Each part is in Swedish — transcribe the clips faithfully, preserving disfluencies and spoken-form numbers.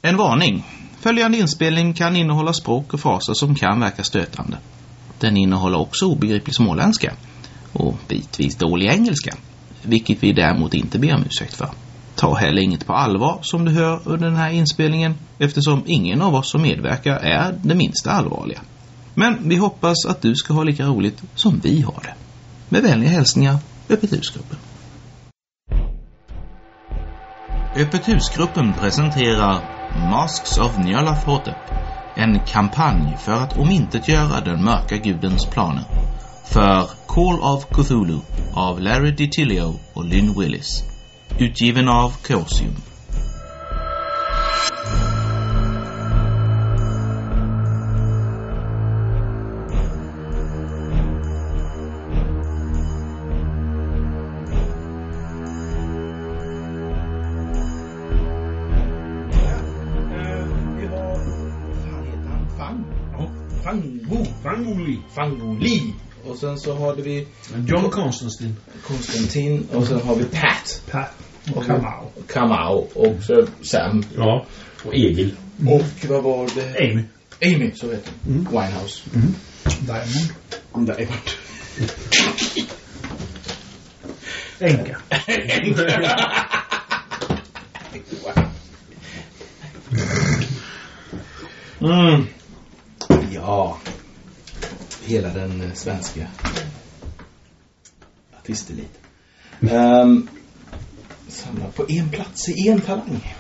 En varning. Följande inspelning kan innehålla språk och fraser som kan verka stötande. Den innehåller också obegriplig småländska och bitvis dålig engelska, vilket vi däremot inte ber om ursäkt för. Ta heller inget på allvar som du hör under den här inspelningen, eftersom ingen av oss som medverkar är det minsta allvarliga. Men vi hoppas att du ska ha lika roligt som vi har det. Med vänliga hälsningar, Öppet husgruppen. Öppet husgruppen presenterar Masks of Nyarlathotep, en kampanj för att omintetgöra den mörka gudens planer. För Call of Cthulhu av Larry DiTilio och Lynn Willis. Utgiven av Chaosium. Fango, Fangoli, Fangoli. Och sen så har vi John Konstantin. Konstantin. Och sen har vi Pat. Pat. Och Kamau. Kamau. Och så Sam. Ja. Och Egil. Mm. Och vad var det? Amy. Amy, så vet du. Mm. Winehouse. Mm. Diamond. Diamond. Enka. Mm. Ja. Hela den svenska artistelit. Um, samlar på en plats i en talang.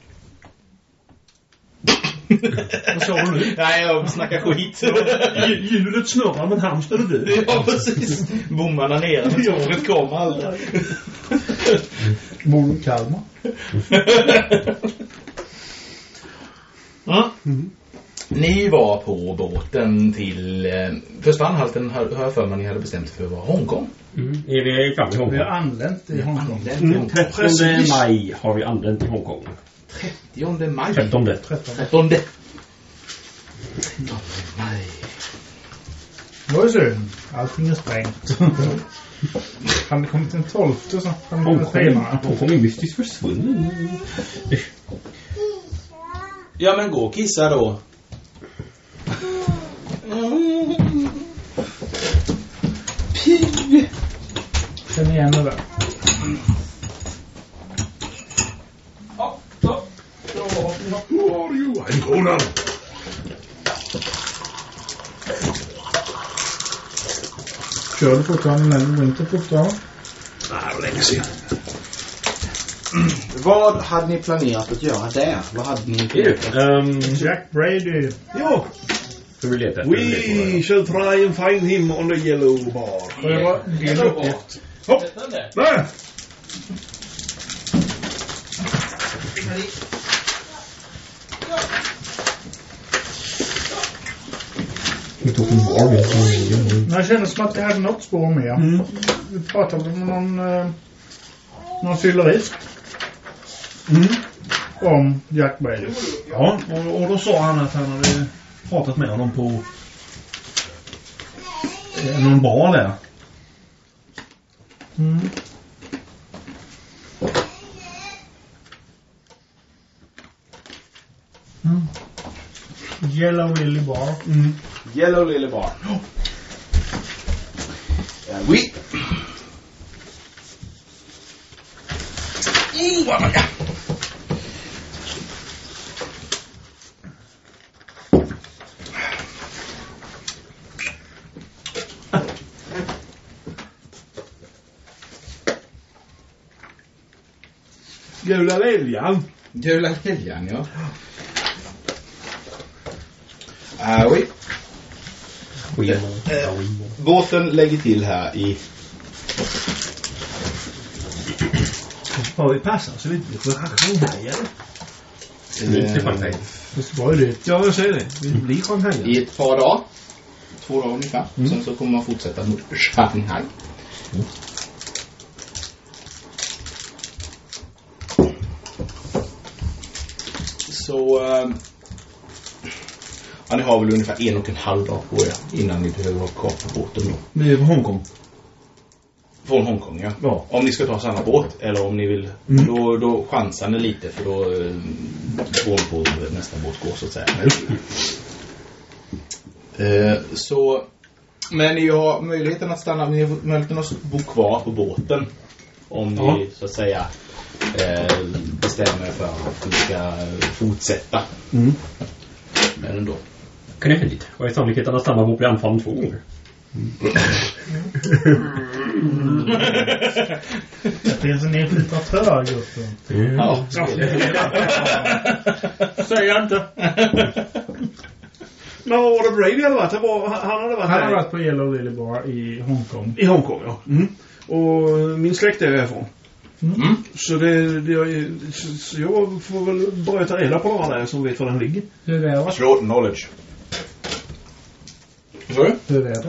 Vad sa du nu? Nej, jag snackar skit. Hjulet snurrar men hamster är död. Ja, precis. Bommarna ner men tåget kommer aldrig. Bor i Kalmar. Ja. Mm. Ni var på båten till eh, första anhalten hör, hör för man ni hade bestämt för att vara Hongkong. Mm. Är vi framme i Hongkong? Vi har anlänt i Hongkong. Mm. trettonde maj har vi anlänt i Hongkong. trettionde maj. trettonde. trettonde. trettonde maj. Vad är det? Allting är sprängt. Han kom till den tolfte så han kom till Hongkong är mystiskt försvunnen. Ja, men gå och kissa då. Pig. Känner igen det där. Ja, så. Who are you? I'm Conan. Kör du fortfarande när du inte fortfarande? Nej, det var länge sedan. Vad hade ni planerat att göra där? Vad hade ni planerat? Um, Jack Brady. Jo, Hur vill leta? we shall try and find him on the yellow bar. Det var en uppgift. Hopp! Nej! Vi tog en bar. Jag kände som att jag hade något spår med. Mm. Vi pratade med någon, eh, någon fyllerist. Mm. Om Jack Brady. Ja, och, och då sa han att han hade pratat med honom på eh, någon bar där. Mm. Mm. Yellow Lily Bar. Mm. Yellow Lily Bar. Oui. Oh, vad man... Gula liljan. Gula liljan, ja. Ah, oui. Eh, båten lägger till här i... Har vi passat så vi inte får sjanghajare? Eh, Det ska ju det. Ja, jag säger det. Vi blir sjanghajare. I ett par dagar. Två dagar ungefär. Mm. Sen så kommer man fortsätta mot Shanghai. Mm. Så... Eh, ja, ni har väl ungefär en och en halv dag på er innan ni behöver ha kvar på båten då. Vi är på Hongkong. Från Hongkong, ja. Ja. Om ni ska ta samma båt eller om ni vill, Mm. då, då chansar ni lite för då eh, går ni på nästa båt går så att säga. Eh, så, men ni har möjligheten att stanna, ni har möjligheten att bo kvar på båten om Ja. ni så att säga eh, bestämmer för att ni ska fortsätta. Mm. Men ändå. Kan jag lite? Vad är sannolikheten att stanna på bli anfallen två gånger? Det finns en infiltratör just nu. Ja, Säger jag inte. Men vad var det Brady hade varit? Han, var, han hade varit Han har här varit på Yellow Lily Bar i Hongkong. i Hongkong, ja. Mm. Och min släkt är härifrån. Mm. Så, det, det, är- så, så jag får väl börja ta reda på några där som vet var den ligger. Hur är det? Slå knowledge. Vad sa du? Hur är det?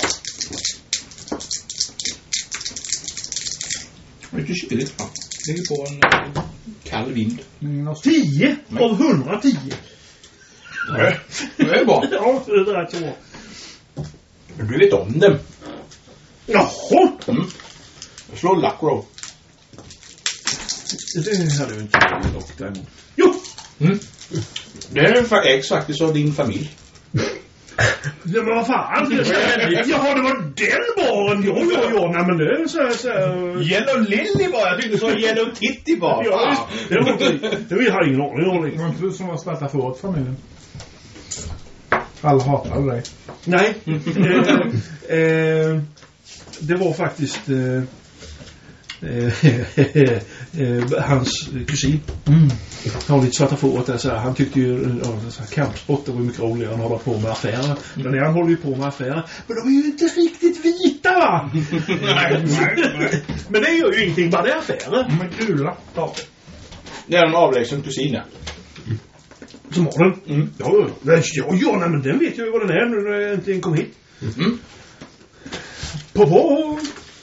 Lite kyligt, va? Ligger på en eh, kall vind. Minus tio Nej. av hundratio. Nej, det är bra. Ja, det är rätt så bra. Du vet om dem. Jaha! Mm. Slå luck roll. Det hade jag inte dock däremot. Jo! Mm. Det är fa- ex faktiskt av din familj. Ja, men vad fan? Jaha, det var den baren. Ja, ja, ja. Nej, men det är så här... Så här Yellow Lily var jag tyckte så Yellow Titty var. ja, det var inte... Det var, jag hade ingen aning om Det det. var inte du som var starta för åt familjen. Alla hatade dig. Nej. eh, eh, det var faktiskt... Eh, eh, eh, hans kusin. Mm. Han har lite svarta fåret där, så här. Han tyckte ju ja, så här, kampsport det var mycket roligare än att hålla på med affärer. Men han håller ju på med affärer. Men de är ju inte riktigt vita, va? Nej, nej, nej. Men det gör ju ingenting, bara det är affärer. De är gula. Ja. Det är en avlägsen kusin, ja. Som har den? Mm. Ja, ja, ja. Ja, ja, nej, men den vet jag ju vad den är nu när jag äntligen kom hit. Mm. På på.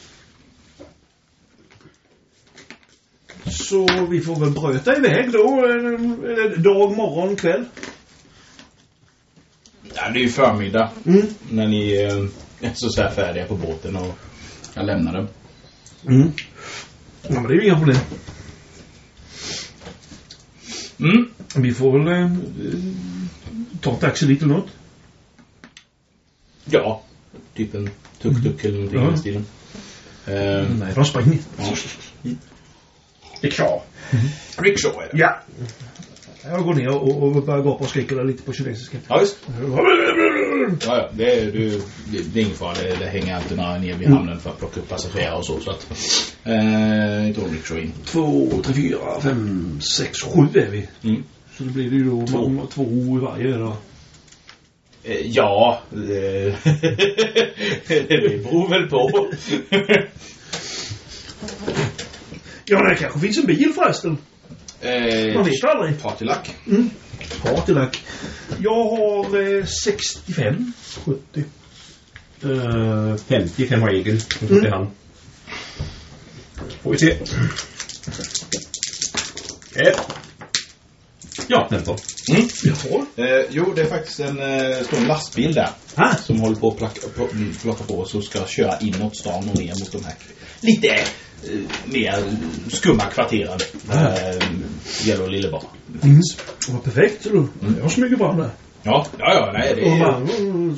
Så vi får väl bröta iväg då. Eller dag, morgon, kväll. Ja, det är ju förmiddag. Mm. När ni eh, är så, så här färdiga på båten och jag lämnar dem. Mm. Ja, men det är ju inga problem. Mm. Vi får väl eh, ta taxi dit eller något. Ja, typ en tuk-tuk eller någonting i Ja. den stilen. Eh, Nej, de springer. ja. Det är klart. Rickshaw är det. Ja. Jag går ner och, och börjar gå upp och skrika lite på kinesiska. Ja, visst. Ja, ja. Det är, det, det är ingen fara. Det, det hänger alltid några ner vid hamnen för att plocka upp passagerare och så. Så att, eh, inte rickshaw in. Två, tre, fyra, fem, sex, sju är vi. Mm. Så det blir det ju då Två. två, två i varje då. Eh, ja, eh, det beror väl på. Ja, det kanske finns en bil förresten. eh, Man vet aldrig. Partylack. Mm. Partylack. Jag har eh, sextiofem. sjuttio. Uh, femtiofem har Egil. Nu får Mm. vi han. Får vi se. Eh. Ja, nästan. Mm. Jaha. Eh, jo, det är faktiskt en eh, stor lastbil där. Ah. Som håller på att plocka, på, plocka på oss och ska köra inåt stan och ner mot de här lite eh, mer skumma kvarteren. Eh, Yellow Lily Bar. Mm. Det var perfekt. Så då. Mm. Jag smyger bara där. Ja, ja, ja, nej, det Och är... bara,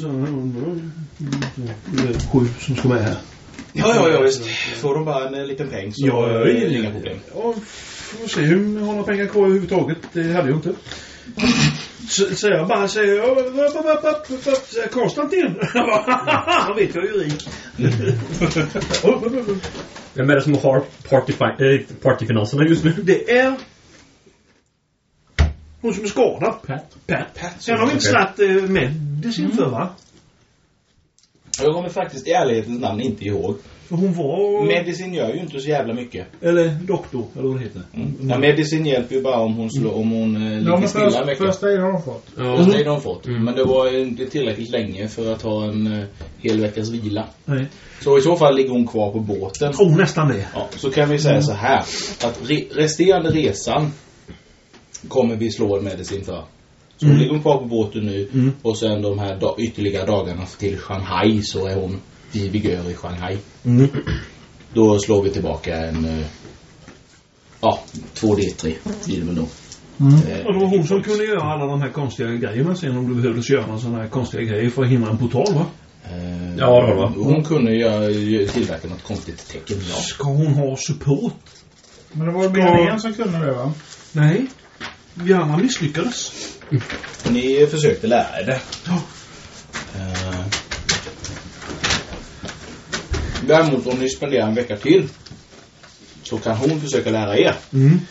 det är sju som ska med här. Ja, ja, ja, visst. Får de bara en eh, liten peng så Ja, är det inga problem. Ja, får se hur jag har några pengar kvar överhuvudtaget. Det hade jag inte. Så, så jag bara säger, ja, vad, vad, vad, vad, vad, vad, Konstantin. Han vet jag är ju rik. Vem är det som har partyfi- äh, partyfinanserna just nu? Det är hon som är skadad. Pat. Pat. Pat, Sen har vi inte okej. slatt eh, medicin för, va? Jag kommer faktiskt i ärlighetens namn inte ihåg. För hon var... Medicin gör ju inte så jävla mycket. Eller doktor, eller vad det heter. Mm. Ja, medicin hjälper ju bara om hon, slår, om hon eh, ligger Ja, men stilla en först, vecka. första aid har de fått. Ja. Första aid har de fått. Mm. Men det var inte tillräckligt länge för att ha en eh, hel veckas vila. Nej. Så i så fall ligger hon kvar på båten. Jag tror nästan det. Ja, så kan vi säga så här. Att re- resterande resan kommer vi slå en medicin för. Så hon Mm. ligger hon kvar på båten nu. Mm. Och sen de här da- ytterligare dagarna till Shanghai så är hon i vigör i Shanghai. Mm. Då slår vi tillbaka en... Uh, ja, två D tre blir det väl då. Mm. Eh, Och det var hon som kunde göra alla de här konstiga grejerna sen om du behövde göra någon sån här konstiga grejer för att hindra en portal, va? eh, Ja, det var det. Hon kunde ju tillverka något konstigt tecken, ja. Ska hon ha support? Men det var ju meningen som kunde det, va? Nej. Vi andra misslyckades. Ni försökte lära er det. Ja. Eh, däremot om ni spenderar en vecka till så kan hon försöka lära er. Mm. Mm.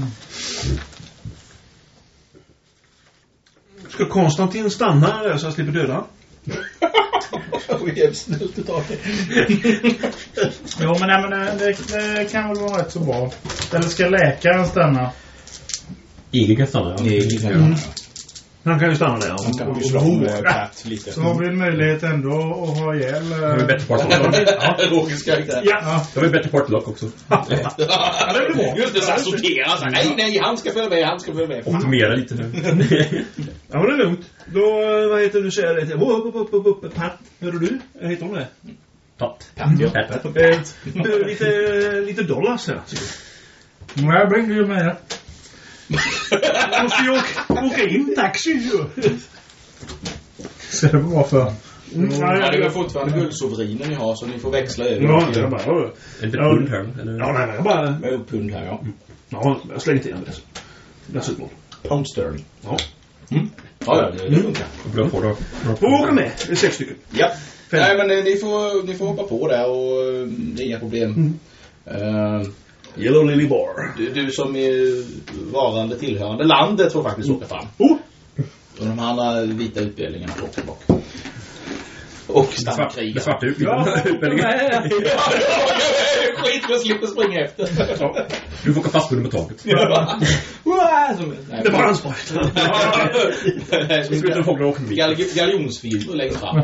Ska Konstantin stanna där så jag slipper döda? Det är snällt utav det. Jo, men, nej, men det, det kan väl vara rätt så bra. Eller ska läkaren stanna? Ingen kan stanna. Ja. Ni kan Mm. Han kan ju stanna där. Han kan ju slå med Pat lite. Så har vi en möjlighet ändå att ha ihjäl... Då har vi bättre partlock. Ja, Rogers karaktär. Ja. Då har vi bättre partlock också. Ja, det är bra. Just det, så här sortera. Så här, nej, nej, han ska följa med, han ska följa med. Optimera lite nu. Ja, men det är lugnt. Då, vad heter du, säger det till? Upp, upp, upp, upp, Pat, hör du? Vad heter hon det? Pat. Pat, ja. Pat. Eh, lite, lite dollars här. Nej, jag blir ju med. Jag måste ju åka, åka in taxi ju. Så det var för. Mm, Ja, det är väl fortfarande guldsovrinen ni har så ni får växla över. Ja, det är bara... Är det inte pund här? Eller? Ja, nej, jag bara... Med pund här, ja. Ja, jag slänger till det. Dessutom. Pound sterling. Ja. Mm. Ja, ja, det, det funkar. Bra på då. Får åka med. Det är sex stycken. Ja. Fem. Nej, men eh, ni får, ni får hoppa på där och eh, det är inga problem. Mm. Uh, Yellow Lily Bar. du, du som är varande tillhörande landet får faktiskt åka fram. Oh! Och de andra vita utbildningarna får åka bak. Och Det stamkriga. svarta Ja, utbildningen. Skit, jag slipper springa efter. Ja. Du får åka fastbunden på taket. Nej, Det var hans part. Jag skulle inte få åka dit. Gal galjonsfilmer längst fram.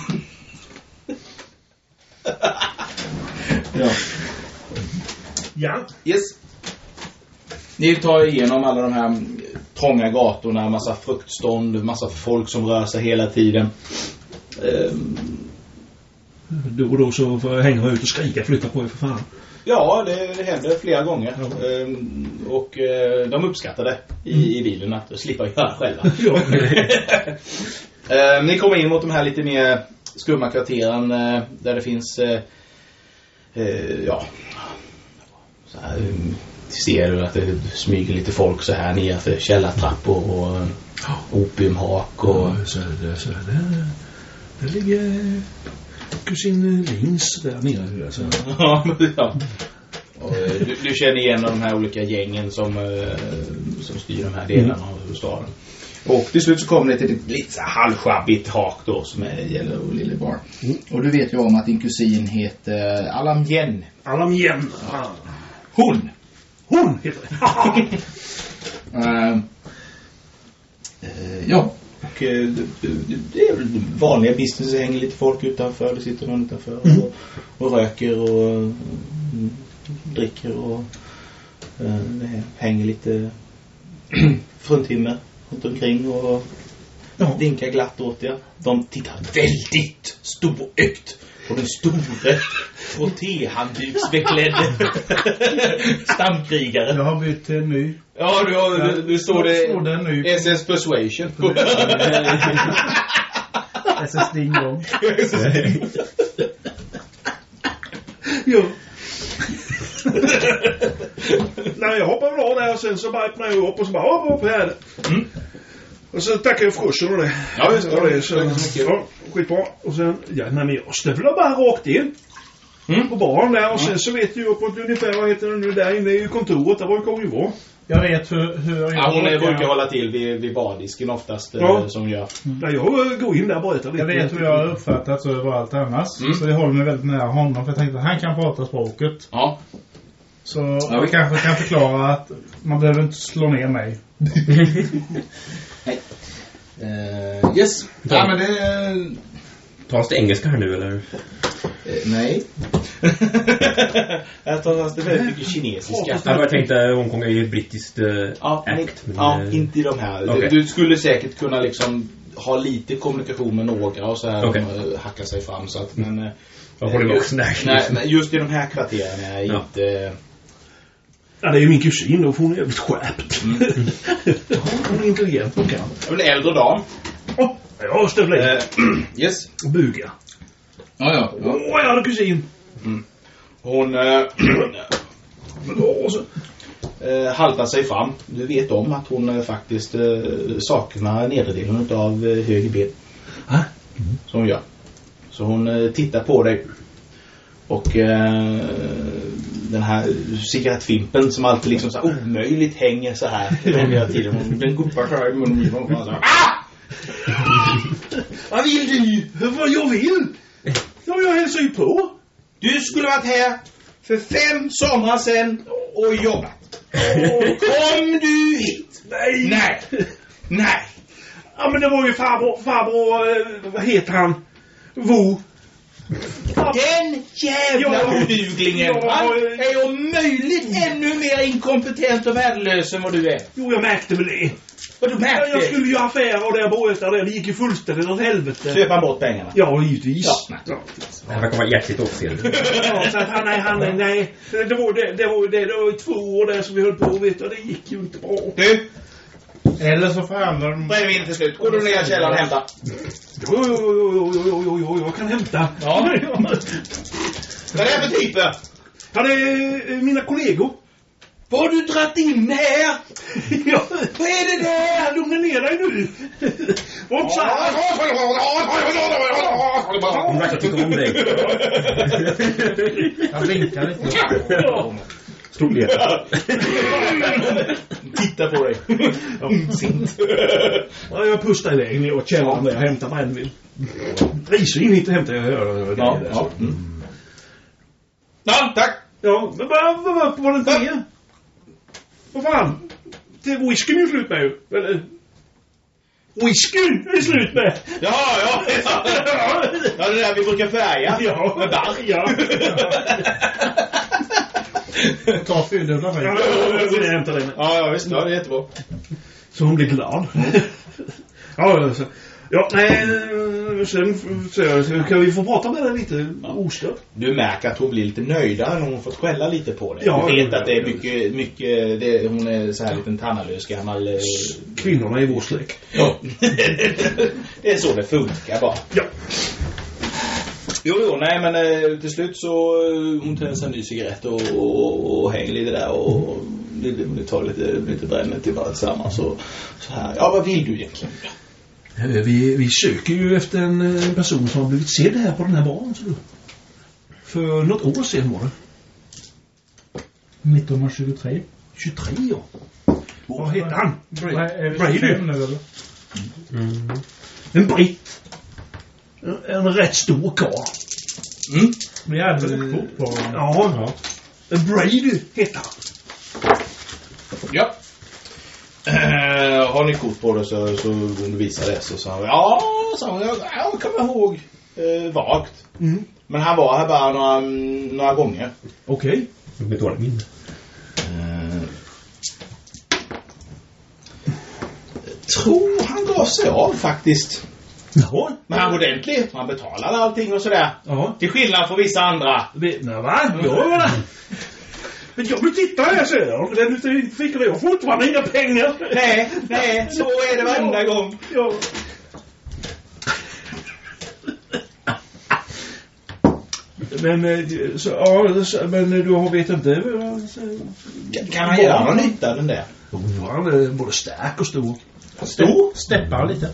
Ja. Ja. Yes. Ni tar igenom alla de här trånga gatorna, massa fruktstånd, massa folk som rör sig hela tiden. Um, Då och då så får jag hänga ut och skrika, flytta på er för fan. ja, det, det händer flera gånger. Um, och uh, de uppskattar det i, i bilen att slippa göra själva. Ja. um, ni kommer in mot de här lite mer skumma kvarteren uh, där det finns uh, uh, ja så här, um, ser du att det smyger lite folk så här ner för källartrappor och uh, opiumhak och Ja, så är det, så är det. Där ligger kusin Lins där nere. Så. ja, ja. Och, uh, du, du känner igen de här olika gängen som, uh, som styr de här delarna av staden. Och till slut så kommer det till ett lite så här halvschabbigt hak då som är Yellow Lily Bar. Mm. Och du vet ju om att din kusin heter Alam Yen. Alam Yen. Hon! Hon heter det. uh, uh, ja. Och uh, det, det, det är väl vanliga business. Det hänger lite folk utanför. Det sitter någon utanför mm. och, och röker och uh, dricker och uh, det hänger lite fruntimmer runt omkring och ja. Vinkar glatt åt er. De tittar väldigt storögt på den store frottéhandduksbeklädde stamkrigare. Jag har bytt till en ny. Ja, du, har, du, du står det, står det en ny. S S Persuasion. S S Ding Dong. Jo. Nej, jag hoppar väl av där och sen så bara öppnar jag upp och så bara hopp upp här. Mm. Och så tackar jag för kursen och det. Ja, visst. Ja, det är så, ja, skitbra. Och sen, ja, nej men jag stövlar bara rakt in. Mm. På baren där och sen mm. så vet ju jag på ungefär vad heter det nu där inne i kontoret. Där brukar hon ju vara. Jag vet hur, hur jag ja, hon brukar, brukar hålla till vid, vid bardisken oftast ja. som gör. Mm. Ja, jag går in där och berättar lite. Jag vet hur jag har uppfattat så överallt annars. Mm. Så jag håller mig väldigt nära honom för jag tänkte att han kan prata språket. Ja. Så ja. Vi kanske kan förklara att man behöver inte slå ner mig. Nej. Uh, yes. Ja, ja men det... Talas det engelska här nu eller? Uh, nej. Jag talas det väldigt mycket kinesiska. Jag tänkte Hongkong är ju ett brittiskt uh, ja, act. Men, ja, uh, inte i de här. Okay. Du, du skulle säkert kunna liksom har lite kommunikation med några och så här okay. de hackar sig fram så att men eh, jag håller just, nej, nej, men just i de här kvarteren är ja. inte ja, det är ju min kusin och hon är jävligt skärpt. Mm. Hon är intelligent och kan. En äldre dam. Oh, ja, stövlar. Uh, yes. Och buga. Ja, ja. Åh, ja. Oh, jag hade kusin. Mm. Hon uh, oh, så. uh, haltar sig fram. Du vet om att hon uh, faktiskt uh, saknar nedre delen av uh, höger ben. Ah. Mm. Som hon gör. Så hon uh, tittar på dig. Och uh, den här cigarettfimpen som alltid liksom så här omöjligt hänger så här hela tiden. Den guppar så här i munnen och så här. Ah! Vad vill du? Vad jag vill? Ja, jag hälsar ju på. Du skulle varit här för fem somrar sedan och jobbat. Kom du hit? Nej. Nej. Nej. Ja, men det var ju farbror, farbror, eh, vad heter han? Vo. Den jävla ja, oduglingen. Ja, Han är om möjligt ännu mer inkompetent och värdelös än vad du är. Jo, jag märkte väl det. Vad du märkte? Jag skulle ju ha affärer och där båtar där. Det gick ju fullständigt åt helvete. Köp han bort pengarna? Ja, givetvis. Ja, ja. Det här verkar vara jäkligt officiellt. Ja, så att han, nej, han, nej. Det var det, det var det, det var två år där som vi höll på, vet du, och det gick ju inte bra. Du! Eller så förhandlar de... Bredvid till slut. Går du ner i källaren och hämta? Jo, jo, jo, jo, jo, jo, jo, jag kan hämta. Ja. Vad är det för typer? Ja, det är eh, mina kollegor. Vad har du dratt in här? Ja. Vad är det där? Lugna ner dig nu. Och så här. Hon verkar tycka om dig. Han blinkar lite. Ja. Storlek. Titta på dig. Ja, jag pustar iväg ner och källaren där jag hämtar brännvin. Risvin hit och hämtar jag. Ja, ja. Mm. Ja, tack. Ja, men vad vad vad var det inte det? Vad fan? Det är whiskyn är slut med ju. Eller whiskyn är slut med. Ja, ja. Ja, det där vi brukar färga. Ja, med barr. Ja. Ta fyrdubla mig. Ja, jag vill hämta den. Ja, ja, visst. Ja, det är jättebra. Så hon blir glad. Ja, så. Ja, nej, sen så, kan vi få prata med dig lite ostört. Du märker att hon blir lite nöjdare när hon fått skälla lite på dig. Ja, du vet ja, att det är ja, mycket, mycket det, hon är så här liten tannalös gammal... Eh... Kvinnorna i vår släkt. Ja. Det är så det funkar bara. Ja. Jo, jo, nej, men eh, till slut så eh, hon tänder sig en ny cigarett och, och, och hänger lite där och det, det tar lite, lite brännet till bara tillsammans och så här. Ja, vad vill du egentligen? Vi, vi söker ju efter en person som har blivit sedd här på den här baren. Så för något år sedan var det. nittonhundratjugotre. tjugotre, ja. Vad heter han? Bra- är det Brady. tjugofem nu, eller? Mm. En britt. En, en rätt stor karl. Mm. Vi hade ett kort på... Ja. En Brady heter han. Ja. Uh, har ni kort på det så, så om du visar det så sa han, ja, sa han, jag, jag kommer ihåg uh, vagt. Mm. Men han var här bara några, några gånger. Okej. Okay. Jag vet dåligt minne. Uh, tror han gav sig av faktiskt. Ja. Men han var ordentlig. Han betalade allting och sådär. Ja. Till skillnad från vissa andra. Nej, va? Ja, men jag vill titta här, säger jag. Den fick jag fortfarande inga pengar. Nej, nej, så är det varenda gång. Ja. Men, så, ja, så, men du vet inte... Så, kan han göra någon nytta den där? Jo, han är både stark och stor. Stor? Steppar lite.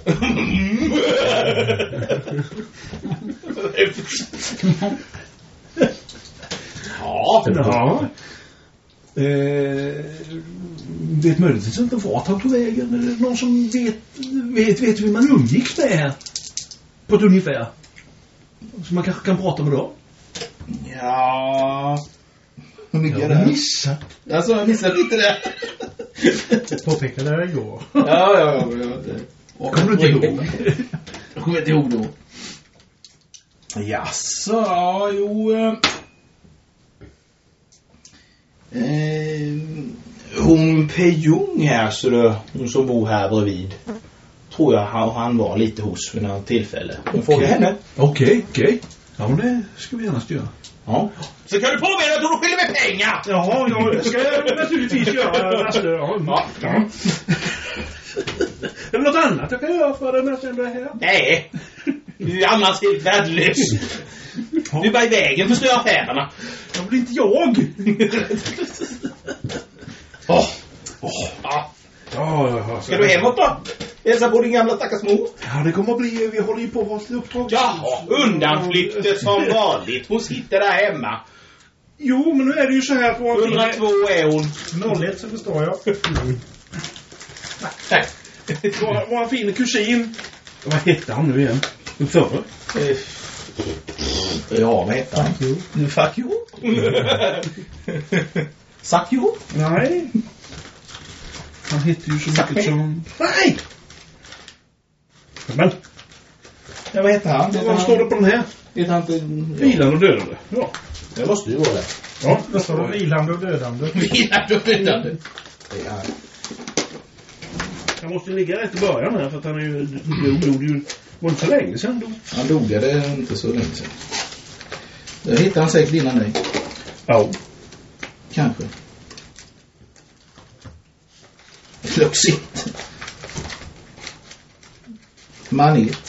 Ja. Ja. Eh, vet möjligtvis inte vart han tog vägen. Eller någon som vet, vet, vet hur man umgicks med här. På ett ungefär. Så man kanske kan prata med dem. Ja. Hur mycket Jag är det? har missat. Alltså, jag missade lite det. Påpekade det igår. Ja, ja, ja. ja. Kommer du inte ihåg? Jag kommer inte ihåg då. Jaså, ja, jo. Eh, hon Pejung här, så då, hon som bor här bredvid. tror jag han, han var lite hos vid något tillfälle. Okay. Fråga henne. Okej, okay, okej. Okay. Ja, men det ska vi gärna göra. Ja. Så kan du påminna att du skyller mig pengar! Ja, ja, det ska jag naturligtvis göra. Lasse. Ja. Ja. Ja. Är det något annat jag kan göra för dig med det här? Nej, du är annars helt värdelös. Ja. Du är bara i vägen för större affärerna. Jag blir inte jag. Åh, oh. oh. ja. Ja, ja, ska du hemåt då? Hälsa på din gamla stackars mor. Ja, det kommer att bli, vi håller ju på att ha ett uppdrag. Jaha, undanflykter som vanligt. Hon sitter där hemma. Jo, men nu är det ju så här på... hundratvå är hon. noll ett så förstår jag. Mm. Nej. Vår, vår fina kusin. Vad heter han nu igen? Den förra? Eh, ja, vad heter han? Fuck you. Suck you? Nej. Han heter ju så mycket som... Nej! Men... Ja, vad heter han? Vad står det på den här? Heter han inte... Vilande och dödande. Ja. Det måste ju vara det. Ja, det står det vilande och dödande. Vilande och dödande. Ja. Han måste ligga rätt i början här för att han är ju... dog ju... var inte så länge sedan då. Han dog det inte så länge sedan. Det hittar han säkert innan dig. Ja. Kanske. Fluxigt. Manet.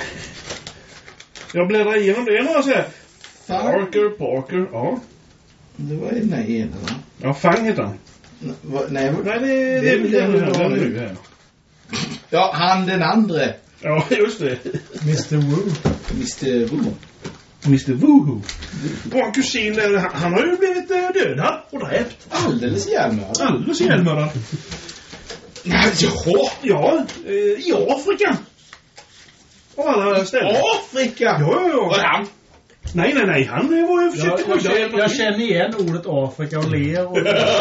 Jag bläddrar igenom det några så här. Parker, Parker, ja. Det var ju den här ena, va? Ja, Fang heter han. N- va, nej, nej, det, det, det är väl den här nu här. Ja, han den andra. Ja, just det. mister Woo. mister Woo. mister Woohoo. Vår kusin, han, han har ju blivit dödad och dräpt. Alldeles ihjälmördad. Alldeles ihjälmördad. Jaha. Ja, eh, i Afrika. Av alla ställen. Afrika? Ja, ja, ja. Var han? Nej, nej, nej. Han var ju försökt jag, jag, jag, jag känner igen ordet Afrika och ler. Och...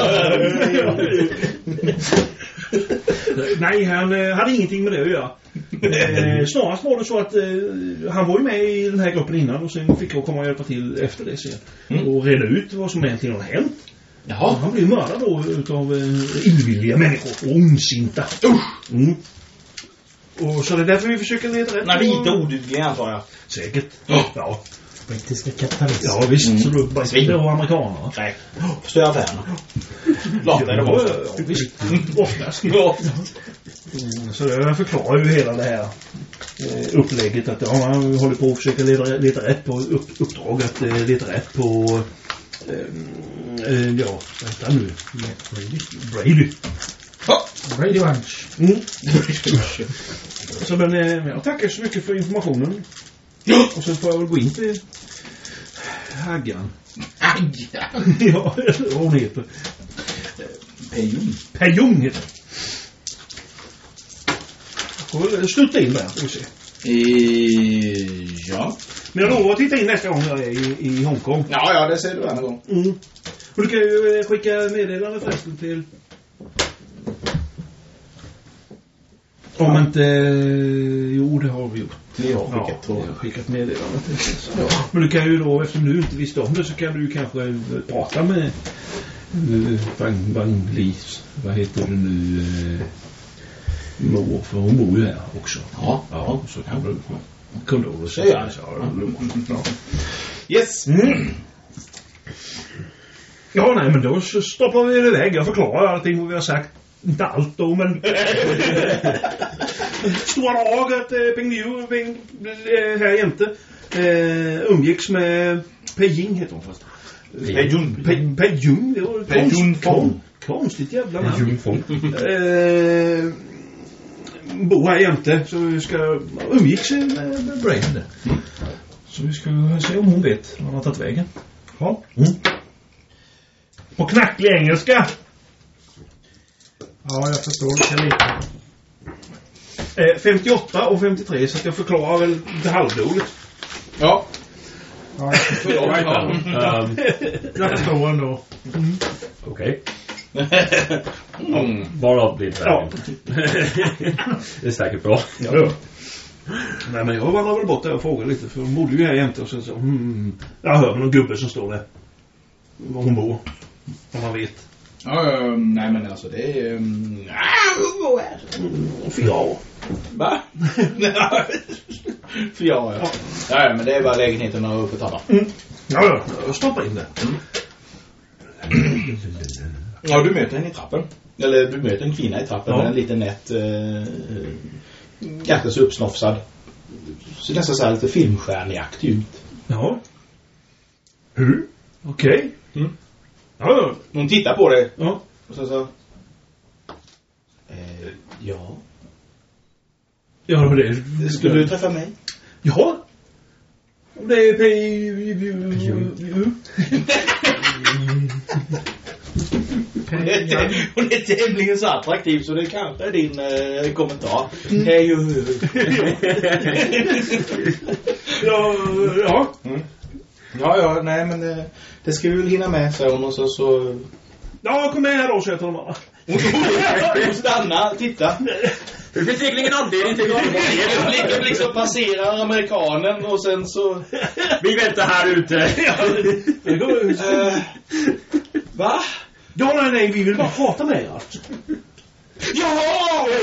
nej, han eh, hade ingenting med det att göra. Eh, snarast var det så att eh, han var ju med i den här gruppen innan och sen fick jag komma och hjälpa till efter det sen. Mm. Och reda ut vad som egentligen har hänt. Jaha. Han blev mördad då utav eh, illvilliga människor och ondsinta. Usch! Mm. Och så det är därför vi försöker leta rätt. Nej, vi är inte odugliga antar jag. Säkert. Oh. Ja. Brittiska kapitalister. Ja visst, mm. Så då bara Svin. och amerikaner. Nej, förstör affärerna. Låt mig det vara så. Ja, visst. Oftast. Mm, så jag förklarar ju hela det här eh, upplägget att ja, man håller på att försöka leta, leta rätt på upp, uppdrag att eh, leta rätt på eh, eh, ja, vänta nu. Brady. Brady. Brady Bunch. Mm. Så men eh, jag tackar så mycket för informationen. Och sen får jag väl gå in till Haggan. Haggan? Ja, vad hon heter. Pejung. Pejung heter det. Får väl slutta in där, får vi se. E- ja. Men jag lovar att titta in nästa gång jag är i, i Hongkong. Ja, ja, det ser du en gång. Mm. Och du kan ju skicka meddelande förresten till... Om inte... Jo, det har vi gjort. Det har skickat, ja, jag har skickat meddelande till. Ja. Men du kan ju då, eftersom du inte visste om det, så kan du kanske prata med Bang Bang Lis. Vad heter du nu? Mor, för hon bor ju här också. Ja. Ja, så kan du kunde du säga. Ja, ja. Yes. Mm. Ja, nej, men då stoppar vi det iväg. Jag förklarar allting vad vi har sagt. Inte allt då, men... Stora drag att eh, Peng Liu Peng, eh, här jämte eh, umgicks med Peijing heter hon fast. Peijung. Pe- Peijung, det var Peijung konst, kon, konstigt jävla namn. Peijung. eh, Bo här jämte, så vi ska umgicks med, med Brand. Mm. Så vi ska se om hon vet vad han har tagit vägen. Ja. Mm. På knacklig engelska. Ja, jag förstår det lite. Eh, femtioåtta och femtiotre, så att jag förklarar väl det halvdåligt. Ja. Ja, jag förstår. Right now. Um, Jag förstår ändå. Mm. Okej. Mm. Bara blir det Ja. Det är säkert bra. Ja, ja. Nej, men jag vandrar väl bort där och frågar lite, för hon bodde ju här jämte och så, så hmm, jag hör någon gubbe som står där. Var hon bor. Om man vet. Ja, nej men alltså det är... Um, Mm, ja. Va? För ja, ja. Ja, men det är bara lägenheten och uppe tabbar. Mm. Ja, ja. Jag stoppar in det. Mm. Ja, du möter henne i trappen. Eller du möter en kvinna i trappen ja. Med en liten nätt eh, ganska så uppsnofsad. Så nästan så här lite filmstjärnjaktig ut. Ja. Hur? Okej. Okay. Mm. Ja, hon tittar på dig. Ja. Och så så eh, ja. Ja, men det skulle du träffa mig? Ja. Det är pej. Hon är tämligen så attraktiv så det kanske är din eh, kommentar. Mm. Hej ju. Ja, ja. Mm. Ja, ja, nej men det, det ska vi väl hinna med, så hon och så så... Ja, kom med här då, så jag tar dem alla. Hon stannar, titta. Det finns säkert ingen anledning till att liksom, liksom passerar amerikanen och sen så... Vi väntar här ute. uh, va? Ja, nej, nej, vi vill bara prata med er. Jaha!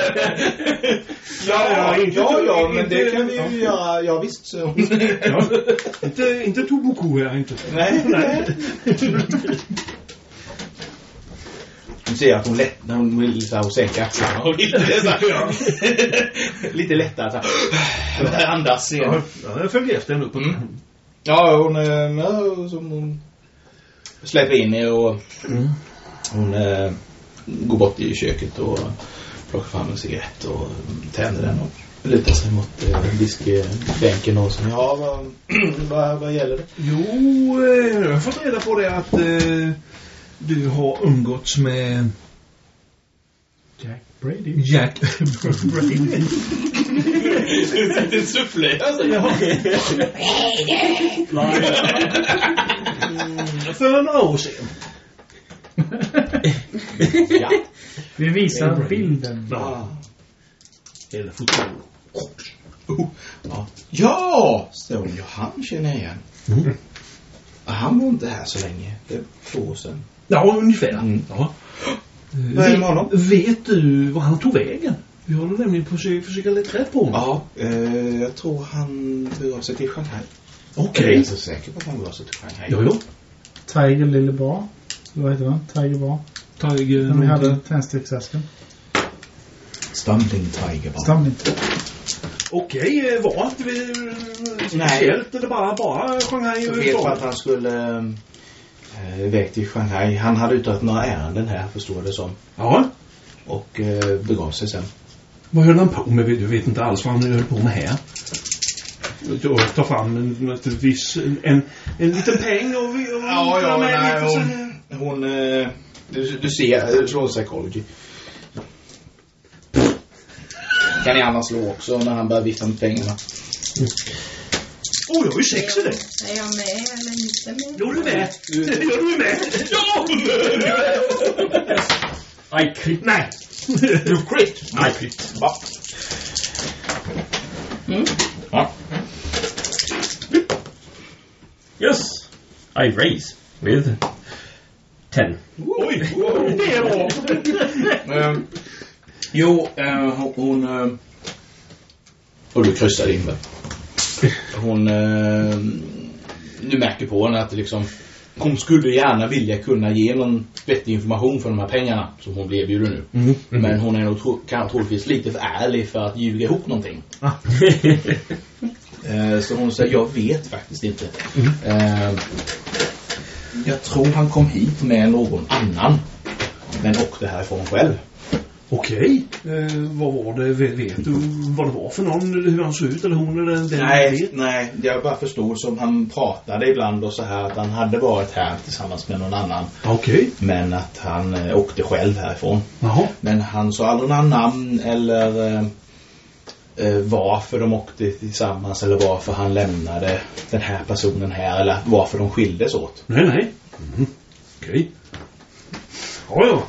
Ja, ja, inte, ja, ja, men det kan vi ju ja. göra. Ja, visst så. Ja, inte, inte Toboku här, inte. Nej, nej. Du ser att hon lätt när hon vill så här, sänka axlarna och lite, så här, lite lättare så här, andas igen. Ja, jag följer efter henne upp. Mm. Ja, hon, ja, som hon släpper in i och mm. hon äh, går bort i köket och plockar fram en cigarett och tänder den och lutar sig mot äh, diskbänken och så. Ja, vad, vad, vad gäller det? Jo, jag har fått reda på det att äh, du har umgåtts med Jack Brady. Jack Brady. Det sufflé alltså. Ja. För några år sedan. Ja. Vi visar bilden. Ja. Eller foton. Oh. Ja. Ja, så ju han känner igen. Mm. Han var inte här så länge. Det är två år sedan. Ja, ungefär. Mm. Ja. Vad är det med honom? Vet du var han tog vägen? Vi håller nämligen på att försöka, försöka leta rätt på honom. Ja, eh, jag tror han begav sig till Shanghai. Okej. Okay. Jag är inte så säker på att han begav sig till Shanghai. Jo, jo. Tiger Lille Bar. Vad heter den? Tiger Bar. Tiger... Den vi hade tändsticksäsken. Stumbling Tiger Bar. Stumbling. Okej, okay, var inte vi speciellt eller bara, bara Shanghai? Jag vet att han skulle äh, iväg till Shanghai. Han hade uträttat några ärenden här, förstår det som. Ja. Och äh, begav sig sen. Vad höll han på med? Du vet inte alls vad han höll på med här. Och ta fram en, viss, en, en liten peng och... och ja, ja, nej, hon... Sen... hon äh, du, du ser, slår psychology. Kan ni annars slå också när han börjar vifta med pengarna. Åh, oh, jag har ju sex i det. Är jag med eller inte med? Jo, du är med. Jo, du är med. Ja! I crit. Nej. Du crit. I crit. Va? Mm. Ja. Yes. I raise with ten. Oj, det är bra. um, Jo, äh, hon... Äh, och du kryssar in väl. Hon... Äh, du märker på henne att liksom... Hon skulle gärna vilja kunna ge någon vettig information för de här pengarna som hon blev erbjuden nu. Mm. Mm. Men hon är nog tro, kan troligtvis lite för ärlig för att ljuga ihop någonting. Ah. äh, så hon säger, jag vet faktiskt inte. Mm. Äh, jag tror han kom hit med någon annan. Men åkte härifrån själv. Okej, eh, vad var det? Vet, vet du vad det var för någon? Hur han såg ut eller hon eller den? Nej, nej, jag bara förstod som han pratade ibland och så här att han hade varit här tillsammans med någon annan. Okej. Men att han eh, åkte själv härifrån. Jaha. Men han sa aldrig några namn eller eh, eh, varför de åkte tillsammans eller varför han lämnade den här personen här eller varför de skildes åt. Nej, nej. Mm. Okej. Ja, ja.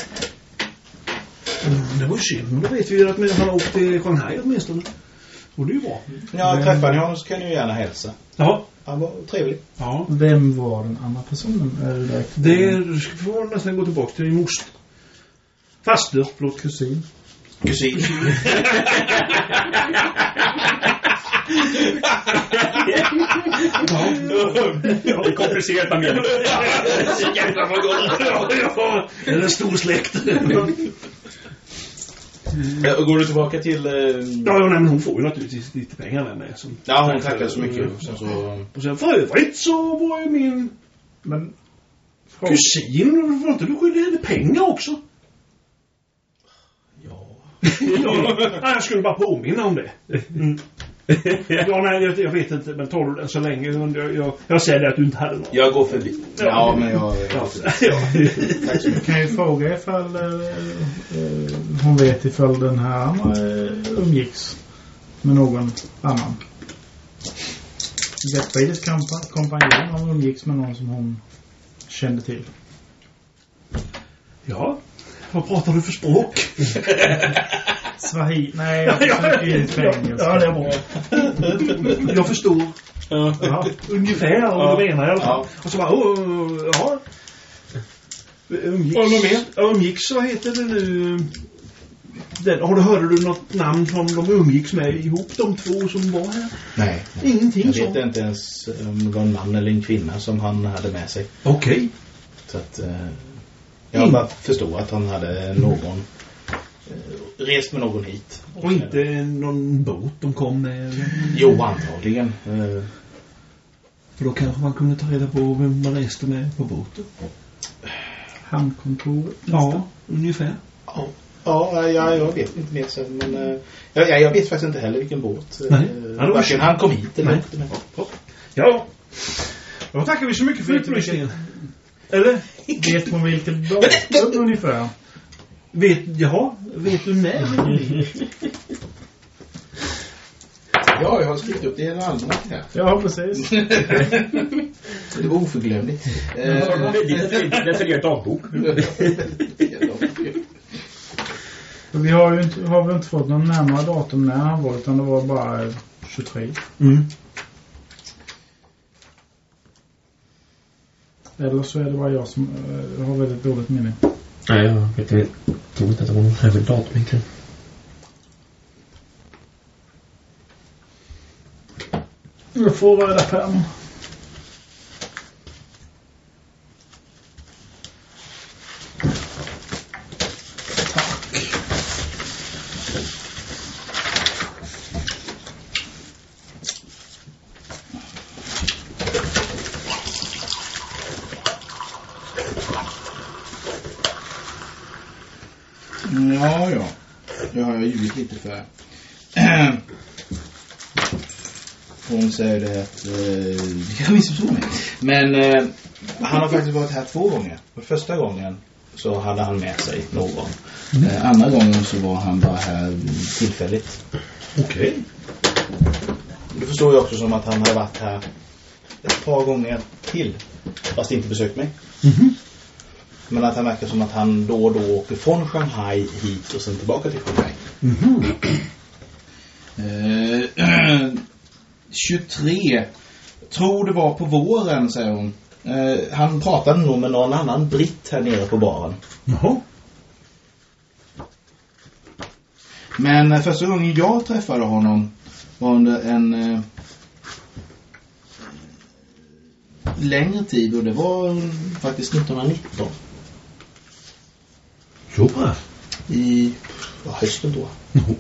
Mm, det var ju synd. Då vet vi ju att han har åkt till Shanghai åtminstone. Och det är ju bra. Ja, men... träffar ni honom så kan ni ju gärna hälsa. Ja. Han var trevlig. Ja. Vem var den andra personen? Är det direkt? Det du ska få nästan gå tillbaka till din most. Faster, förlåt. Kusin. Kusin. Det är komplicerat familj. Det är en stor släkt. Går du tillbaka till... Eh... Ja, ja, nej, men hon får ju naturligtvis lite pengar med. Som ja, hon tackar så mycket. Sen så... Och sen för övrigt så var ju min Men... kusin, var inte du skyldig henne pengar också? Ja. Ja, jag skulle bara påminna om det. Mm. Ja, nej, jag, jag vet inte, men tar du den så länge. Jag, jag, jag säger det att du inte hade något. Jag går förbi. Ja, ja men jag... Ja, ja. Tack så mycket. Kan ju fråga ifall eh, eh, hon vet ifall den här eh, umgicks med någon annan. Jetbaides kompanjon, hon umgicks med någon som hon kände till. Ja, vad pratar du för språk? Swahili, nej, jag försöker ju engelska. Ja, det är bra. Jag förstår. Ja. Ja, ungefär vad Ja. du menar i alla fall. Ja. Och så bara, åh, ja. Umgicks. Och något mer? Ja, umgicks, vad heter det nu? Den, har du, hörde du något namn som de umgicks med ihop, de två som var här? Nej. nej. Ingenting Jag så. vet inte ens om det var en man eller en kvinna som han hade med sig. Okej. Okay. Så att... Eh, jag Mm. bara förstår att han hade någon... Eh, rest med någon hit. Och inte någon båt de kom med? Jo, antagligen. Eh, För då kanske man kunde ta reda på vem man reste med på båten. Hamnkontoret. Ja, ungefär. ja, ja, ja, jag vet inte mer sen. Men, eh, jag, jag vet faktiskt inte heller vilken båt. Eh, Nej. Ja, det var varken han kom hit eller Nej. inte. Nej. Ja. Då tackar vi så mycket för upplysningen. Eller? Vet hon vilket datum ungefär? Vet, jaha, vet du när? Ja, jag har skrivit upp det i en almanacka här. Ja, precis. Det var oförglömligt. Det är för er dagbok. Vi har ju inte, har vi inte fått någon närmare datum när han var, utan det var bara tjugotre. Mm. Eller så är det bara jag som äh, har väldigt dåligt minne. Nej, jag vet inte. Jag tror inte att det var någon särskild datum egentligen. Jag får vara där fem. Ja, ja. Det har jag ljugit lite för. Hon säger det att eh, det kan missförstå mig. Men eh, han har faktiskt varit här två gånger. För första gången så hade han med sig någon. Mm. Eh, andra gången så var han bara här tillfälligt. Okej. Okay. Det förstår jag också som att han har varit här ett par gånger till. Fast inte besökt mig. Mm-hmm. Men att han verkar som att han då och då åker från Shanghai hit och sen tillbaka till Shanghai. Mm-hmm. Eh, tjugotre. Tror det var på våren, säger hon. Eh, han pratade nog med någon annan britt här nere på baren. Jaha. Men eh, första gången jag träffade honom var under en eh, längre tid, och det var faktiskt nittonhundranitton. Så bra. I ja, hösten då. No.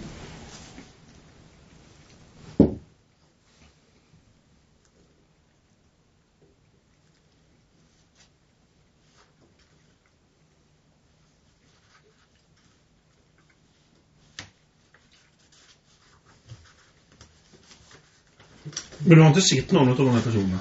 Men du har inte sett någon av de här personerna?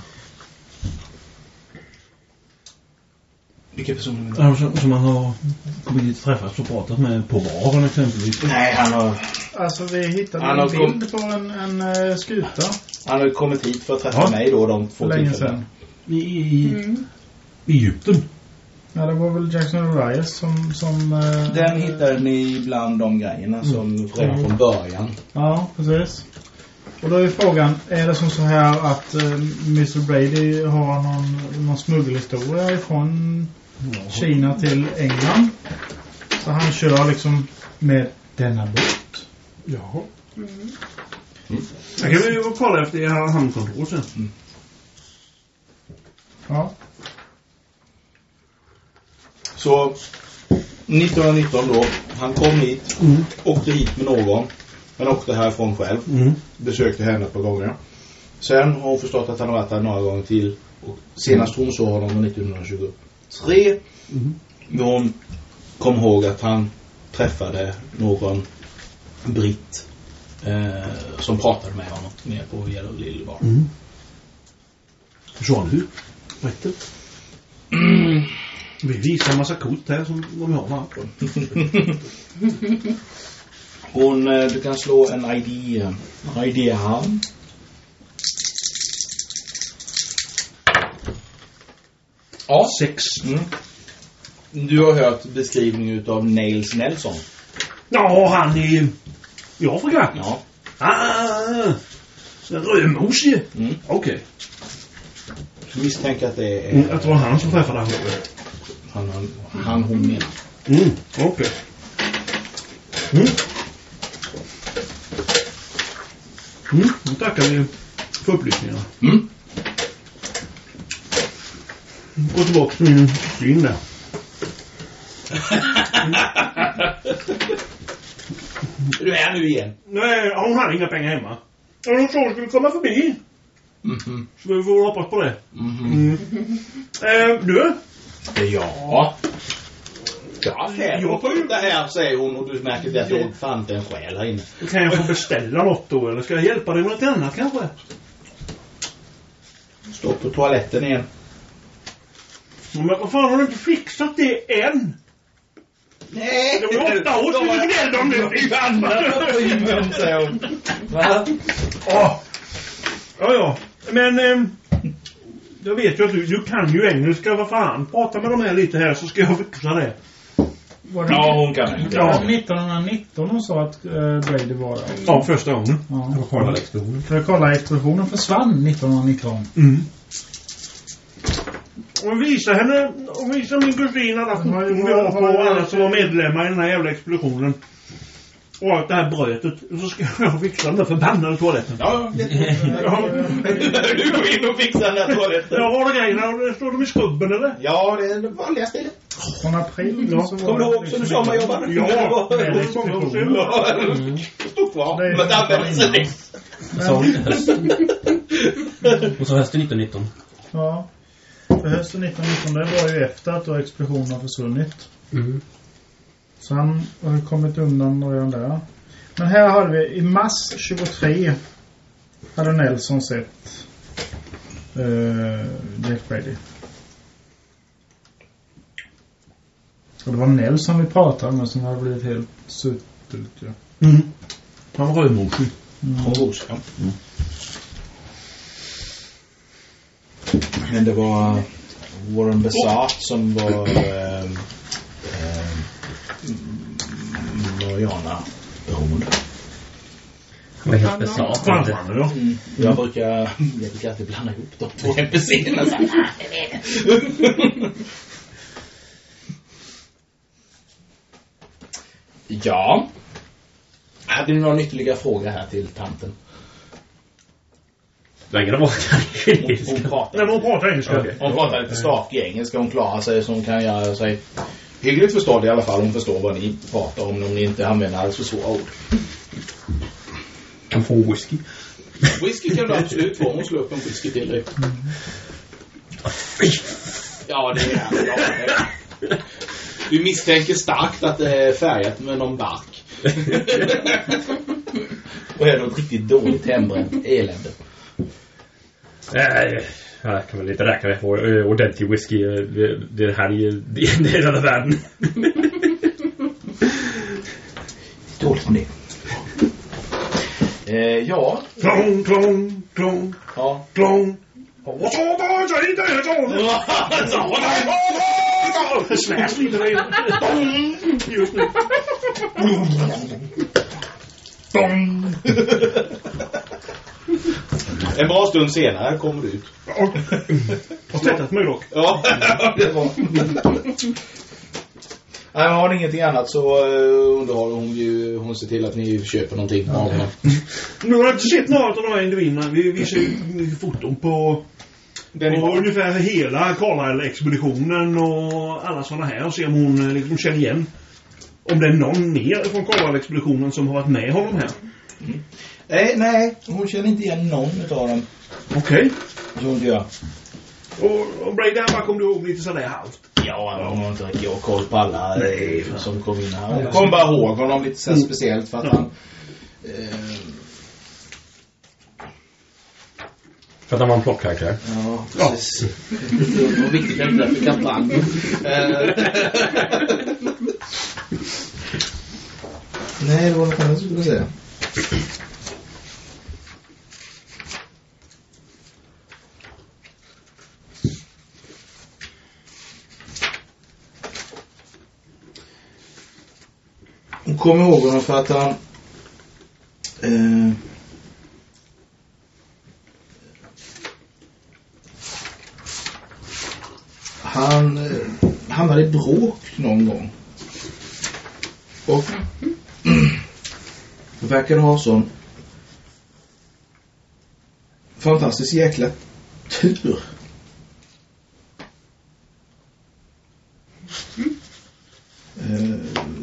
Vilka personer? Ja, som, som man har kommit hit och träffats och pratat med på baren exempelvis. Nej, han har... Alltså vi hittade Han en har bild på en, en uh, skuta. Han har kommit hit för att träffa Ja. mig då de två För länge tillfällen. sedan. I, i, Mm. i Egypten. Ja, det var väl Jackson Arias som... som uh, Den hittade ni bland de grejerna som redan från början. Ja, precis. Och då är frågan, är det som så här att uh, mister Brady har någon, någon smuggelhistoria från Kina till England? Så han kör liksom med denna båt. Jaha. Mm. Mm. Jag kan ju kolla efter era hamnkontor sen. Mm. Ja. Så nittonhundranitton då, han kom hit, mm. åkte hit med någon, han åkte härifrån själv, mm. besökte henne ett par gånger. Sen har hon förstått att han har varit här några gånger till, och senast hon såg honom nittonhundratjugotre, mm. då hon kom ihåg att han träffade någon britt eh, som pratade med honom med på Yellow Lily Bar. Mm. Så han hur? Berätta. Mm. Vi visar en massa kort här som de har här på. Hon, du kan slå en I D. I D här. Ja. Sex. Mm. Du har hört beskrivning av Nails Nelson. Ja, han är i Afrika. Ja. Ah, rödmos ju. Mm. Okej. Okay. Misstänker att det är... Mm, jag tror han som träffade honom. Han, han, han hon menar. Mm, okej. Okay. Mm. Mm, då tackar vi för upplysningarna. Mm. Gå tillbaka till min syn där. Du är nu igen. Nej, hon hade inga pengar hemma. Och hon sa att skulle komma förbi. Mm-hmm. Så vi får hoppas på det. Mm-hmm. Mm. Eh, du? Ja. Ja, här. Jag får det här, säger hon, och du märker att det är fan en själ här inne. Kan jag få beställa något då? Eller ska jag hjälpa dig med något annat kanske? Stå på toaletten igen. Men vad fan har du inte fixat det än? Nej. Det var åtta år sedan du gnällde om det. Säger hon. Va? Ja. Ja, ja. Men eh, jag vet ju att du, du kan ju engelska. Vad fan? Prata med de här lite här så ska jag fixa det. Var det ja, hon kan inte. Ja, nittonhundranitton hon sa att uh, Brady var där. Ja, första gången. Ja. Jag kollade explosionen. För jag kollade explosionen försvann nittonhundranitton. Mm. Och visa henne, och visa min kusin alla foton vi har på alla som var medlemmar i den här jävla explosionen. Och allt det här brötet. Så ska jag fixa den där förbannade toaletten. Ja, ja. Du går in och fixar den där toaletten. Ja, var det grejerna? Står de i skubben eller? Ja, det är det vanliga stilen. Från april. Ja. Kommer du ihåg som du sa man jobbar? Ja, det var många år sedan. Ja, stod kvar. Men det användes det. Och så hösten nittonhundranitton. Ja. För hösten nittonhundranitton, det var ju efter att då explosionen har försvunnit. Mm. Så han har kommit undan redan där. Men här har vi i mars tjugotre hade Nelson sett uh, Jeff Brady. Och det var Nelson vi pratade med som hade blivit helt suttit. Ja. Mm. Han var rödmosig. Mm. Och ros, ja. Mm. Men det var Warren Bessart som var eh, eh, Mariana beroende. Vad heter Bessart? Mm. Jag brukar jag brukar alltid blanda ihop de två N P C-erna. Ja. Hade ni någon ytterligare fråga här till tanten? Längre var kanske engelska. Hon pratar, Nej, hon pratar engelska. Okay. Hon pratar lite skakig engelska. Hon klarar sig så hon kan göra sig hyggligt förstådd i alla fall. Hon förstår vad ni pratar om om ni inte använder alls för svåra ord. Kan få whisky. Whisky kan du absolut få. Hon slår upp en whisky till dig. Mm. Ja, det är det. Du misstänker starkt att det är färgat med någon bark. Och är något riktigt dåligt hembränt elände. Nej, jag kan väl inte räkna med ordentlig whisky. Det, det här är ju det, det är hela världen. Dåligt med det. Eh, ja. Klong, klong, klong. Ja. Klong. Och så var det inte så. Släs lite där inne. Just nu. Dong. En bra stund senare kommer du ut. Och sättat mig dock. Ja, det var. Nej, har ni ingenting annat så uh, underhåller hon ju, hon ser till att ni köper någonting av honom. Nu har jag inte sett några av de här individerna. Vi visar ju foton på, på ungefär hela Carlisle-expeditionen och alla sådana här. Och se om hon liksom känner igen. Om det är någon mer från Carlisle-expeditionen som har varit med honom här. Mm. Nej, nej, hon känner inte igen någon av dem. Okej. Okay. Så inte jag. Och, och Brady, där kom du ihåg lite sådär halvt. Ja, hon har inte riktigt jag koll på alla nej, som kom in här. Hon kom bara ihåg honom lite så speciellt för att ja. han... Eh, För att han var en plockkaraktär. Ja, precis. Ja. Det var viktigt att inte för kampanjen. Nej, det var något annat jag skulle säga. Hon kommer ihåg honom för att han eh, han eh, hamnade i bråk någon gång och verkar ha sån fantastisk jäkla tur. Eh,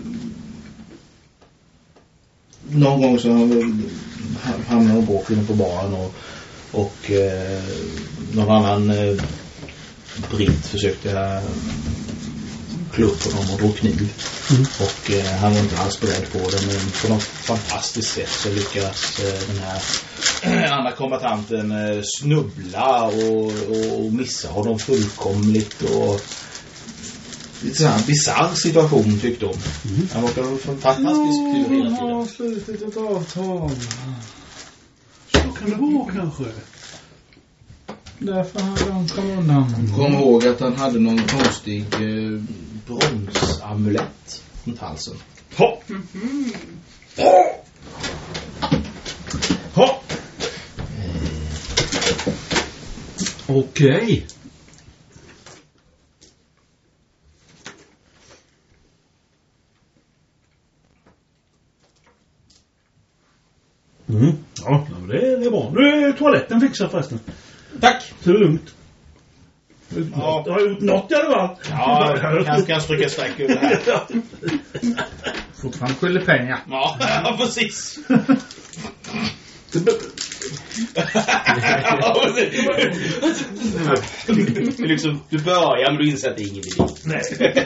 någon gång så hamnade hon bråk på baren och, och eh, någon annan eh, britt försökte eh, klå upp honom och drog kniv. Mm. Och eh, han var inte alls beredd på det, men på något fantastiskt sätt så lyckas eh, den här eh, andra kombatanten eh, snubbla och, och, och missa honom fullkomligt och lite sån här bizarr situation tyckte hon. Mm. Han var fantastisk tur hela tiden. Ja, har slutit ett avtal. Så kan det vara kanske. Därför hade han kommit undan. Kom ihåg att han hade någon konstig eh, bronsamulett runt halsen. Ha! Mm-hmm. Ha! Ha! Okej. Okay. Mm. Ja, det är, det är bra. Nu är toaletten fixad förresten. Tack. Så är det lugnt. Ja. Du har gjort något i alla fall. Ja, jag kan, kan stryka sträck över det här. Fortfarande skyldig pengar. Ja, ja precis. du, liksom, du börjar men du inser att det är ingen idé. Nej.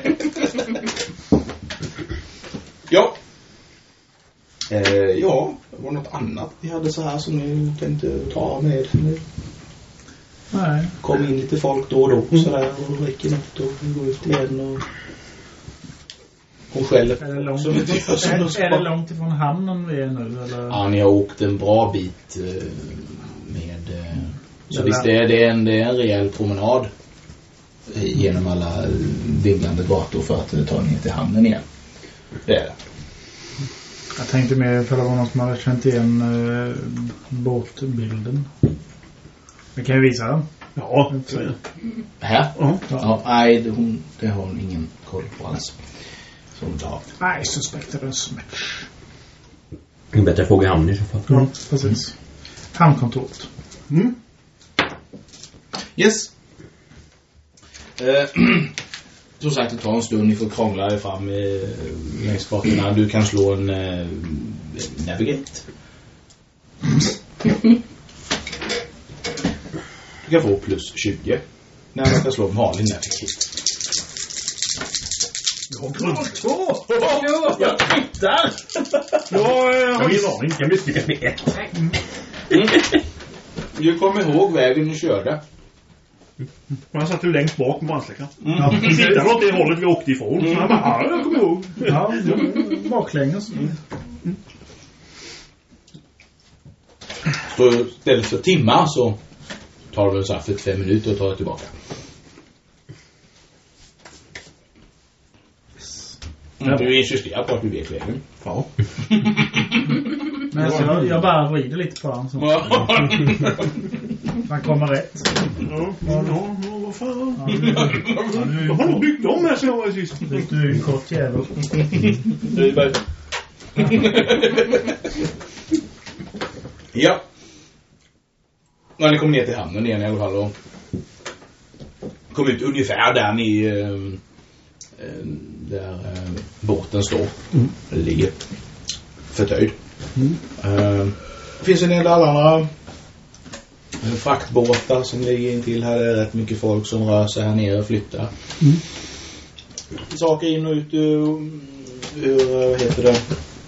Ja. Eh, ja, det var något annat vi hade så här som ni tänkte ta med nu. Nej. Kom in lite folk då och då så där och dricker något och går ut igen och hon skäller. Är det långt, så ifrån, är, är det långt ifrån hamnen vi är nu? Eller? Ja, ni har åkt en bra bit med... Så visst, det är, det, är en, det är en rejäl promenad genom alla vinglande gator för att ta ner till hamnen igen. Det är det. Jag tänkte mer för att det var någon som hade känt igen äh, båtbilden. Vi kan ju visa den. Ja, här? Ja. Ja, nej, det, hon, det har hon ingen koll på alls. Så hon tar. Nej, suspected as much. En bättre fråga i hamn i så fall. Ja, precis. Mm. Hamnkontoret. Mm. Yes. Eh, som sagt, det tar en stund. Ni får krångla er fram eh, längs gatorna. Du kan slå en eh, navigate. Du kan få plus tjugo. När man ska slå en vanlig navigate. Jag har två! Ja, jag tittar! Ja, jag har ingen aning. Jag misslyckas med ett. Mm. Du kommer ihåg vägen du körde. Man satt ju längst bak med brandsläckaren. Mm. Ja, tittade åt det hållet vi åkte ifrån. Mm. Så jag bara, ja, jag kommer ihåg. Ja, baklänges. Mm. Mm. Så istället för timmar så tar det väl så här för två minuter och tar det tillbaka. Mm. Du insisterar på att du vet vägen. Ja. Men så jag, jag bara vrider lite på han så. Man kommer rätt. Ja, ja, ja, vad fan. Ja, du, ja, du, Jag har nog byggt om här så jag var sist. du, du är en kort jävel. Det är bara... Ja. När ni kom ner till hamnen igen i alla fall och kom ut ungefär där ni äh, där äh, båten står. Mm. Eller ligger förtöjd. Mm. Äh, det finns en del andra fraktbåtar som ligger in till här. Det är rätt mycket folk som rör sig här nere och flyttar. Mm. Saker in och ut ur, ur vad heter det?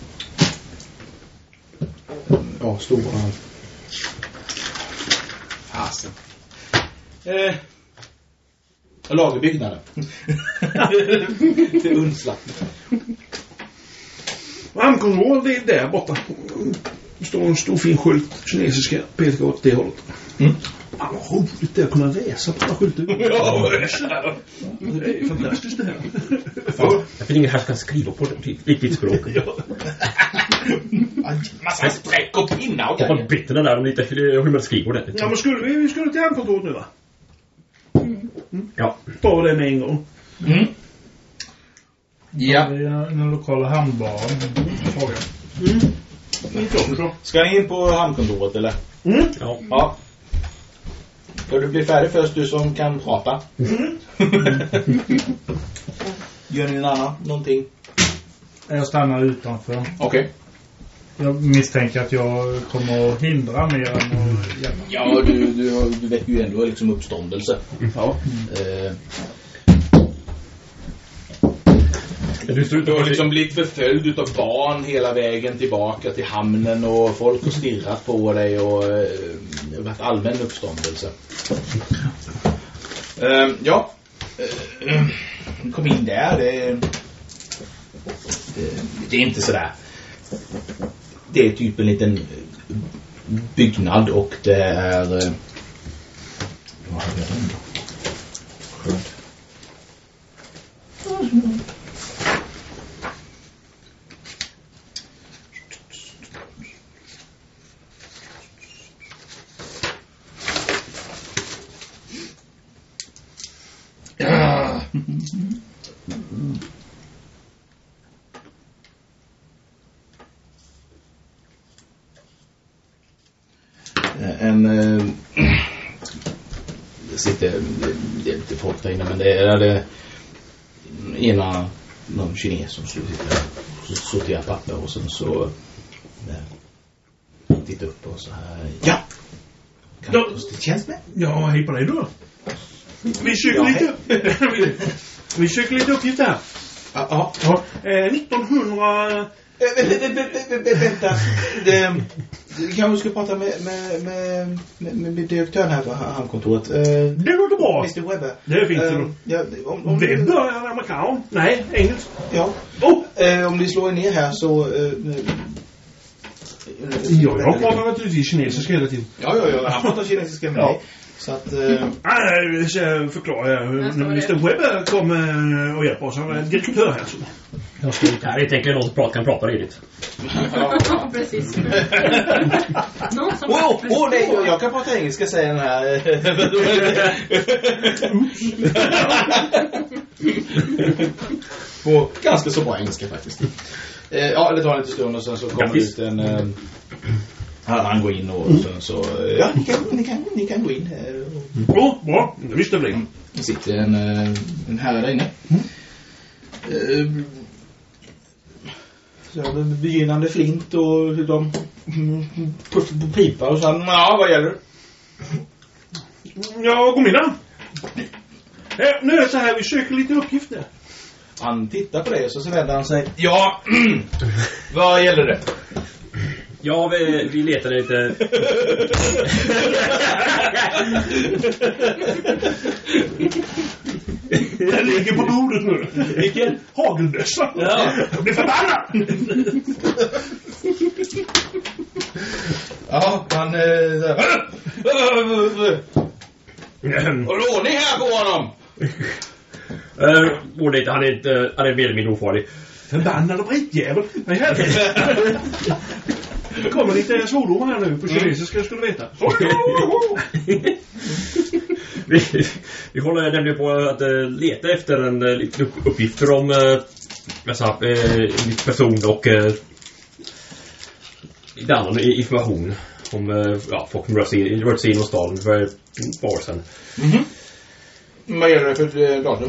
Ja, stora fasen. Eh, lagerbyggnader. Till undslapp. Hamnkontor, det är där borta. Det står en stor fin skylt. Kinesiska pekar åt det hållet. Mm. Ja, vad roligt det är att kunna läsa på den skylten. Ja, det är fantastiskt det här. Ja, jag finner ingen här som kan skriva på det riktigt språk. Ja. Massa streck och pinnar och Jag har britterna där om lite hur man skriver det. Ja, men skulle vi, vi skulle till hamnkontoret nu va? Mm. Ja. Ta det med en gång. Mm. Ja. Det är den lokala hamnbaren. Fråga. Mm. Mm. Ska ni in på hamnkontoret eller? Mm. Ja. Ja. Ska du bli färdig först, du som kan prata? Mm. Gör ni en annan någonting? Jag stannar utanför. Okej. Okay. Jag misstänker att jag kommer att hindra mer än att hjälpa. Ja, du, du, du vet ju ändå liksom uppståndelse. Ja. Eh, Du, du har liksom blivit förföljd utav barn hela vägen tillbaka till hamnen och folk har stirrat på dig och eh, varit allmän uppståndelse. Eh, ja. Eh, kom in där. Det, det, det är inte sådär. Det är typ en liten byggnad och det är... Vad har jag den då? Skönt. Ja. En äh, det sitter det, det är lite folk där inne, men det är det ena någon kines som skulle sitta och sortera papper och sen så äh, titta upp och så här. Ja. Kan Då, du tjänst med? Ja, hej på dig då. Vi söker ja, lite vi, vi söker lite uppgifter här. Ja, ja. Eh, nittonhundra Vänta. Det vi kanske ska prata med med med med, med direktören här på hamnkontoret. Det låter bra. mister Webber. Det är fint. Uh, ja, om, om Webber är amerikan. Nej, engelsk. Ja. Oh. Eh, om ni slår er ner här så eh, ja, jag pratar naturligtvis kinesiska hela tiden. Ja, ja, ja. Han pratar kinesiska med mig. Så att... Eh... Nej, jag förklarar. mister Webber kommer och hjälper oss. Han är direktör här. Så. Jag ska inte här. Jag tänker att någon kan prata redigt. Ja, precis. Någon som... Åh, oh, oh, nej, jag kan prata engelska, säger den här. På ganska så bra engelska faktiskt. Eh, ja, det tar en lite stund och sen så kommer ut en... Eh, han, han går in och mm. sen så... Eh, ja, ni kan, ni, kan, ni kan gå in här. Ja, oh, bra. Det visste jag. Mm. Det sitter en, en herre där inne. Mm. Eh, så det begynnande flint och hur de puffar på pipa och så han, ja, vad gäller det? Ja, god middag. Eh, nu är det så här, vi söker lite uppgifter. Han tittar på det och så, så vänder han sig. Ja, vad gäller det? Ja, vi, vi letar lite... Den ligger på bordet nu. Vilken? Hagelbössa. Ja. Jag blir förbannad. Ja, han... Äh, Har du ordning här på honom? Uh, ordning, han är inte... Han är mer eller mindre ofarlig. Förbannad och brittjävel. Nej, helvete. Det kommer lite svordomar här nu på kinesiska, jag skulle veta. vi, vi håller nämligen på att uh, leta efter en uh, lite uppgifter om uh, alltså, uh, lite person och uh, lite annan information om uh, ja, folk som rört sig in, rört sig in i staden för ett par år sedan. Mhm. Vad gäller det för uh, datum?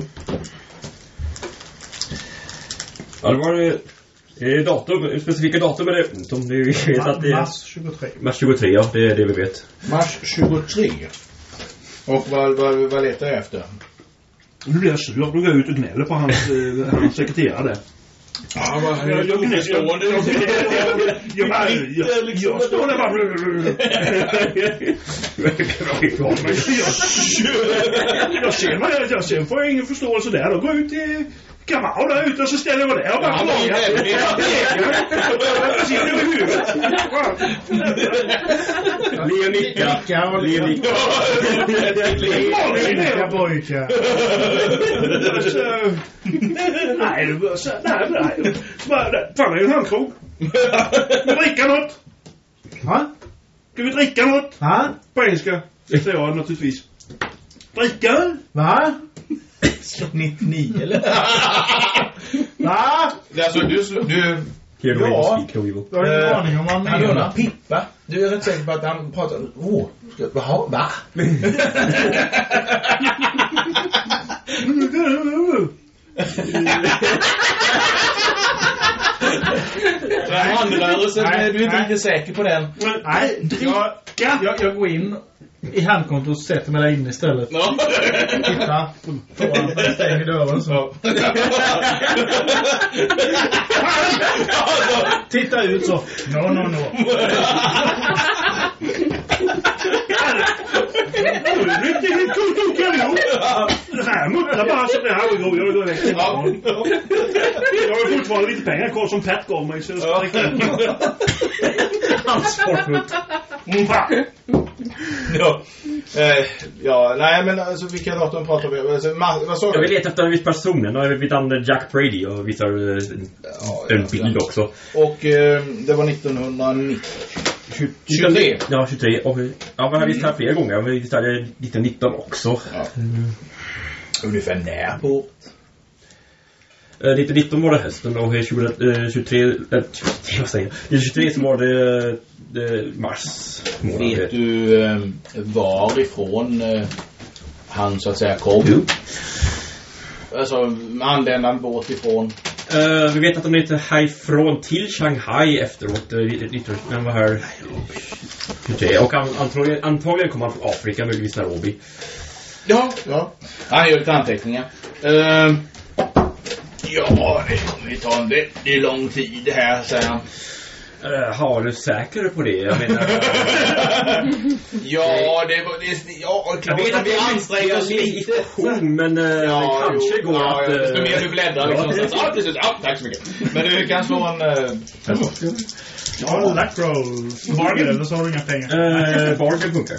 Ja, det var eh, datum, specifika datum är det som du vet att det är mars tjugotre. mars tjugotre, ja, det är det vi vet. Mars tjugotre. Och vad, vad, vad letar jag efter? Nu blir jag sur. Jag går ut och gnäller på hans, eh, hans sekreterare där. Ja, vad är det oförstående? Jag står där bara... Jag ser vad jag ser. Får jag ingen förståelse där. Då går jag ut till Kamau där ute och så ställer jag mig där och bara klagar. Precis över huvudet. Leo nickar. Leo nickar. Leka pojkar. Nej, det var så... Nej, nej. Fan, det är en handkrog. Ska vi dricka något? Va? Ska vi dricka något? Va? På engelska. Det säger jag naturligtvis. Dricka? Va? nittionio eller? Va? Alltså du... du Ja. Jag har ingen aning om vad han han undrar menar. Pippa. Du är rätt säker på att han pratar... Åh, oh, jaha, va? Handrörelsen, Nej, du är inte nej. riktigt säker på den. Nej, jag, jag, jag går in i handkontot och sätter mig där inne istället. Ja. Titta på honom när jag stänger dörren så. Titta ut så. No, no, no. Riktigt kul, kul, kul. Det här muttrar bara så det här och går. Jag går väck. Jag har fortfarande lite pengar kvar som Pat gav mig. Så jag ska räcka. Ansvarsfullt. Ja. Eh, ja, nej men alltså vilka datum pratar vi om? Alltså, ma- vad sa Jag du? vill leta efter en viss person. Jag vet han Jack Brady och visar eh, Ja, en ja, bild ja. också. Och eh, det var nittonhundranittio. tjugotre. Ja, tjugotre. Och, ja, men jag visste här flera gånger. Men vi visste här nittonhundranitton också. Ja. Ungefär när på? Eh, nittonhundranitton var det hösten och tjugotre, tjugotre, äh, tjugotre, vad säger jag? tjugotre så var det eh, mars månad. Vet du eh, varifrån eh, han så att säga kom? Jo. Alltså anlände han båt ifrån? Uh, vi vet att de är härifrån till Shanghai efteråt. Han var här. Okay. Och an, antagligen, antagligen kom han från Afrika, möjligtvis Nairobi. Ja, ja. Han gör lite anteckningar. Uh, ja, det kommer ju ta en väldigt lång tid det här, säger han. Uh, har du säker på det? Jag menar... ja, det var... Det, ja, klart jag vet att vi anstränger oss lite. Men uh, ja, det kanske jo, går ja, att... Ja, desto Uh, mer du bläddrar liksom. Ja, precis. Ja, tack så mycket. Men du kan slå en... Uh, Ja, luck roll. Bargain, eller så har du inga pengar. uh, Bargain funkar.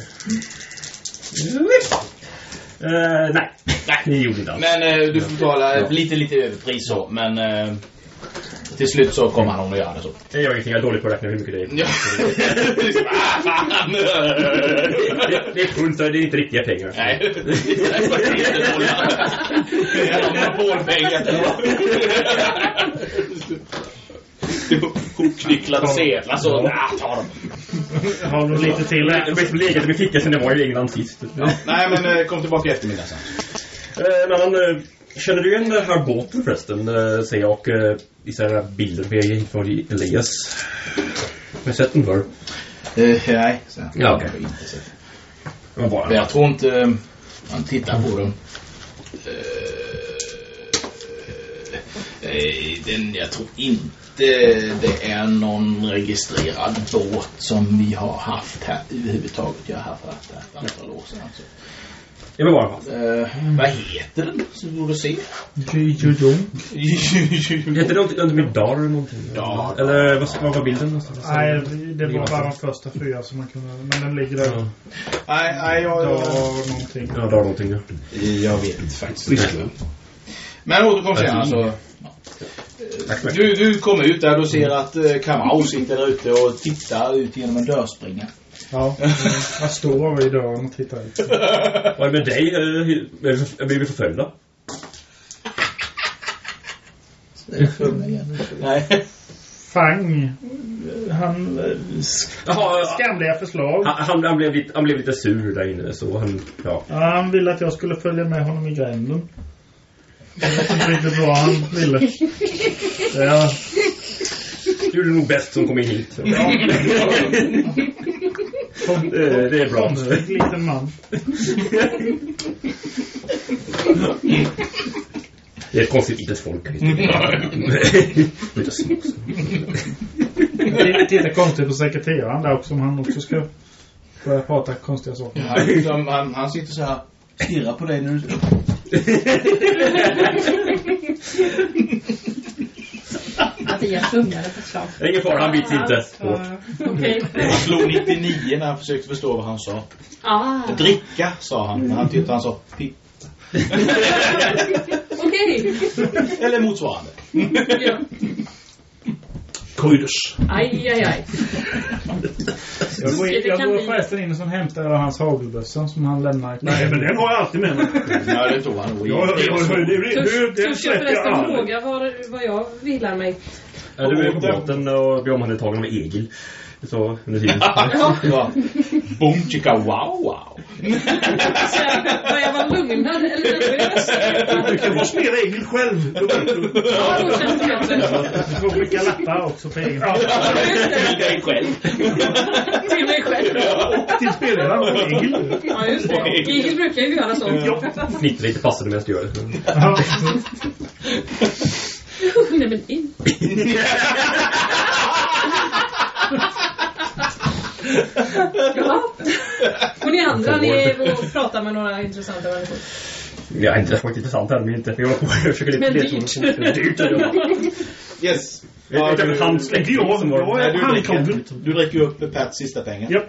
Uh, nej. Nej, det gjorde inte alls. men uh, du får betala ja. lite, lite överpris så. Men... Uh, till slut så kommer han att göra det så. Jag gör ingenting, jag är dålig på att räkna hur mycket det är. Ja. det, det är fullt, det är inte riktiga pengar. Nej, det är inte dåliga. Det är monopolpengar. Hopknycklade sedlar så. Ja, ta dem. Har du lite till? Jag har liksom legat i min ficka sen jag var i England sist. Ja. Nej, men kom tillbaka i eftermiddag sen. En annan... Känner du igen den här båten förresten? Äh, säger jag och äh, visar den här bilden med från Elias. Har du sett den för? Uh, nej, så. Ja, okej. Okay. Inte sett. Men bara. Men jag tror inte uh, man tittar på dem. Uh, uh, den, jag tror inte det är någon registrerad båt som vi har haft här överhuvudtaget. Jag har haft här ett antal år sedan alltså. Jag vill bara ha. Uh, vad heter den? Så borde du se. Jujujunk. Heter det någonting under med dar eller någonting? Ja. Eller vad, vad var bilden någonstans? Nej, det var bara de första fyra som man kunde... Men den ligger där. Ja. Nej, nej, jag... Dar någonting. Ja, dar någonting, ja. Jag vet faktiskt inte. Men återkom sen alltså. Ja. du, du kommer ut där och ser att eh, Kamau sitter där ute och tittar ut genom en dörrspringa. Ja, jag står vid dörren och tittar ut. Vad är med dig? Är vi förföljda? Nej. Fang. Han sk- skamliga förslag. Han, han, han, blev lite, han blev lite sur där inne. Så han, ja. Ja, han ville att jag skulle följa med honom i gränden. Jag vet inte riktigt vad han ville. Ja. Du är nog bäst som kom in hit. Ja. Kom, det, det är bra. Konstig liten man. Det är ett konstigt litet folk. Titta konstigt på sekreteraren där också, om han också ska börja prata konstiga saker. Han, han, han sitter så här, stirrar på dig när du... Mattias sjungade förslag. Ingen fara, han bits inte. Okej. Han slog nittionio när han försökte förstå vad han sa. Ah. Dricka, sa han. Men han tyckte han sa pipp. Okej. Eller motsvarande. Ja. Krydders. Aj, aj, aj. Jag går, Det jag kan går bli- förresten in och som hämtar hans hagelbössa som han lämnar. Nej, men den har jag alltid med mig. Ja, det tog han nog. Ja, det Törs jag släpper jag förresten aldrig. fråga vad, vad jag vilar mig? Ja, du är på båten och blir omhändertagen med Egil. Så, under tiden. Ja. Boom, chicka, wow, wow. Så jag, var jag var lugnad eller nervös? Du kan bara spela Egil själv. Då vet du. Ja, då känns det bättre. Du får skicka lappar också på egen. Ja, just det. Till dig själv. Till mig själv. Och till spelaren och Egil. Ja, just det. Egil brukar ju göra så. Fnittrar lite passande medan du gör det. Ja. Nej, men inte. Ja. Och ni andra, ni är och pratar med några intressanta människor. Jag har inte varit intressant här, men inte. Jag håller på jag försöker lite Men leta. dyrt. Dyrt. Ja. Yes. Jag vet inte, han släckte ju som var... Ja, Nej, du, handkongen. dricker, du dricker upp Pats sista pengar. Ja.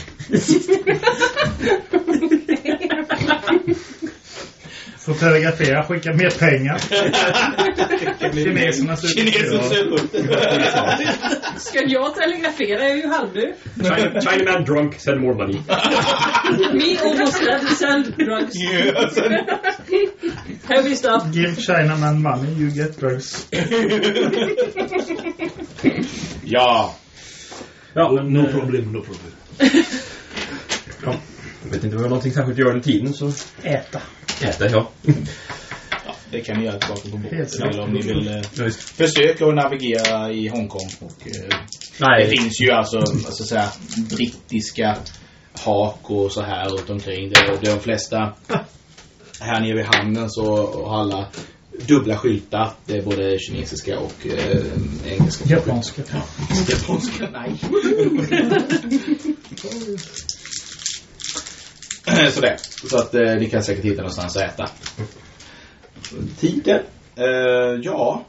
Får telegrafera, skicka mer pengar. Kineserna Kineserna ser upp. Ska jag telegrafera? Jag är ju halvdöd. China, Chinaman drunk, send more money. Me almost dead, send drugs. Heavy stuff. Give Chinaman money, you get drugs. Ja. Ja, men... No problem, no problem. Ja. Jag vet inte vad jag någonting särskilt gör under tiden, så... Äta. Äta, ja. Ja, det kan ni göra tillbaka på båten. Helt Eller om ni vill eh, Ja, visst. försöka att navigera i Hongkong. Och, eh, Nej. det finns ju alltså, alltså så här, brittiska hak och så här runt omkring. Det, det är de flesta här nere vid hamnen så har alla dubbla skyltar. Det är både kinesiska och eh, engelska. Japanska. Ja, japanska, nej. Så det. Så att eh, ni kan säkert hitta någonstans att äta. Tiden. Eh, ja.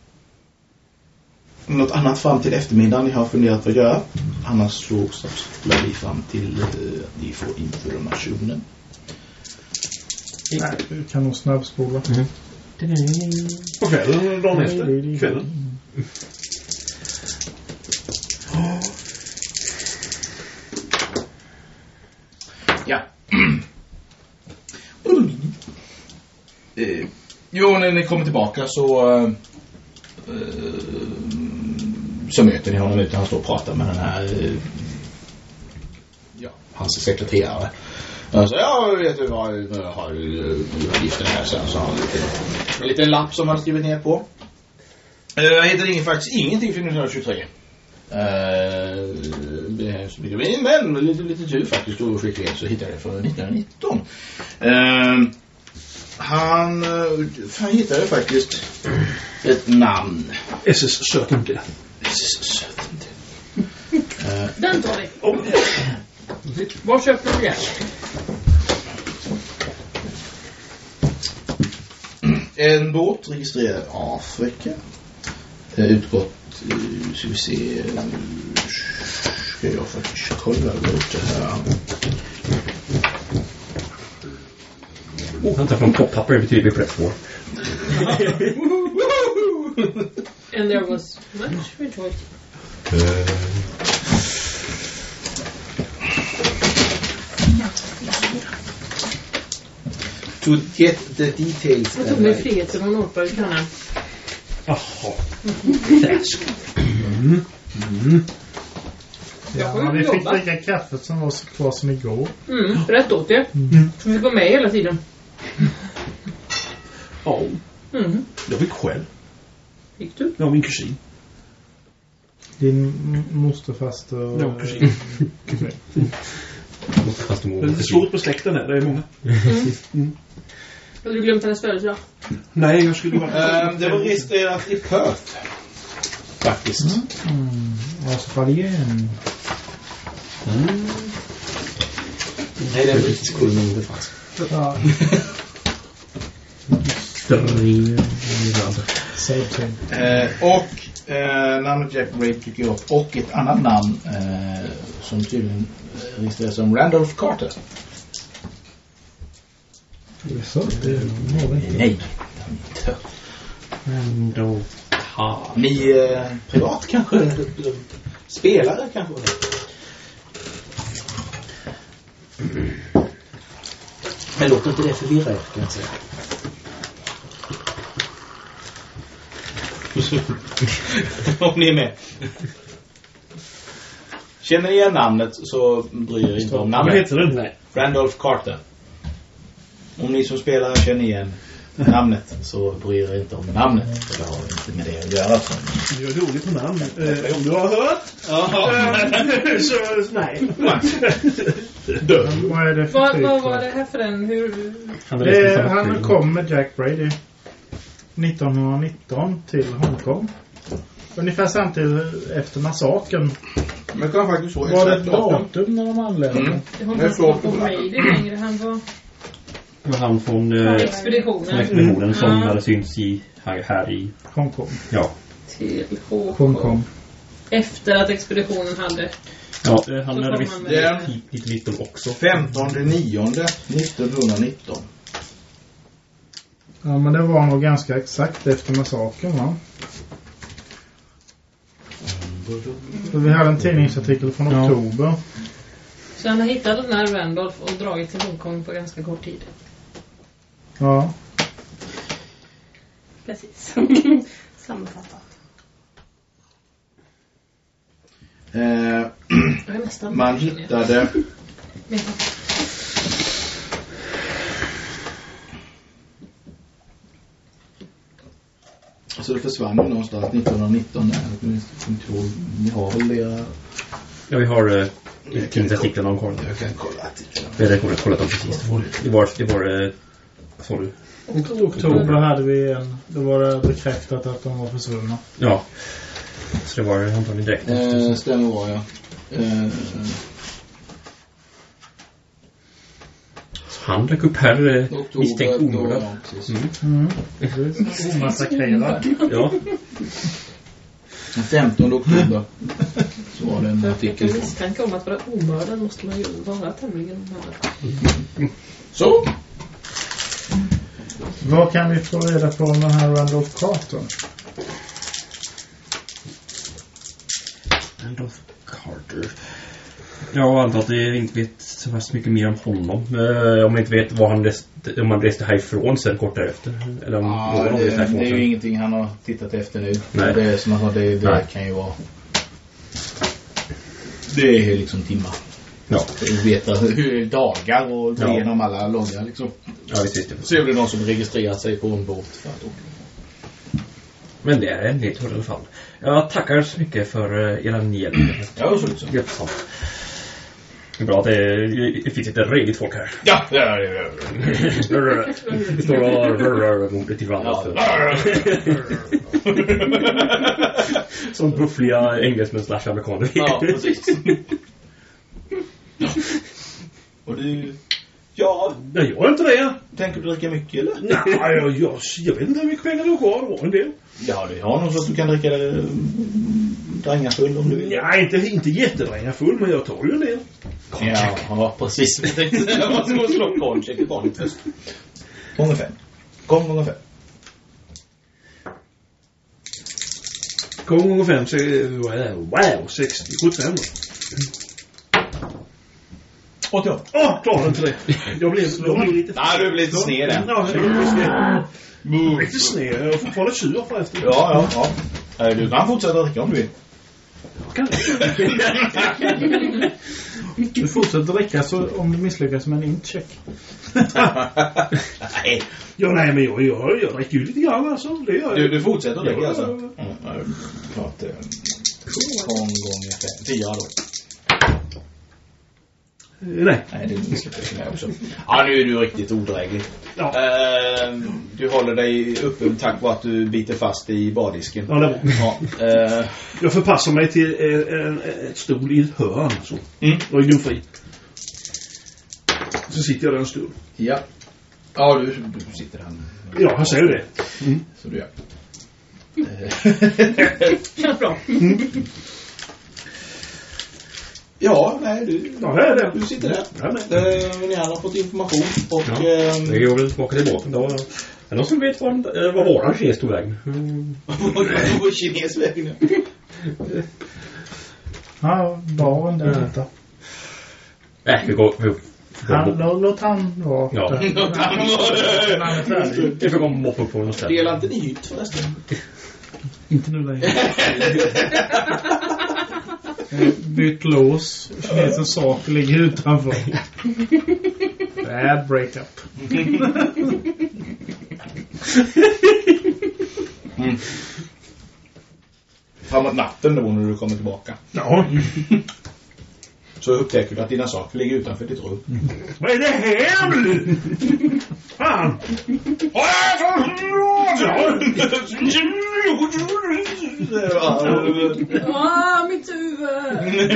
Något annat fram till eftermiddagen ni har funderat på att göra. Annars så spolar vi fram till eh, att ni får informationen. Nej, du kan nog snabbspola. Mm. På kvällen, dagen efter. Kvällen. Ja. eh, jo, när ni kommer tillbaka så eh, så möter ni honom ute. Han står och pratar med den här eh, ja, hans sekreterare. Alltså, ja, vet du vad jag har uppgiften här sen så har han en liten lapp som han har skrivit ner på. Eh, jag heter ingen, faktiskt ingenting för nittonhundratjugotre. Uh, men med lite, lite tur faktiskt och skicklighet så hittade jag det för nittonhundranitton. Uh, han, uh, han hittade faktiskt ett namn. S S Certain Death. S S Certain Death. Uh, Den tar vi. Oh. Var köper du det? En båt registrerad i Afrika. Uh, utgått, uh, ska vi se, uh, ska jag faktiskt kolla ut det här. Oh, han tar från poppapper betyder på rätt spår. And there was much rejoicing. To get the details. Jag tog mig frihet till någon årpar i kannan. Jaha. Fläsk. Mm. Mm. Ja, vi fick dricka kaffet som var så kvar som igår. Mm, rätt åt det. Mm. Så vi var med hela tiden. Ja. Mm. Jag fick själv. Gick du? Jag och min kusin. Din m- mosterfaster. Ja, kusin. Fast Det är lite svårt på släkten här, det är många. Mm. Mm. Har du glömt hennes födelsedag? Nej, jag skulle vara... Uh, det var registrerat i Perth. Faktiskt. Mm. Mm. Australien. Mm. Nej, det är brittisk koloni det fanns. Ja. Same thing. Uh, och uh, namnet Jack Braid tycker jag och ett annat namn uh, som tydligen uh, registreras som Randolph Carter. Det är så. Det är nog inte. Nej. Ändå. Ha. Ni uh, privat kanske? Spelare kanske? Men låter inte det förvirra kan jag säga. Om ni är med. Känner ni igen namnet så bryr er inte om Vad namnet. heter den? Nej. Randolph Carter. Om ni som spelare känner igen namnet så bryr er inte om namnet. För det har inte med det att göra. Du är dålig på namn. Eh, om du har hört? Jaha. så nej. Vad är det för Vad, typ vad av- var det här för en? Hur... Han Det, han kom med Jack Brady nittonhundranitton till Hongkong. Ungefär samtidigt efter massakern. Men kan faktiskt så Var det ett datum när de anlände? Mm. Det var Jag inte såg på det. Brady längre. Han var var han från, från eh, expeditionen. från expeditionen som Mm. hade synts i, här, här i... Hongkong. Ja. Till Hongkong. Hongkong. Efter att expeditionen hade... Ja, eh, han Så hade kom visst han med- det hit, hit nitton också. femtonde nionde nittonhundranitton. Ja, men det var nog ganska exakt efter massakern, va? För vi hade en tidningsartikel från Ja. oktober. Så han har hittat den här Randolph och dragit till Hongkong på ganska kort tid. Ja. Precis. Sammanfattat. Eh, Jag är nästan... man hittade Men- så det försvann ju någonstans nittonhundranitton där. Jag kommer inte ihåg. Ni har väl era... Ja, vi har eh, tidningsartiklarna om korren. Jag kan kolla artiklarna. Vi hade kollat, kollat dem precis. Det var, det var eh, vad sa du? I oktober hade vi en... Då var det bekräftat att de var försvunna. Ja. Så det var antagligen direkt. Eh, stämmer var jag. Eh, Han dök upp här eh, misstänkt då, omördad. ja, precis. Mm. Mm, precis. Omassakrerad. Ja. Den femtonde oktober så var det en För artikel. att misstänka om att vara omördad måste man ju vara tämligen omördad. Så. Vad kan vi få reda på om den här Randolph Carter? Randolph Carter. Jag antar att jag inte vet så värst mycket mer om honom. Eh, om man inte vet vad han reste, om han reste härifrån sen kort därefter. Eller om Ja, någon det, reste härifrån det är ju sen. ingenting han har tittat efter nu. Nej. Det är som att det, det Nej. kan ju vara... Det är liksom timmar. Ja, Veta hur dagar och gå Ja. igenom alla loggar liksom. ja visst, visst. Se om det är någon som registrerat sig på en båt för att åka. Men det är en ledtråd i alla fall. Jag tackar så mycket för uh, er hjälp. Ja, så liksom. Hjälpsamt. Det är bra att det, det finns lite redigt folk här. Ja, ja, ja, ja. Vi står och rör mordet till varandra. Som buffliga engelsmän slash amerikaner. Ja, precis. Och du... Ja, Nej, jag är inte det. tänker du dricka mycket eller? Nej, jag, jag, jag vet inte hur mycket pengar du har kvar. Det var en del. Ja, du har någon så att du kan dricka det drängafull om du vill. Ja, inte, inte jättedränga full, men jag tar ju en del. Ja, ja, precis. Jag tänkte säga att man ska slå koncheck i vanligt först. Gånger fem. Gång gånger fem. gånger fem så är wow, sextio, sjuttiofem då. åttioåtta. Åh, klarar inte det. Jag blev, jag blev lite... Nej, du blev lite sned där. Ja, jag blev lite sned. Lite sned. Jag har fortfarande sur för efter. Ja, ja, ja. Du kan fortsätta dricka om du vill. Jag kan Du fortsätter dricka så om du misslyckas med en incheck. Nej. Ja, nej, men jag, jag, jag dricker ju lite grann alltså. Det gör jag. Du, du fortsätter dricka ja, alltså? Ja, ja. Ja, klart. tolv gånger fem. Fyra då. Nej. Nej, det misslyckas med också. Ja, nu är du riktigt odräglig. Ja. Uh, du håller dig uppe tack vare att du biter fast i bardisken. Ja, det var. Ja, uh, jag förpassar mig till en, en, ett stol i ett hörn. Så. Mm. Jag är glömfri. Så sitter jag där en stund. Ja. Ja, du, du sitter där. Ja, jag säger det. Mm. Så du gör. Känns bra. Mm. Ja, nej, du, Ja, det är det. du sitter där. Ja, nej. Uh, ni har fått information och... Ja. Um, Det går väl tillbaka till båten då. Är det någon som vet var, äh, var våran kines tog vägen? Mm. på kinesvägen nu. Ja, baren där Mm. borta. Nej, vi går... Vi, vi, Han, låt, låt han vara. Ja. där. Han är färdig. vi får gå och moppa på något ställe. Delar inte ni hytt förresten? Inte nu längre. Bytt lås. Kinesens sak ligger utanför. Bad breakup. Mm. Framåt natten då när du kommer tillbaka. Ja. Så upptäcker du att dina saker ligger utanför ditt rum. Mm. Vad är det här nu? Fan! Ah, mitt huvud!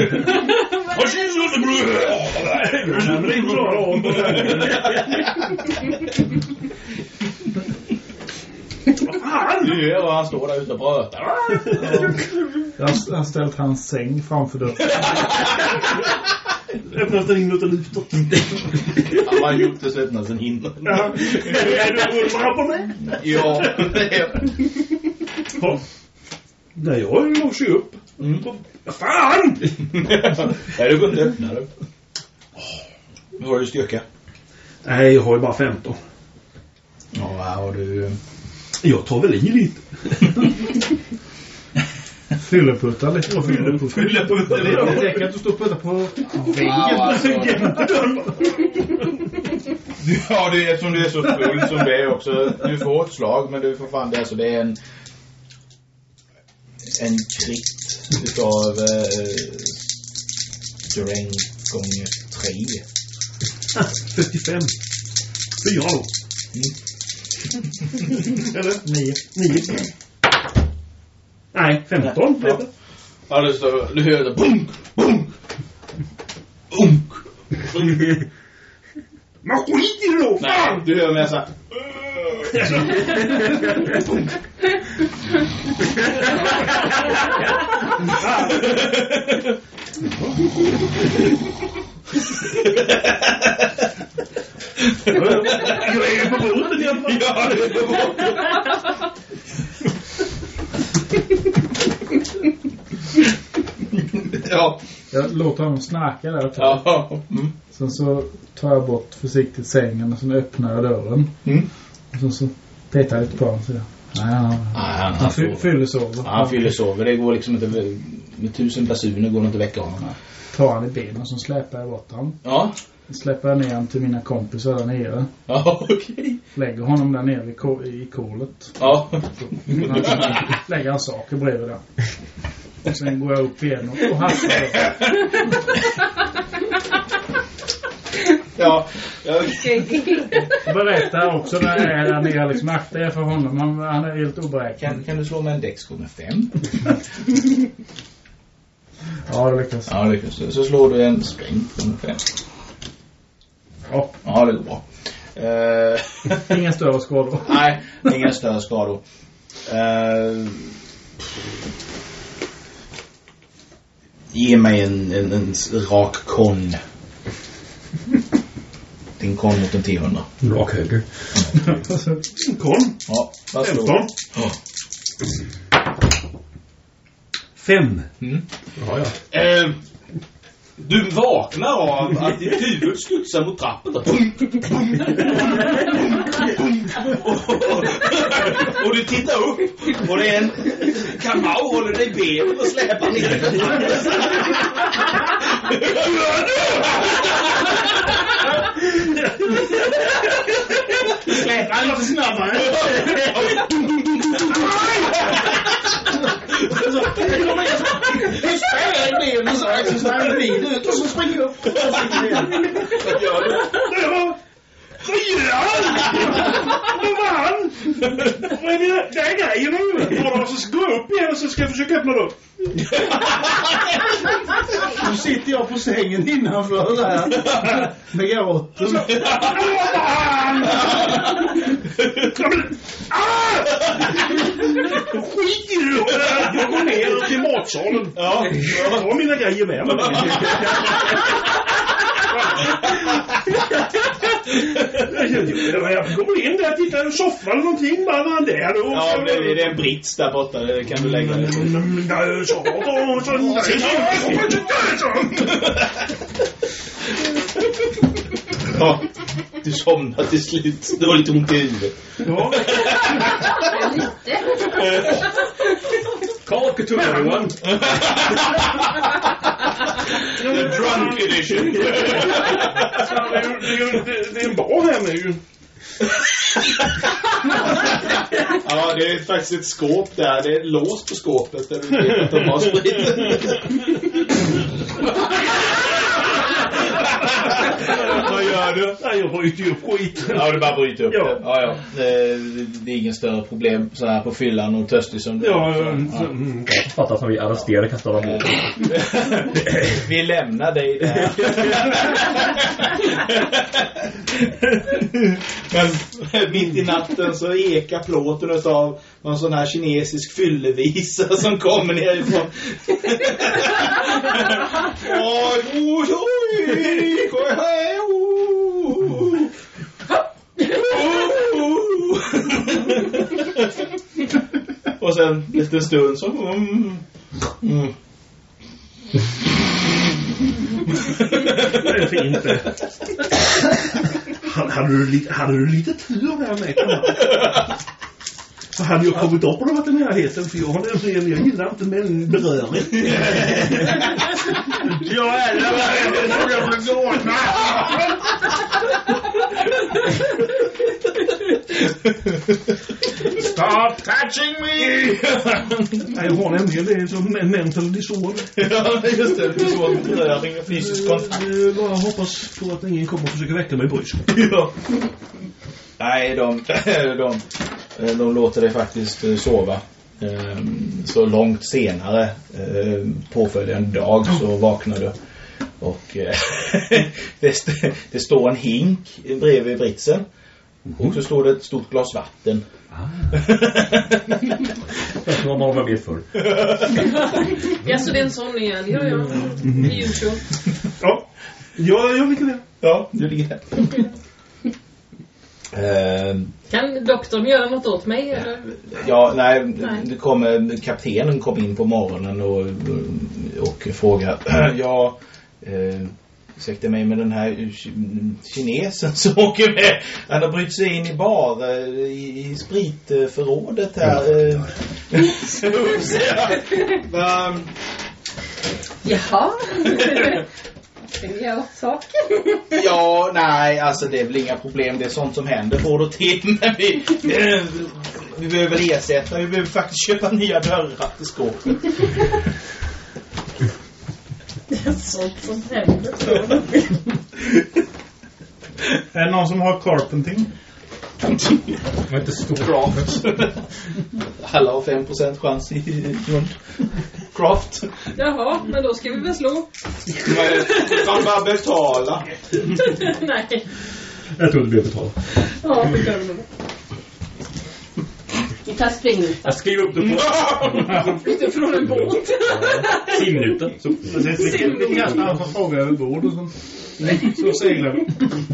Nu är han står där ute och brötar. Jag har- jag har ställt hans säng framför dörren. Öppnas den in och lutar. Han har gjort det så öppnas den in. Ja. Är du undrar på mig? Ja. Ja. Nej, jag låser ju upp. Mm. Vad fan! Nej, du går inte öppna det. Nu har du styrka. Nej, jag har ju bara femton. Ja, har du... Jag tar väl i lite. Fylleputtar lite. Och fylleputtar. Fylleputtar lite. Det räcker att du står och puttar på väggen. Ja, alltså. Ja, det är eftersom du är så full som det är också. Du får ett slag, men du får fan det. Alltså, det är en... En krit utav... Uh, Dränk gånger tre. fyrtiofem. Fyra då. Mm. Eller? Nio. Nio. Nej, femton blev det. Ja, det står... Du hör det. Bunk! Bunk! Bunk! Men skit i det då! Nej, Fan! du hör med så här. Jag är på båten i alla fall. Ja, det är bra. Ja. Jag låter honom snacka där ett tag. Ja. Mm. Sen så tar jag bort försiktigt sängen och sen öppnar jag dörren. Mm. Och sen så petar jag lite på honom. Så jag, nej, han, Nej, han, han fy, fyller sover. Ja, han fyller sover. Det går liksom inte... Med tusen personer går det inte att väcka honom. Tar han i benen och så släpar jag bort honom. Ja. Släpper jag ner honom till mina kompisar där nere. Ja, okej. Okay. Lägger honom där nere i, ko- i kolet. Ja. Lägger han saker bredvid där. Och sen går jag upp igen och, och hastar upp. Ja. Jag... Jag berättar också när jag är där nere liksom akta er för honom. Han, han är helt oberäknad. Kan, kan du slå med en däcksko med fem? Ja, det lyckas. Ja, det lyckas. Så, så slår du en strength med fem. Ja. Ja, det går bra. Uh... Inga större skador. Nej, inga större skador. Uh... Ge mig en, en, en rak kon. Din kon mot en tiohundra. Rak höger. Kon. Ja, vad slår femton. Ja. Fem. Mm. Ja, ja. Eh, du vaknar av att ditt huvud studsar mot trappen. Då. Bum, bum, bum, bum, och, och, och du tittar upp och det är en kamau håller dig i benet och släpar ner för trappen. Släpar lite snabbare. Du spär i benen så här, så spär i benen ut och så springer du upp. Vad gör du? Vad gör han? Vad var han? Vad är det där grejen nu? Och så ska gå upp igen och så ska jag försöka öppna upp. Nu sitter jag på sängen innanför där med gråten. Vad var han? Skit i det! Jag går ner till matsalen. Ja, jag har mina grejer med mig. Jag går in där och tittar i soffan eller någonting. Bara var han där då? Ja, det är en brits där borta. Det kan du lägga ner. Ja, du somnar till slut. Det var lite ont i huvudet. Ja. Lite. Call Cthulhu, everyone. The drunk edition. Det är en bar här med ju. Ja, det är faktiskt ett skåp där. Det är lås på skåpet där du vet att de har sprit. Vad gör du? Nej, jag bryter upp skit. Ja, du bara bryter upp Ja. det. Ja, ja. Det, det är ingen större problem så här på fyllan och törstig som du. Ja, så, ja. ja. Jag fattar att vi arresterade kastarna på. Vi lämnar dig där. Men mitt i natten så ekar plåten av någon sån här kinesisk fyllevisa som kommer nerifrån. Oj, oj, oj, oj, och sen lite stund så mm, mm. Det är fint det. Hade du, lite, hade du lite tur där med? Så hade jag kommit upp och det varit i närheten. För jag, har, jag gillar inte med beröring. Ja, eller vad är det? Jag blir gårna. Stop touching me! Nej, jag har nämligen det som en mental disorder. Ja, just det. Du såg beröring och fysisk kontakt. Jag bara hoppas på att ingen kommer att försöka väcka mig i bröst. Ja. Nej, de, de, de låter dig faktiskt sova. Så långt senare, påföljande dag, så vaknar du. Och det, st- det står en hink bredvid britsen. Och så står det ett stort glas vatten. Det var man var med för. Ja, så det är en sån igen. Ja, ja. I YouTube. Ja, jag, jag ligger där. Ja, du ligger där. Uh, Kan doktorn göra något åt mig? Eller? ja, nej, Nej. det kommer, kaptenen kom in på morgonen och, och frågar, ja, uh, ursäkta mig med den här kinesen som åker med. Han har brytt sig in i bar i, i spritförrådet här. Uh, så, um, Jaha. Ska vi göra saker? ja, nej, alltså det är väl inga problem. Det är sånt som händer på och till. Men vi, eh, vi behöver väl ersätta. Vi behöver faktiskt köpa nya dörrar till skåpet. Det är sånt som händer. Är det någon som har carpenting? Det var inte stort. Craft. Alla har fem procent chans i grund. Craft. Jaha, men då ska vi väl slå. Men kan bara betala. Nej. Jag tror det blir betalt. Ja, det gör vi nog. Vi tar springruta. Jag skriver upp det på Utifrån en båt. simminuten. Så. Vi kastar han som frågar över bord och sånt. Så seglar vi.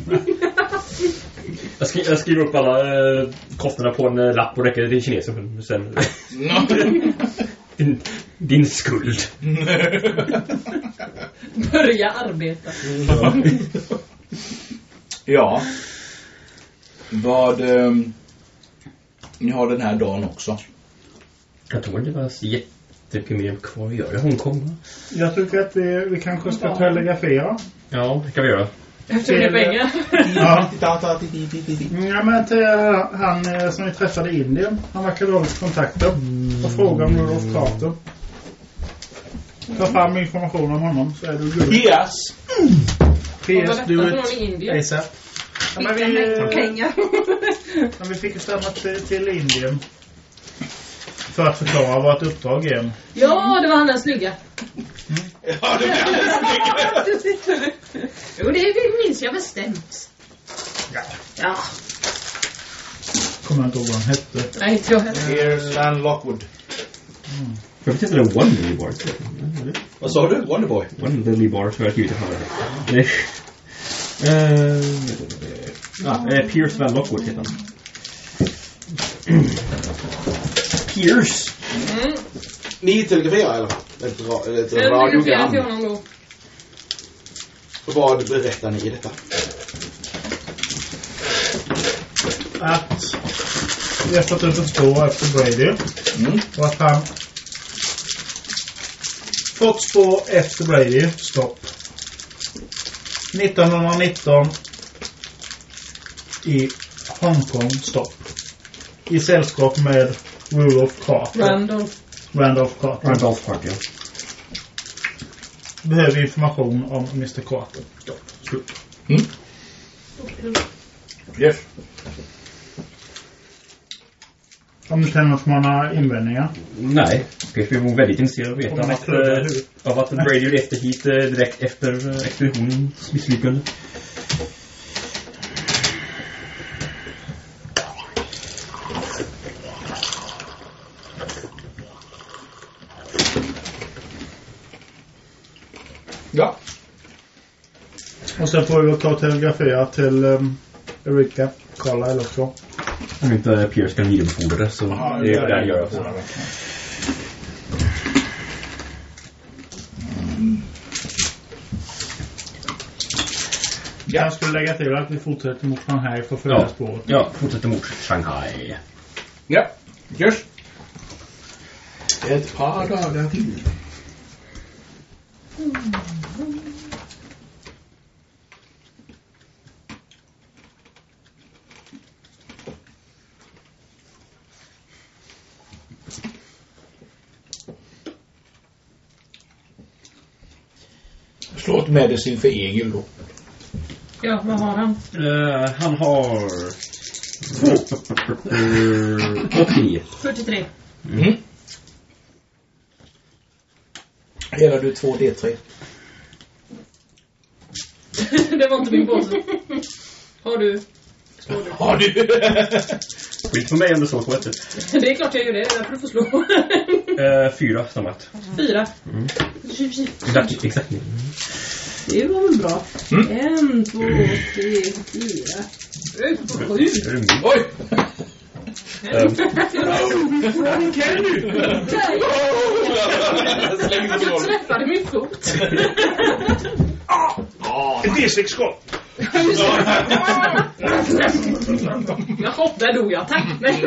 Jag, skri- jag skriver upp alla eh, kostnader på en eh, lapp och räcker till kinesen sen. Din, din skuld. Börja arbeta. Ja. Vad... Um, ni har den här dagen också. Jag tror det var jättemycket mer kvar att göra i Hongkong. Jag tycker att vi, vi kanske ska telegrafera. Ja, det kan vi göra. Efter det pengar. Ja. Ja, men till han som vi träffade i Indien. Han verkar ha lite kontakter. Och fråga om Rudolf Carter. Ta fram information om honom så är du good. Yes! P S, du ett ASAP. Ja, men vi, pengar. men vi fick ju stämma till, till Indien. För att förklara vårt uppdrag igen. Ja, det var han den snygga. Mm. Ja, det var han den snygga. Jo, det minns jag bestämt. Ja. Ja. Kommer jag inte ihåg vad han hette. Nej, inte jag heller. Earland Lockwood. Mm. Jag vet inte, det är One Lily Bar. Vad sa du? Wonderboy? One Lily Bar, så jag har skrivit det här. Ja, Pierce Van Lockwood heter han. Pierce. Mm. Ni telegraferar i alla fall. Ett, ra- ett Jag radiogram. till honom då. Vad berättar ni i detta? Att vi har fått upp ett spår efter Brady. Mm. Och att han fått spår efter Brady. Stopp. nittonhundranitton i Hongkong. Stopp. I sällskap med Rudolf Carter. Randolph. Randolph Carter. Randolph Carter. Behöver information om mister Carter. Stopp. Slut. Mm. Yes. Om ni känner att man har invändningar. Nej, vi var väldigt intresserade av att veta Om att, man äh, av att Brady reste hit äh, direkt efter äh, expeditionens misslyckande. Ja. Och sen får vi ta och telegrafera till um, Erika, Carla eller också. Om inte Pierce kan vidarebefordra det, så Aha, det är ja, det jag ja, gör. ja. Jag skulle lägga till att vi fortsätter mot Shanghai för att följa Ja. spåret. Ja, fortsätter mot Shanghai. Ja. Yes. Ett par dagar till. Slå ett medicin för Egil då. Ja, vad har han? Uh, han har... Uh, åttionio. fyrtiotre. Mm. Hela du två D tre. Det var inte min påse. Har du? Slår du? Har du? Skit på mig om det står på ett. Det är klart jag gör det. Därför du får slå. Uh, fyra sammanlagt. Fyra. Mm. Exakt. Exakt. Det var väl bra. Mm. En, två, tre, fyra. Sju. Oj! Um, Vad kan du? Jag träffade min fot. Ett D sex skott. Jaha, där dog jag. Tack. Nej.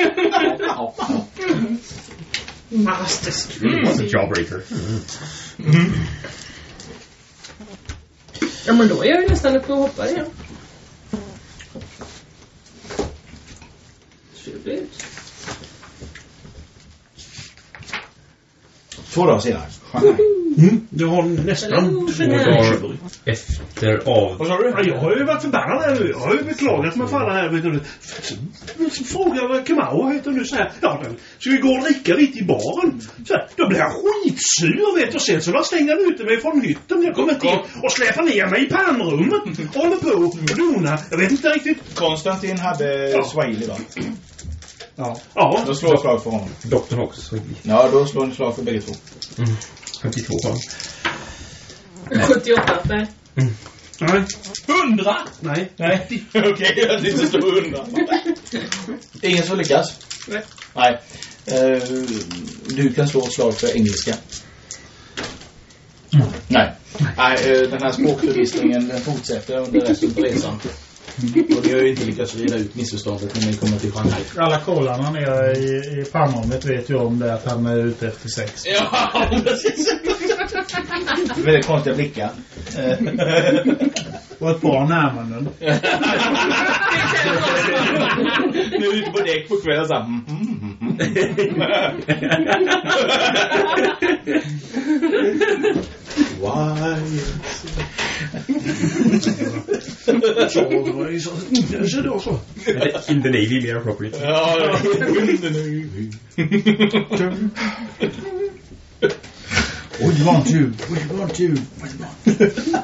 Master det var en jawbreaker. Mm. Ja, men då är jag ju nästan uppe och hoppar igen. Trevligt. Två dagar senare. Mm, det har nästan två dagar efter av... Vad sa du? Ja, jag har ju varit förbannad här nu. Jag har ju beklagat mig för alla här. Vet du. Frågar Kamau heter nu så här. Ja, den ska vi gå och dricka lite i baren. Så här, då blir jag skitsur, vet du. Och sen så var stängde han ute mig från hytten. Jag kommer till och släpar ner mig i pannrummet. Håller på och donar. Jag vet inte riktigt. Konstantin hade Ja. Swahili va? Ja. Ja. Då slår jag slag för honom. Doktorn också. Ja, då slår ni slag för bägge två. Mm. femtiotvå på honom. sjuttioåtta. Nej. Mm. Nej. Hundra? Nej. Nej. Okej, okay, jag tänkte stå hundra. Ingen som lyckas? Nej. Nej. Eh, du kan slå ett slag för engelska. Mm. Nej. Nej, eh, den här språkförvissningen den fortsätter under resten av resan. Mm. Och ni har ju inte lyckats reda ut missförståndet när ni kommer till Shanghai. Alla kollarna nere i, i pannrummet vet ju om det att han är ute efter sex. Ja, precis. Väldigt konstiga blickar. Och ett bra närmanden. Nu är ute på däck på kvällen så här. Mm, mm, mm. Why? In the Navy, mer appropriate. Ja, in the Navy. What do you want to? What do you want to? What do you want?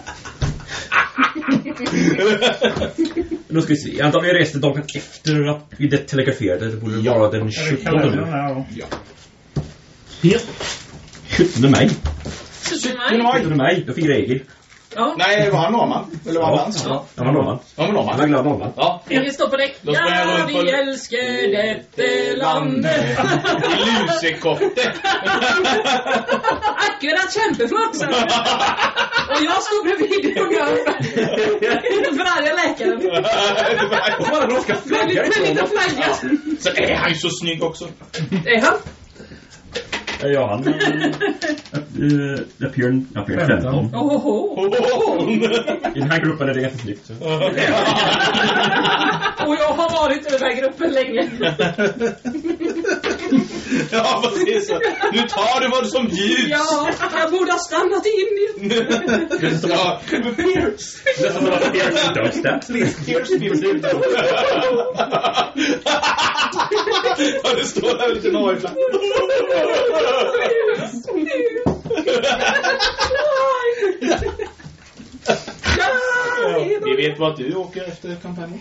Nu ska vi se. Jag antar vi reste dagen efter att vi det telegraferade. Det borde Ja. vara den sjuttonde nu. Ja. sjuttonde maj. sjuttonde maj. sjuttonde maj. Då fick Egil. Ja. Nej, var han norrman? Eller var han dansk? Ja, jag var norrman. Ja, men Jag var norman. glad norman. Ja. Vi står på däck. Då ska jag Ja, runt på- vi älskar detta landet. I lusekofte. Akkurat kämpeflott, så. Och jag stod bredvid fotografen. För arga läkaren. Och bara de ska flagga Väldigt väldigt ifrån. flaggat. Så är han ju så snygg också. Är han? Ja, han... Appear appear femton. Ohoho. I den här gruppen är det jättesnyggt. Och jag har varit i den här gruppen länge. Ja, precis. Nu tar du vad som bjuds. Ja, jag borde ha stannat i Indien. Det är som Ja, att... Det är som att Pierce does that. Ja, det står där lite nöjda. Vi vet vad du åker efter kampanjen.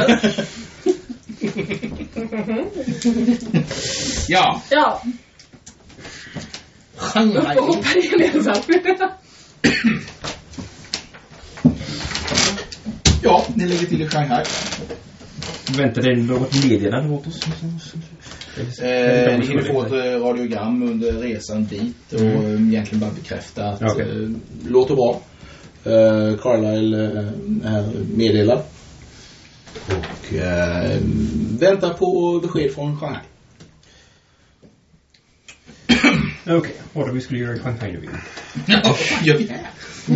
Ja. Ja, Shanghai. upp och hoppa in i alla fall. Ja, ni ligger till i Shanghai. Väntar det något meddelande åt oss? Eh, ni hinner få ett eh, radiogram under resan dit och mm. eh, egentligen bara bekräfta att Okay. eh, låter bra. Eh, Carlisle eh, är meddelad. Och eh, väntar på besked från Shanghai. Okej, okay. Vad då vi skulle göra i Shanghai nu igen? Ja, gör vi det?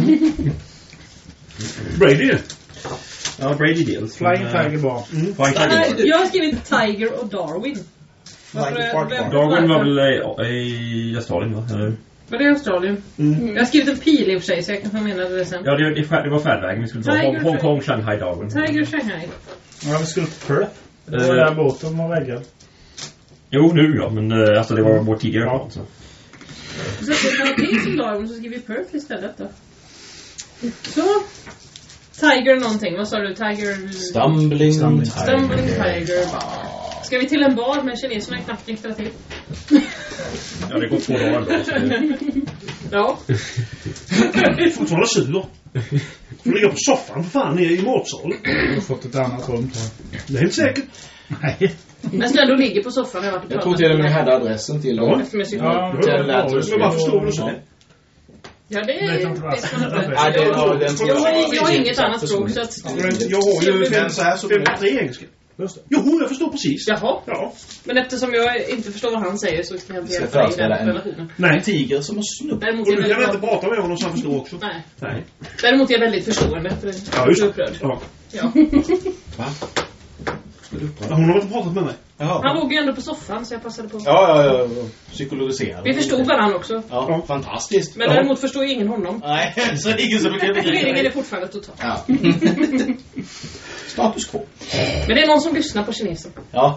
Brady. Ja, Brady deals. Flying Tiger bra. Mm. Flying Tiger. Nej, jag har skrivit Tiger och Darwin. Varför- vem- Darwin var väl i, i Australien, va? Eller? Var det i Australien? Mm. Jag har skrivit en pil i och för sig, så jag kanske menade det sen. Ja, det, det, det var färdvägen. Vi skulle ta Tiger- Hong, Hong Kong, Shanghai, Darwin. Tiger Shanghai. Ja, vi skulle på Perth. Det var Eh. där båten var väggad. Jo, nu ja, men eh, alltså det var vår tidigare Ja. plan. Så. Så att det kan till som Darwin, så skriver vi Perth istället då. Så. Tiger någonting, vad sa du? Tiger... Stumbling, Stumbling. Stumbling Tiger. Ska vi till en bar med kineserna knappt nyktra till? Ja, det går två dagar då. Så det, Ja. Fortfarande sur. Får ligga på soffan för fan nere i matsalen. Jag har fått ett annat rum, tror jag. Det är helt säkert. Nej. Men ska ändå ligga på soffan. Jag, har varit och Jag tror pratat till och med med- jag hade adressen till dem. Efter med cykeln. Ja, Det var lätt att Men varför står det så? Ja, det Vet är... inte vad Det jag ska man ska inte. säga. Nej, det var den Jag har, jag har inget annat språk, så att... Men jag har ju Men så här så blir det. femtiotre engelska. Jo, jag förstår precis. Jaha. Ja. Men eftersom jag inte förstår vad han säger så kan jag inte Ska hjälpa dig i föreställa den en- relationen. Nej. En tiger som har snupp. Däremot Och är du jag kan väldigt... inte prata med honom så han förstår också. Nej. Nej. Däremot är jag väldigt förstående. För det Ja, just är det. upprörd. Ja. Ja. Va? Ja, hon har varit och pratat med mig. Han Jaha. låg ju ändå på soffan så jag passade på. Ja, ja, ja. Psykologiserad. Vi förstod varandra också. Ja, fantastiskt. Men däremot förstår ju ingen honom. Nej, så är det ingen som kan Förvirringen är begripa. fortfarande total. Ja. Status quo. Men det är någon som lyssnar på kinesen. Ja.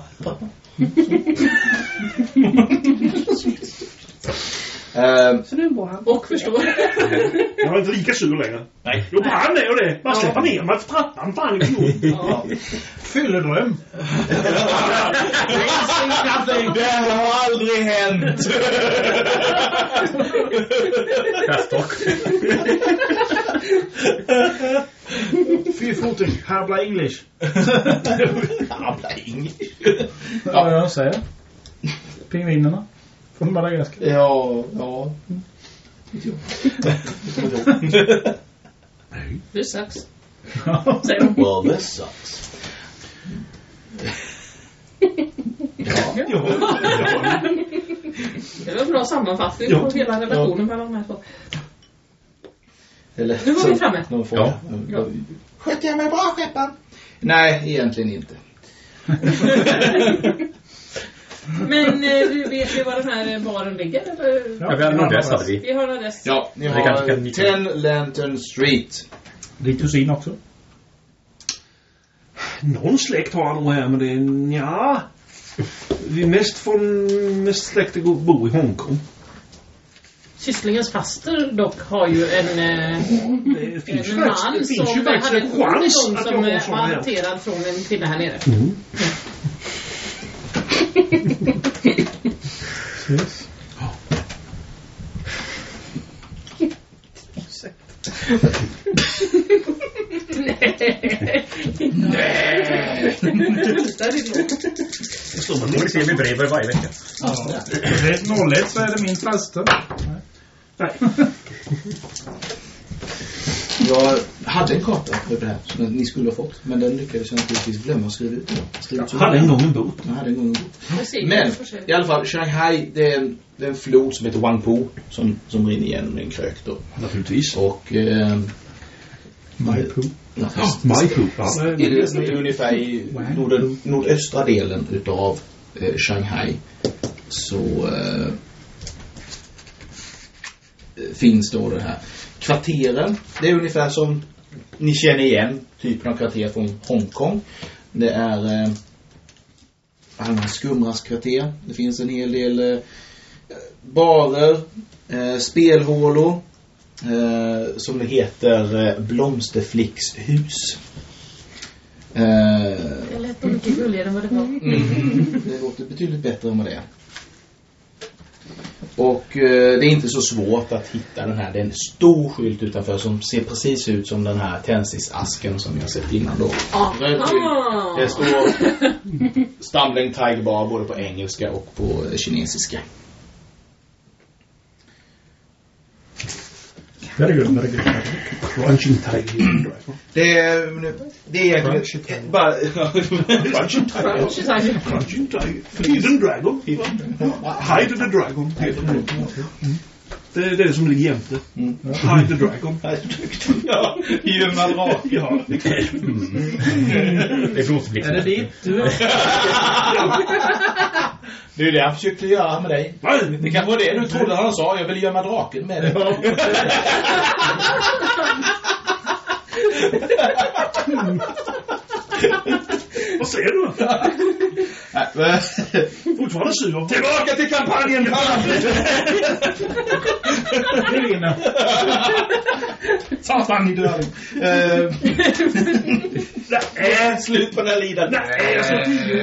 Ehm, Så nu bor han. Och förstår. Jag är inte lika sur längre. Nej. Jo, han är ju det. Man släpper ner mig för trappan. Fan, i fjol. Ja. Fylledröm. Det här har aldrig hänt. Fastdock. Fyrfoting. Habla English. Habla inget. Ja, vad jag säger. Pingvinerna från Madagaskar. Ja, ja. This sucks. Well, this sucks. Ja. Det var en bra sammanfattning Ja. på hela relationen mellan de här två. Eller, Nu var vi framme. Någon fråga. Ja. Ja. Skötte jag mig bra, skeppan? Nej, egentligen inte. Men eh, du vet ju var den här baren ligger? Eller? Ja, vi hade en adress hade vi. Vi har en adress. Ja, ni Det kanske har kan- Ten Lantern Street. Din kusin också. Någon släkt har han nog här, men det är ja. Vi är mest från mest släkter bor i Hongkong. Sysslingens faster dock har ju en, eh, Det finns ju en man faktiskt, det finns som ju faktiskt hade en en chans som, att som jag har eh, såna var här. adopterad från en kvinna här nere. Mm. Yes. Där är det lågt. Det står man Nu får vi se med brev varje vecka. Ja. Det är noll ett så är det min faster. Nej. Jag hade en karta över det här som ni skulle ha fått. Men den lyckades jag naturligtvis glömma att skriva ut. Skriva ut Jag hade en gång en båt. Jag hade en gång en båt. Jag ser Men det för sig. i alla fall, Shanghai, det är en, det är en flod som heter Huangpu som, som rinner igenom en krök då. Naturligtvis. Och eh, Maipu. ja, Maipu. Ja, i det som är ungefär i nord, nordöstra delen utav eh, Shanghai så eh, finns då det här kvarteren. Det är ungefär som ni känner igen typen av kvarter från Hongkong. Det är eh, allmänna skumraskvarter. Det finns en hel del eh, barer, eh, spelhålor eh, som heter eh, Blomsterflickshus. Eh, Det lät nog mycket gulligare än vad det var. Mm. Det låter betydligt bättre än vad det är. Och eh, det är inte så svårt att hitta den här. Det är en stor skylt utanför som ser precis ut som den här Tensis-asken som jag sett innan då. Röd skylt. Det står Stumbling Tiger Bar både på engelska och på kinesiska. Very good, very good. Crunching Tiger. Det är, det är egentligen bara... Crunching Tiger. Crunchy tiger. Crunching Tiger. Hidden Dragon. Hide the Dragon. Det är det som ligger jämte. Mm. Hide the Dragon. Ja, gömma drake. Ja. Det är blodflick. Är det ditt? Du? Det är det jag försökte göra med dig. Det kanske var det du trodde han sa. Jag vill gömma draken med dig. Vad säger du? Fortfarande sur. Tillbaka till kampanjen! Det vinner. Satan, ni dör. Nej, slut på den här lidan. Nej, alltså.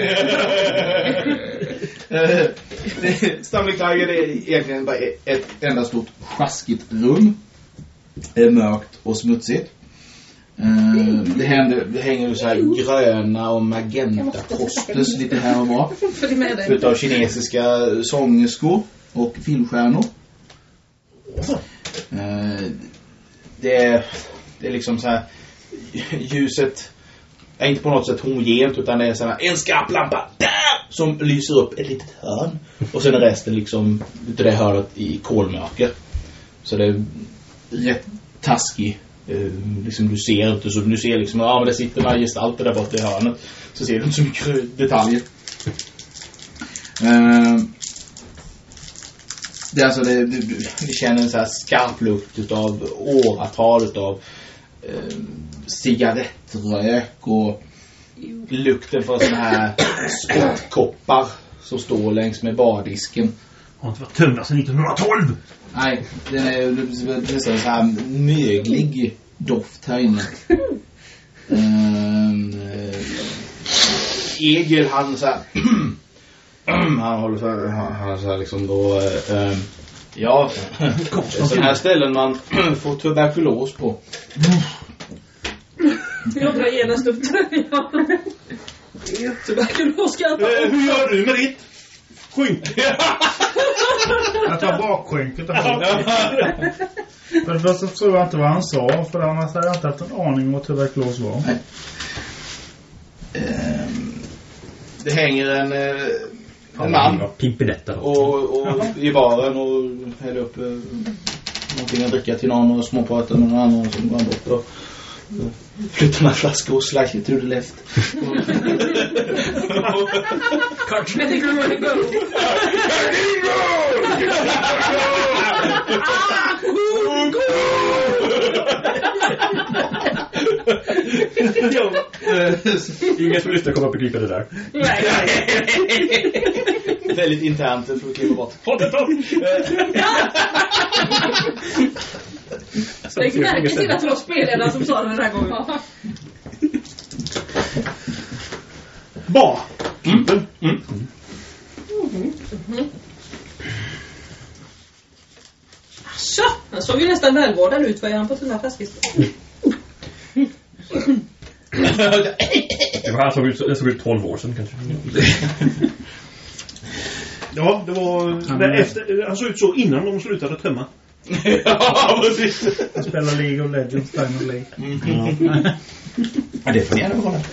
Stumbling Tiger är egentligen bara ett enda stort sjaskigt rum. Det är mörkt och smutsigt. Uh, det, händer, det hänger ju så här gröna och magenta posters lite här och var. Följ med dig. Utav kinesiska sångerskor och filmstjärnor. Uh, det, är, det är liksom så här ljuset är inte på något sätt homogent utan det är så här en skarp lampa där som lyser upp ett litet hörn och sen är resten liksom utav det hörnet i kolmörker. Så det är rätt taskig. Uh, liksom du ser inte så du ser liksom ja men det sitter några gestalter där borta i hörnet så ser du inte så mycket detaljer. Uh, det är alltså det, du, du, du känner en så här skarp lukt utav åratal utav uh, cigarettrök och lukten från såna här spottkoppar som står längs med bardisken. Har inte varit tömda sedan nittonhundratolv. Nej, den är nästan så här möglig doft här inne. um, Egil han så här han håller så här, han, han så här liksom då um, ja, så här ställen man får tuberkulos på. Jag drar genast upp tröjan. Tuberkulos ska jag ta. Hur gör du med ditt? skynk. Jag tar bakskynket. För det första tror jag inte vad han sa. För annars hade jag inte haft en aning om vad tuberkulos var. Nej. Um, det hänger en, uh, en man och, och i baren och häller upp uh, någonting att dricka till någon och småpratar med någon annan som går bort och uh, flyttar några flaskor och slice it to the left. I think we're gonna go. Ingen som lyssnar kommer att begripa det där. Väldigt internt för att klippa bort. Lägg märke till att det var spelledarna som sa det den här gången. Bara. Mm. Mm. Mm. Mm. Så, han såg ju nästan välvårdad ut. Vad är han på sån här flaskistan? Det var han såg ut, det såg ut tolv år sedan kanske. Ja, det var det efter, han såg ut så innan de slutade tömma. Ja, precis. Han spelar League of Legends, Diamond League. Mm. Ja, det får ni gärna behålla.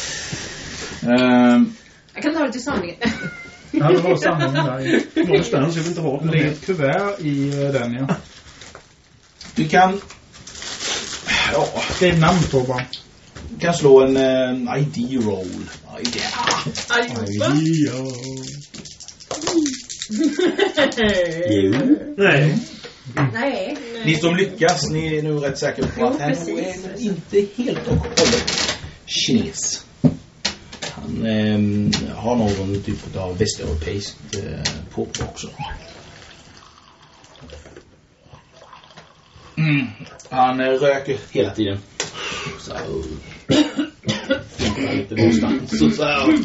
Um, jag kan ta det till samlingen. Ja, det var samlingen där. Någonstans, jag vill inte ha det. Det är ett kuvert i den, ja. Du kan... Ja, det är namn på bara. Du kan slå en uh, I D roll. I D. I D. Nej. Nej. Ni som lyckas, ni är nu rätt säkra på att han är inte helt och hållet kines. Han eh, har någon typ av västeuropeiskt eh, påbrå också. Mm. Han eh, röker hela tiden. Så här, fimpar lite någonstans. Så, så här.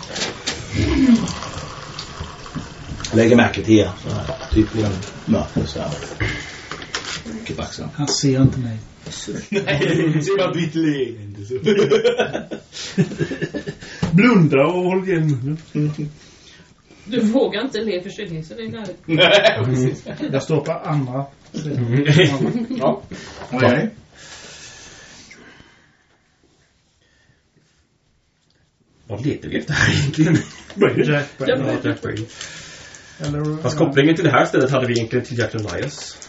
Lägger märke till er. Så här, typ i den mörker så här. Kipaxen. Han ser inte mig. Nej, ser bara bytt leende. Blundra och håll igen. Du vågar inte le för sig, så det är närligt. Nej, precis. Jag står på andra sidan. Ja. Okej. Vad letar vi efter här egentligen? Jack Brady. Ja, Jack Brady. Eller, Fast kopplingen till det här stället hade vi egentligen till Jack Elias.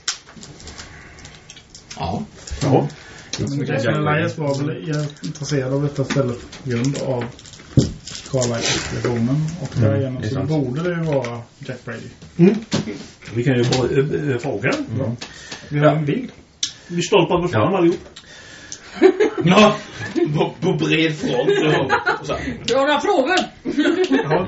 Ja. Ja. Men Jack Elias var väl intresserad av detta stället på grund av Carlisle-expeditionen. Och därigenom mm, så borde det ju vara Jack Brady. Mm. Vi kan ju bara äh, fråga. Mm. Vi har en bild. Vi stolpar på fram ja. allihop. Ja, på, på bred front. Och så. Du har några frågor? Ja.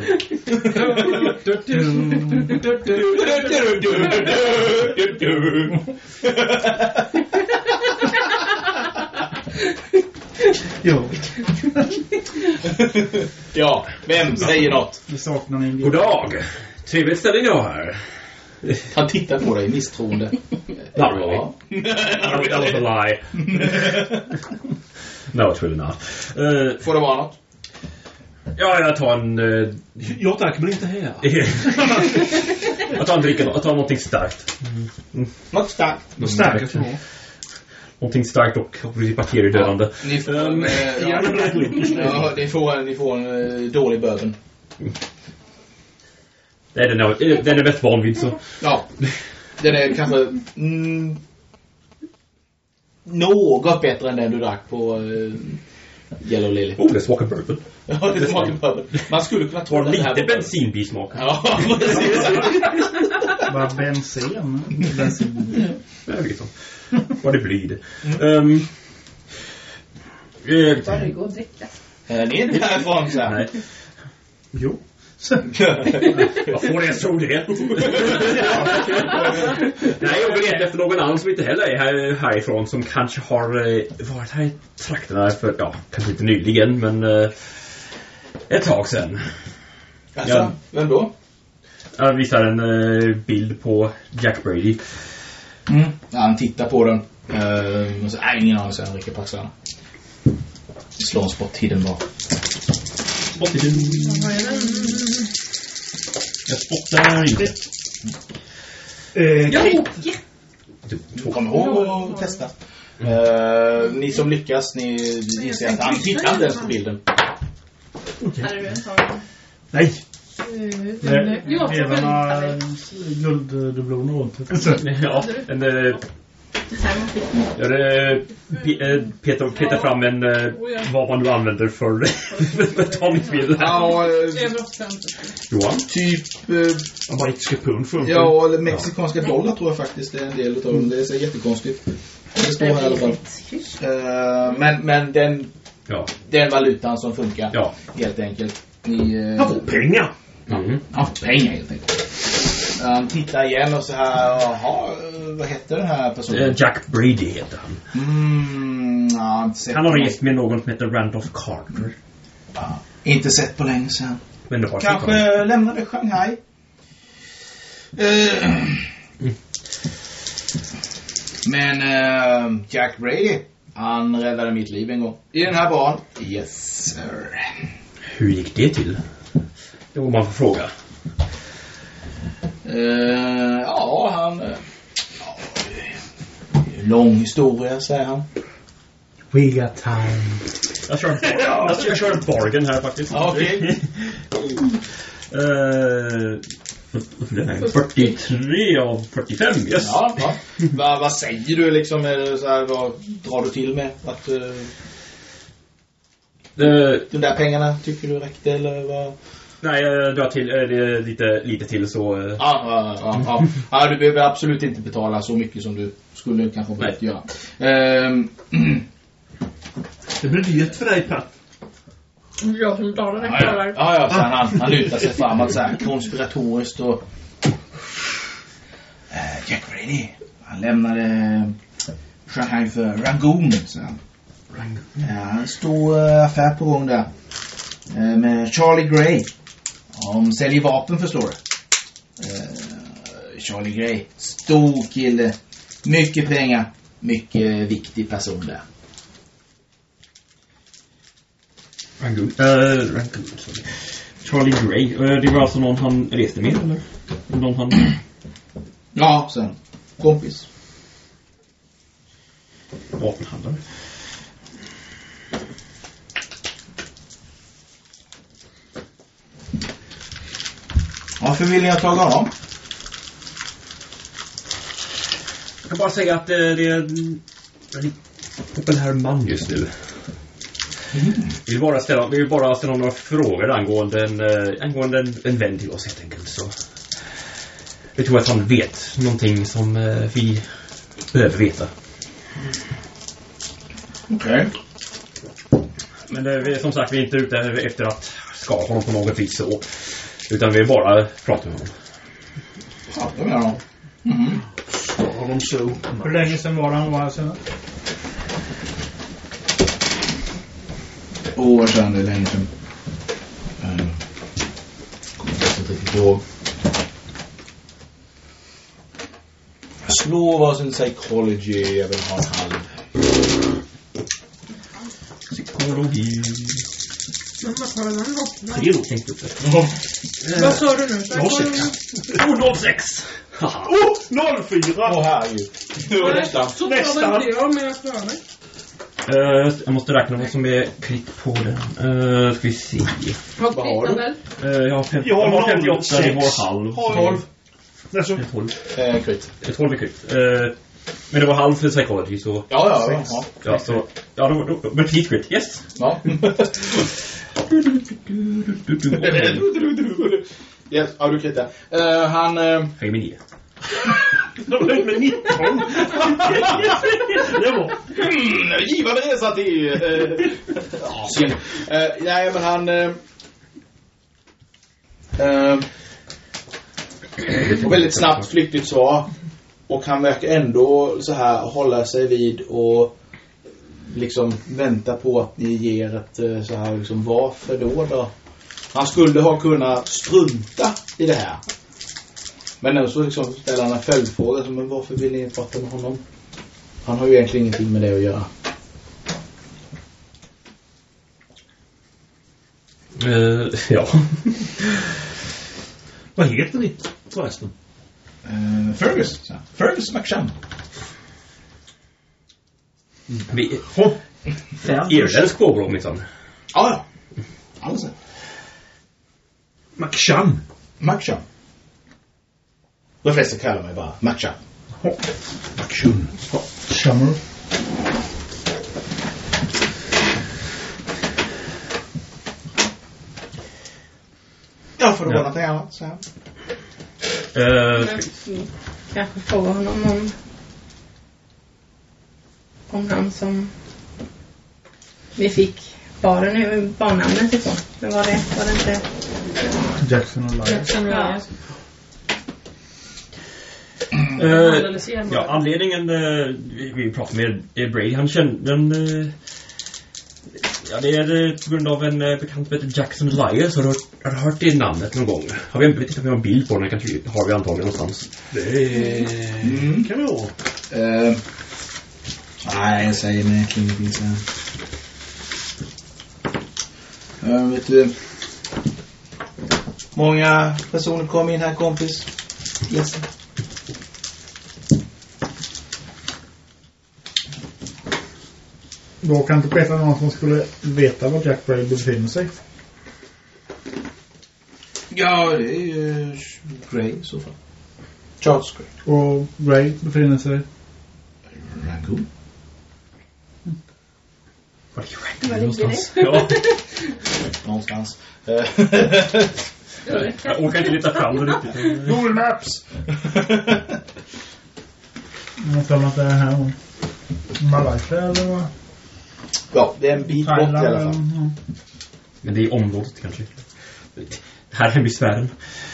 Jo. Ja, vem säger något? Vi saknar en God dag. Trevligt ställe jag här. Han tittar på dig misstroende. Not really. That was a lie. No, it's really not. Uh, Får det vara något? ja, jag tar en... Uh, jag tack, men inte här. jag tar en dricka, jag tar någonting starkt. Mm. Något starkt. Något starkt. Mm. Någonting starkt och bakteriedödande. Ja, ni får en, äh, ja, ja, ni får en, ni får en uh, dålig bourbon. Det är den, den är bäst van vid så. Ja. Den är kanske mm, något bättre än den du drack på uh, Yellow Lily. Oh, det smakar bourbon. Ja, det smakar bourbon. Man skulle kunna ta den här. Lite bensinbismak. Ja, precis. Vad bensin? Bensin. Jag vet inte. Vad det blir. Mm. Um, Bara det går att dricka. Är ni inte härifrån så här? Nej. Jo. Vad får jag tro det? Nej, jag vill efter någon annan som inte heller är här, härifrån som kanske har varit här i trakterna för, ja, kanske inte nyligen, men uh, ett tag sedan. Alltså, Ja. Vem då? Jag visar en uh, bild på Jack Brady. Mm. Ja, han tittar på den. Uh, och så, nej, ingen aning, så han rycker på axlarna. Slår en spot hidden bara. Spot hidden. Jag spottar inte. Eh, Jag Kate. åker. Du kommer ihåg att testa. Uh, ni som lyckas, ni inser att han tittar inte ens på bilden. Hade du en tag? Nej. Nej, Ja, Evarna så gulddubloner runt. Ja, en... eh, Ja, det, P- eh, Peter, Peter fram en eh, vad man nu använder för betalningsmedel. Ja, Johan? typ... Uh, Amerikanska pund funkar. ja, eller mexikanska dollar tror jag faktiskt är en del utav dem. Det är så jättekonstigt. Det står här i alla fall. Uh, men, men den, Ja. den valutan som funkar. Ja. Helt enkelt. Ni... Uh, Han får pengar. Mm. Ja, pengar helt enkelt. Han tittar igen och så här, jaha, vad heter den här personen? Eh, Jack Brady heter han. Mm, ja, inte sett Han har på- rest med någon som heter Randolph Carter. Ja, inte sett på länge sedan. Men det har Kanske lämnade Shanghai. Eh, Men eh, Jack Brady, han räddade mitt liv en gång. I den här banan. Yes, sir. Hur gick det till? Det var man får fråga. Eh, ja, han... eh, ja, det är en lång historia, säger han. We got time. Jag kör, jag, jag kör en bargain här faktiskt. Ja, okej. Eh, fyrtiotre av fyrtiofem, yes. Ja, ja. Va, vad säger du liksom? Är det så här, vad drar du till med? Att uh, Eh, de där pengarna tycker du räckte eller vad? nej, jag drar till eh, det, lite, lite till så... eh, Ja, ja, ja, ja. Ja, du behöver absolut inte betala så mycket som du skulle kanske ha behövt göra. Ehm, Det blir dyrt för dig, Pat. Jag som tar den ja, här ja, kollar. ja, ja, så han, han lutar sig framåt så här konspiratoriskt och... Eh, Jack Brady, han lämnade Shanghai för Rangoon, så han. Ja, en stor uh, affär på gång där. Uh, med Charlie Gray. De säljer vapen, förstår du. Uh, Charlie Gray. Stor kille. Mycket pengar. Mycket viktig person där. Rangoon. Uh, Rangoon, sorry. Charlie Gray. Uh, det var alltså någon han reste med, eller? Någon han... Ja, sen. Kompis. Vapenhandlare. Varför vill ni ha tagit honom? Jag kan bara säga att eh, det är en väldigt populär man just nu. Vi vill bara ställa, vi vill bara ställa några frågor angående en, eh, angående en, en vän till oss helt enkelt. Så vi tror att han vet någonting som eh, vi behöver veta. Okej. Men det, vi, som sagt, vi är inte ute efter att skada honom på något vis så, utan vi bara pratar med honom. Pratar med honom. Mm. Har de så? Hur länge sedan var han var här sen? År sedan, det är länge sedan. Uh, kommer inte riktigt ihåg. Slå varsin psychology, jag vill ha en halv. Psykologi. Men vad tar den då? Tre då tänkte jag. Vad sa du nu? Jag sex. Oh, noll sex! Haha. Oh, noll fyra. Åh, herregud. Nu är det nästan. Så Nästan. tar väl jag med att göra mig. Uh, jag måste räkna vad som är krit på den. Uh, ska vi se. Har Vad har kvittat du? väl? Uh, jag har, fem, Jag har jag har noll femtioåtta, det sex. var halv. tolv. Alltså, Det är tolv. Eh, kvitt. Det är tolv är krit. Uh, men det var halv för psychology så... Ja, ja, ja. Ja. Ja, så... Ja, då, då, men krit krit, yes! Ja. Yes, ja, du kvittar. Uh, han... Uh, Häng med nio. med nitton. Det var. mm, givande resa till uh, Asien. Uh, nej, men han... Uh, uh, och väldigt snabbt flyktigt svar. Och han verkar ändå så här hålla sig vid och liksom vänta på att ni ger ett uh, så här liksom, varför då då? Han skulle ha kunnat strunta i det här. Men nu så liksom ställer han en följdfråga som, men varför vill ni prata med honom? Han har ju egentligen ingenting med det att göra. Uh, ja. Vad heter ni förresten? Uh, Fergus. Så. Fergus McShun. Vi... Oh. Irländsk påbrå, minsann. Ja, ja. Alldeles. McShun. McShun. De flesta kallar mig bara McShun. Oh. McShun. Oh. Summer. Ja, för det Ja. var något annat. Så. Uh, Mm. Kanske fråga honom om om han som vi fick baren, barnnamnet ifrån. Men var det, var det inte Jackson och Lyons. Jackson och Ja. Lyons. uh, Alldeles igen bara. ja, anledningen uh, vi, vi pratade med eh, Brady, han kände den... Uh, ja, det är uh, på grund av en uh, bekant som heter Jackson Lyons. Har du hört, har du hört det namnet någon gång? Har vi, vet inte om vi har en bild på den, kanske har vi antagligen någonstans. Det Mm. kan vi ha. Uh, nej, jag säger mig ingenting så här. Uh, vet du... Många personer kom in här, kompis. Yes. Då kan inte Peter någon som skulle veta var Jack Bray befinner sig. Ja, det är ju Gray i så fall. Charles Gray. Och Bray befinner sig... Rangoon. Var Var ligger det? Ja, Någonstans. jag orkar inte leta fram det riktigt. Google Maps! Jag tror att det är här. Malaysia eller vad? Ja, det är en bit bort i alla fall. Ja. Men det är området kanske. Det här är hemisfären.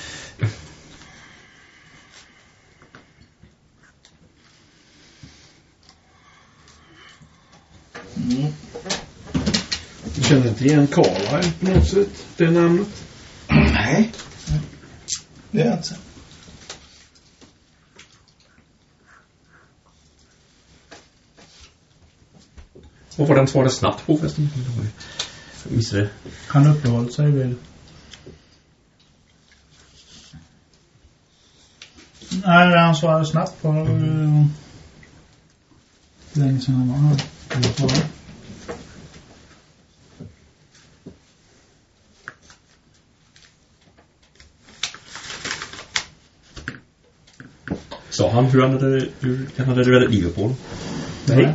Mm. Du känner inte igen Carlisle på något sätt, det namnet? Nej. Det är jag inte. Och vad den svarade snabbt på förresten. Jag missade det. Han uppehållit sig vid... Nej, han svarade snabbt på... Uh, länge sedan han var här. Vad var det? Sa han hur han hade, hur han hade räddat livet på honom? Nej.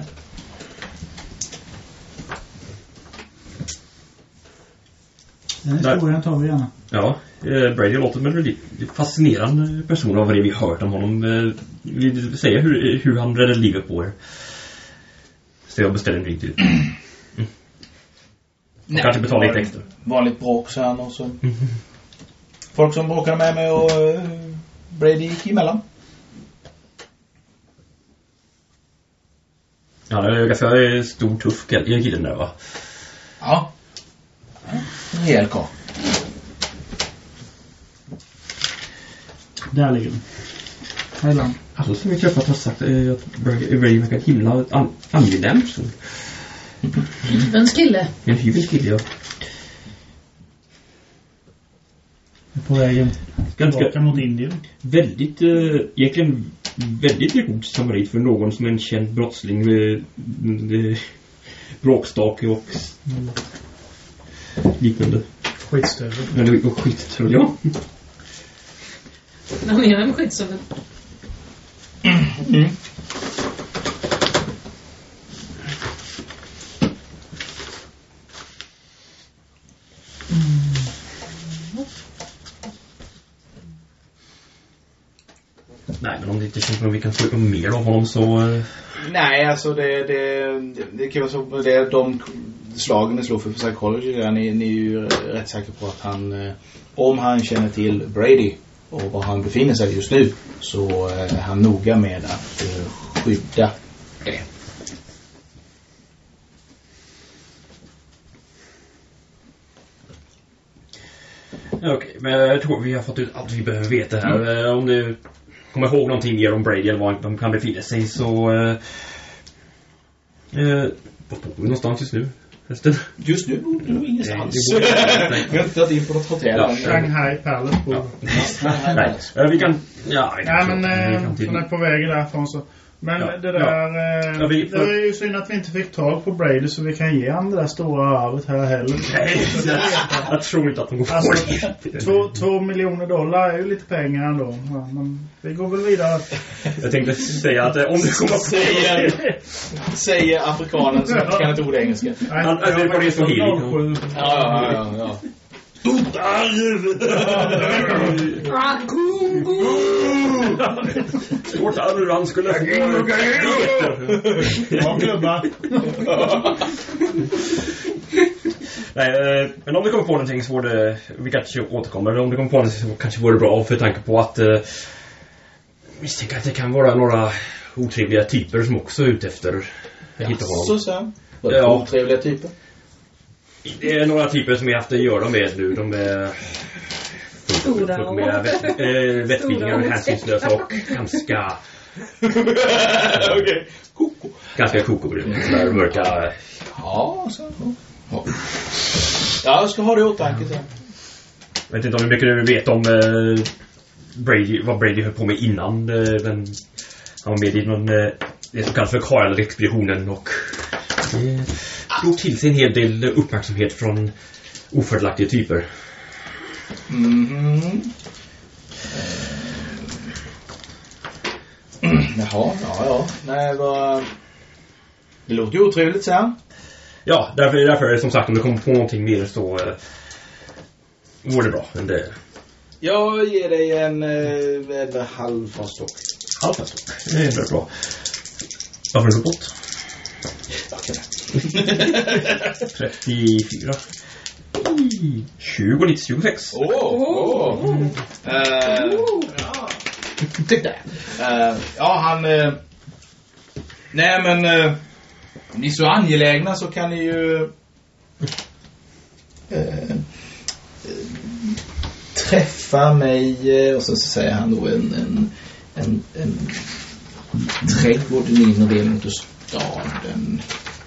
Den historien tar vi gärna. Ja, eh, Brady låter som en väldigt fascinerande person av vad det vi hört om honom. Eh, vi säger hur, hur han räddade livet på er. Så jag beställer en drink till. Mm. Och kanske betala lite extra. Vanligt bråk sen och så. Folk som bråkade med mig och uh, Brady gick emellan. Ja, det är ganska stor, tuff killen där, va? Ja. En hel karl. Där ligger den. Hejland. Alla som vi träffat har sagt eh, att Brady verkar himla an- angenäm. Så. Hyvens kille. En hyvens kille, ja. På vägen Ganska tillbaka mot Indien. väldigt, eh, egentligen väldigt god samarit för någon som är en känd brottsling med, med bråkstake och mm, liknande. Skitstövel. Eller och skit, tror jag. Han är en skitstövel. Mm. Nej, men om det inte känns som att vi kan få mer av honom så... Eh... Nej, alltså det, det, det kan vara så, det är de slagen ni slår för psychology där, ni, ni är ju rätt säkra på att han, om han känner till Brady och var han befinner sig just nu, så är han noga med att skydda det. Okej, men jag tror vi har fått ut allt vi behöver veta här. Mm. Om du kommer ihåg någonting mer om Brady eller var han kan befinna sig så... Eh, eh, var bor vi någonstans just nu? Just nu bor du ingenstans. Vi har inte tagit in på något hotell. Ja. Shanghai Palace. Ja. Nej, eh, vi kan... Ja, vi Ja, kan, men vi eh, kan till. hon är på väg därifrån så. Men Ja. det där... Ja. Eh, Ja, vi- det är ju synd att vi inte fick tag på Brady så vi kan ge han det där stora arvet här heller. Nej, jag, jag tror inte att de går Alltså, på det. två, två miljoner dollar är ju lite pengar ändå. Ja, men vi går väl vidare. Jag tänkte säga att eh, om det kommer Säger, säger afrikanen som inte kan ett ord engelska. Nej, Han- det är bara det som healing. noll sju. Ja, ja, ja, ja. Stort arv, han skulle få Ja, klubba. Nej, eh, men om det kommer på någonting så vore det, vi kanske återkommer, om det kommer på någonting så kanske vore det bra för tanke på att eh, misstänka att det kan vara några otrevliga typer som också är ute efter att hitta honom. Så sen. Var det Ja. otrevliga typer? Det är några typer som jag haft att göra med nu. De är Stora fullt och- med vett, äh, vettvillingar och Stora och hänsynslösa och ganska Okej. Koko. ganska kokobryr. Sådär mörka. Ja, så. Ja. Ja, jag ska ha det i åtanke sen. Jag vet inte om hur mycket du vet om eh, Brady, vad Brady höll på med innan. Eh, men han var med i någon, eh, det som kallas för Carl-expeditionen och eh, drog till sig en hel del uppmärksamhet från ofördelaktiga typer. Mhm. Mm. Jaha, ja, ja. Nej, vad... Det låter ju otrevligt sen. Ja, därför, därför är det som sagt om det kommer på någonting mer så eh, vore det bra. Men det Jag ger dig en, eh, en halv faststock. halvfast. Det är väldigt bra. Varför har du gått? Okej. trettiofyra. tjugo, nittio, tjugosex. Åh! Åh! Mm. Eh, Titta där. Eh, ja, han... eh, nej, men... eh, om ni är så angelägna så kan ni ju... eh, eh, träffa mig... eh, och så, så säger han då en... en, en, en trädgård i den inre delen av staden.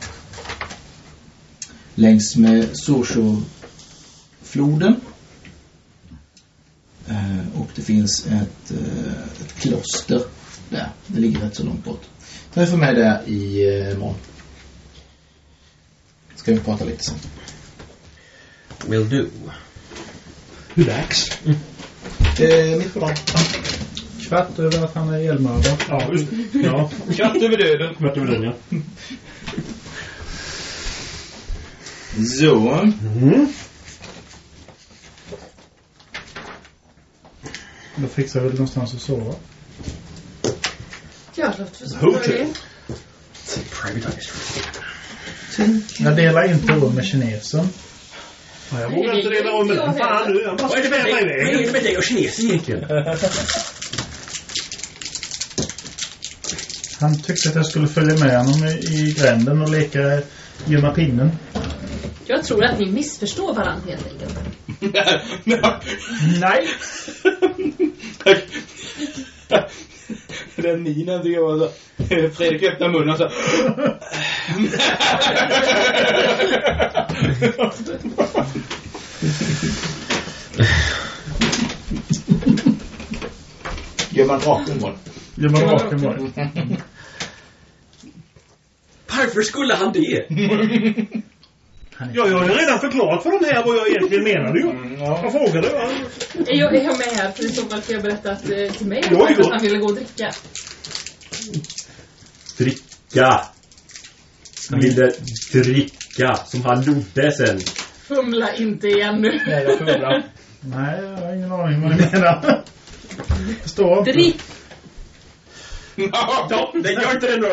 Längs med Sorsho-floden. Eh, och det finns ett, eh, ett kloster där. Det ligger rätt så långt bort. Träffa mig där i eh, morgon. Ska vi prata lite sen. Will do. Hur dags? Eh, mitt på dagen. Kvart över att han är elmördad. Ja, just det. Ja, Katt över döden. kvart över den, ja. Så. Mm. Då fixar vi någonstans att sova. Ja, låt för så Hotel. Privatized. Jag delar inte rum med kinesen. Ja, jag vågar inte dela om med den. Fan nu, jag bara Vad är det med spänna dig? Vad är iväg. det med dig och kinesen egentligen? Han tyckte att jag skulle följa med honom i, i gränden och leka gömma pinnen. Jag tror att ni missförstår varandra helt enkelt. Nej! Den minen tycker jag var så... Fredrik öppnar munnen så... Gör man draken var det? Gömma raken var det. Varför skulle han det? Ja, jag har ju redan förklarat för de här vad jag egentligen menade ju. Jag frågade va? Är jag, är jag med här? För i så fall kan jag berätta att, eh, till mig Jo, att jo. han ville gå och dricka. Dricka. Han ville dricka som han gjorde sen. Fumla inte igen nu. Nej, jag förlorar. Nej, jag har ingen aning vad ni menar. Det står inte. Drick! Ja, det gör inte det nu.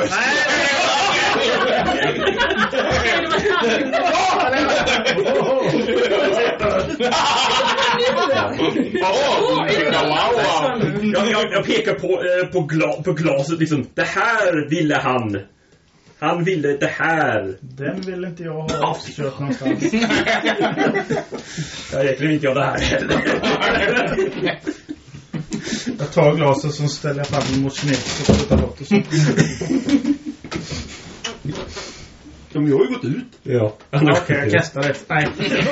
Jag, jag, jag pekar på, eh, på, gla, på glaset liksom. Det här ville han. Han ville det här. Den vill inte jag ha kört någonstans. Jag räknar inte jag det här heller. Jag tar glaset som ställer jag fram mot kinesen och flyttar bort och så. De har ju gått ut. Ja. Okej, okay, jag kastar det. Nej.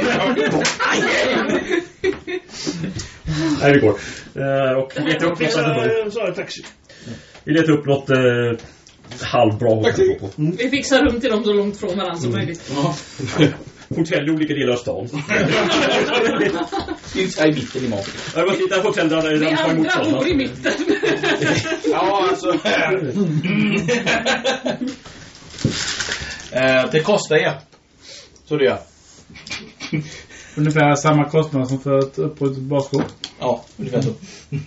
Nej, det går. Uh, och vi letar upp något så är det taxi. Vi letar upp något uh, halvbra hotell på. Mm. Vi fixar rum till dem så långt från varandra som möjligt. Ja. Hotell i olika delar av stan. Inte i mitten i maten. Jag måste hitta hotell där det är andra bor i mitten. Ja, alltså. eh, det kostar er. Så det gör. Ungefär samma kostnad som för ett uppbrutet baskort. Ja, ungefär så.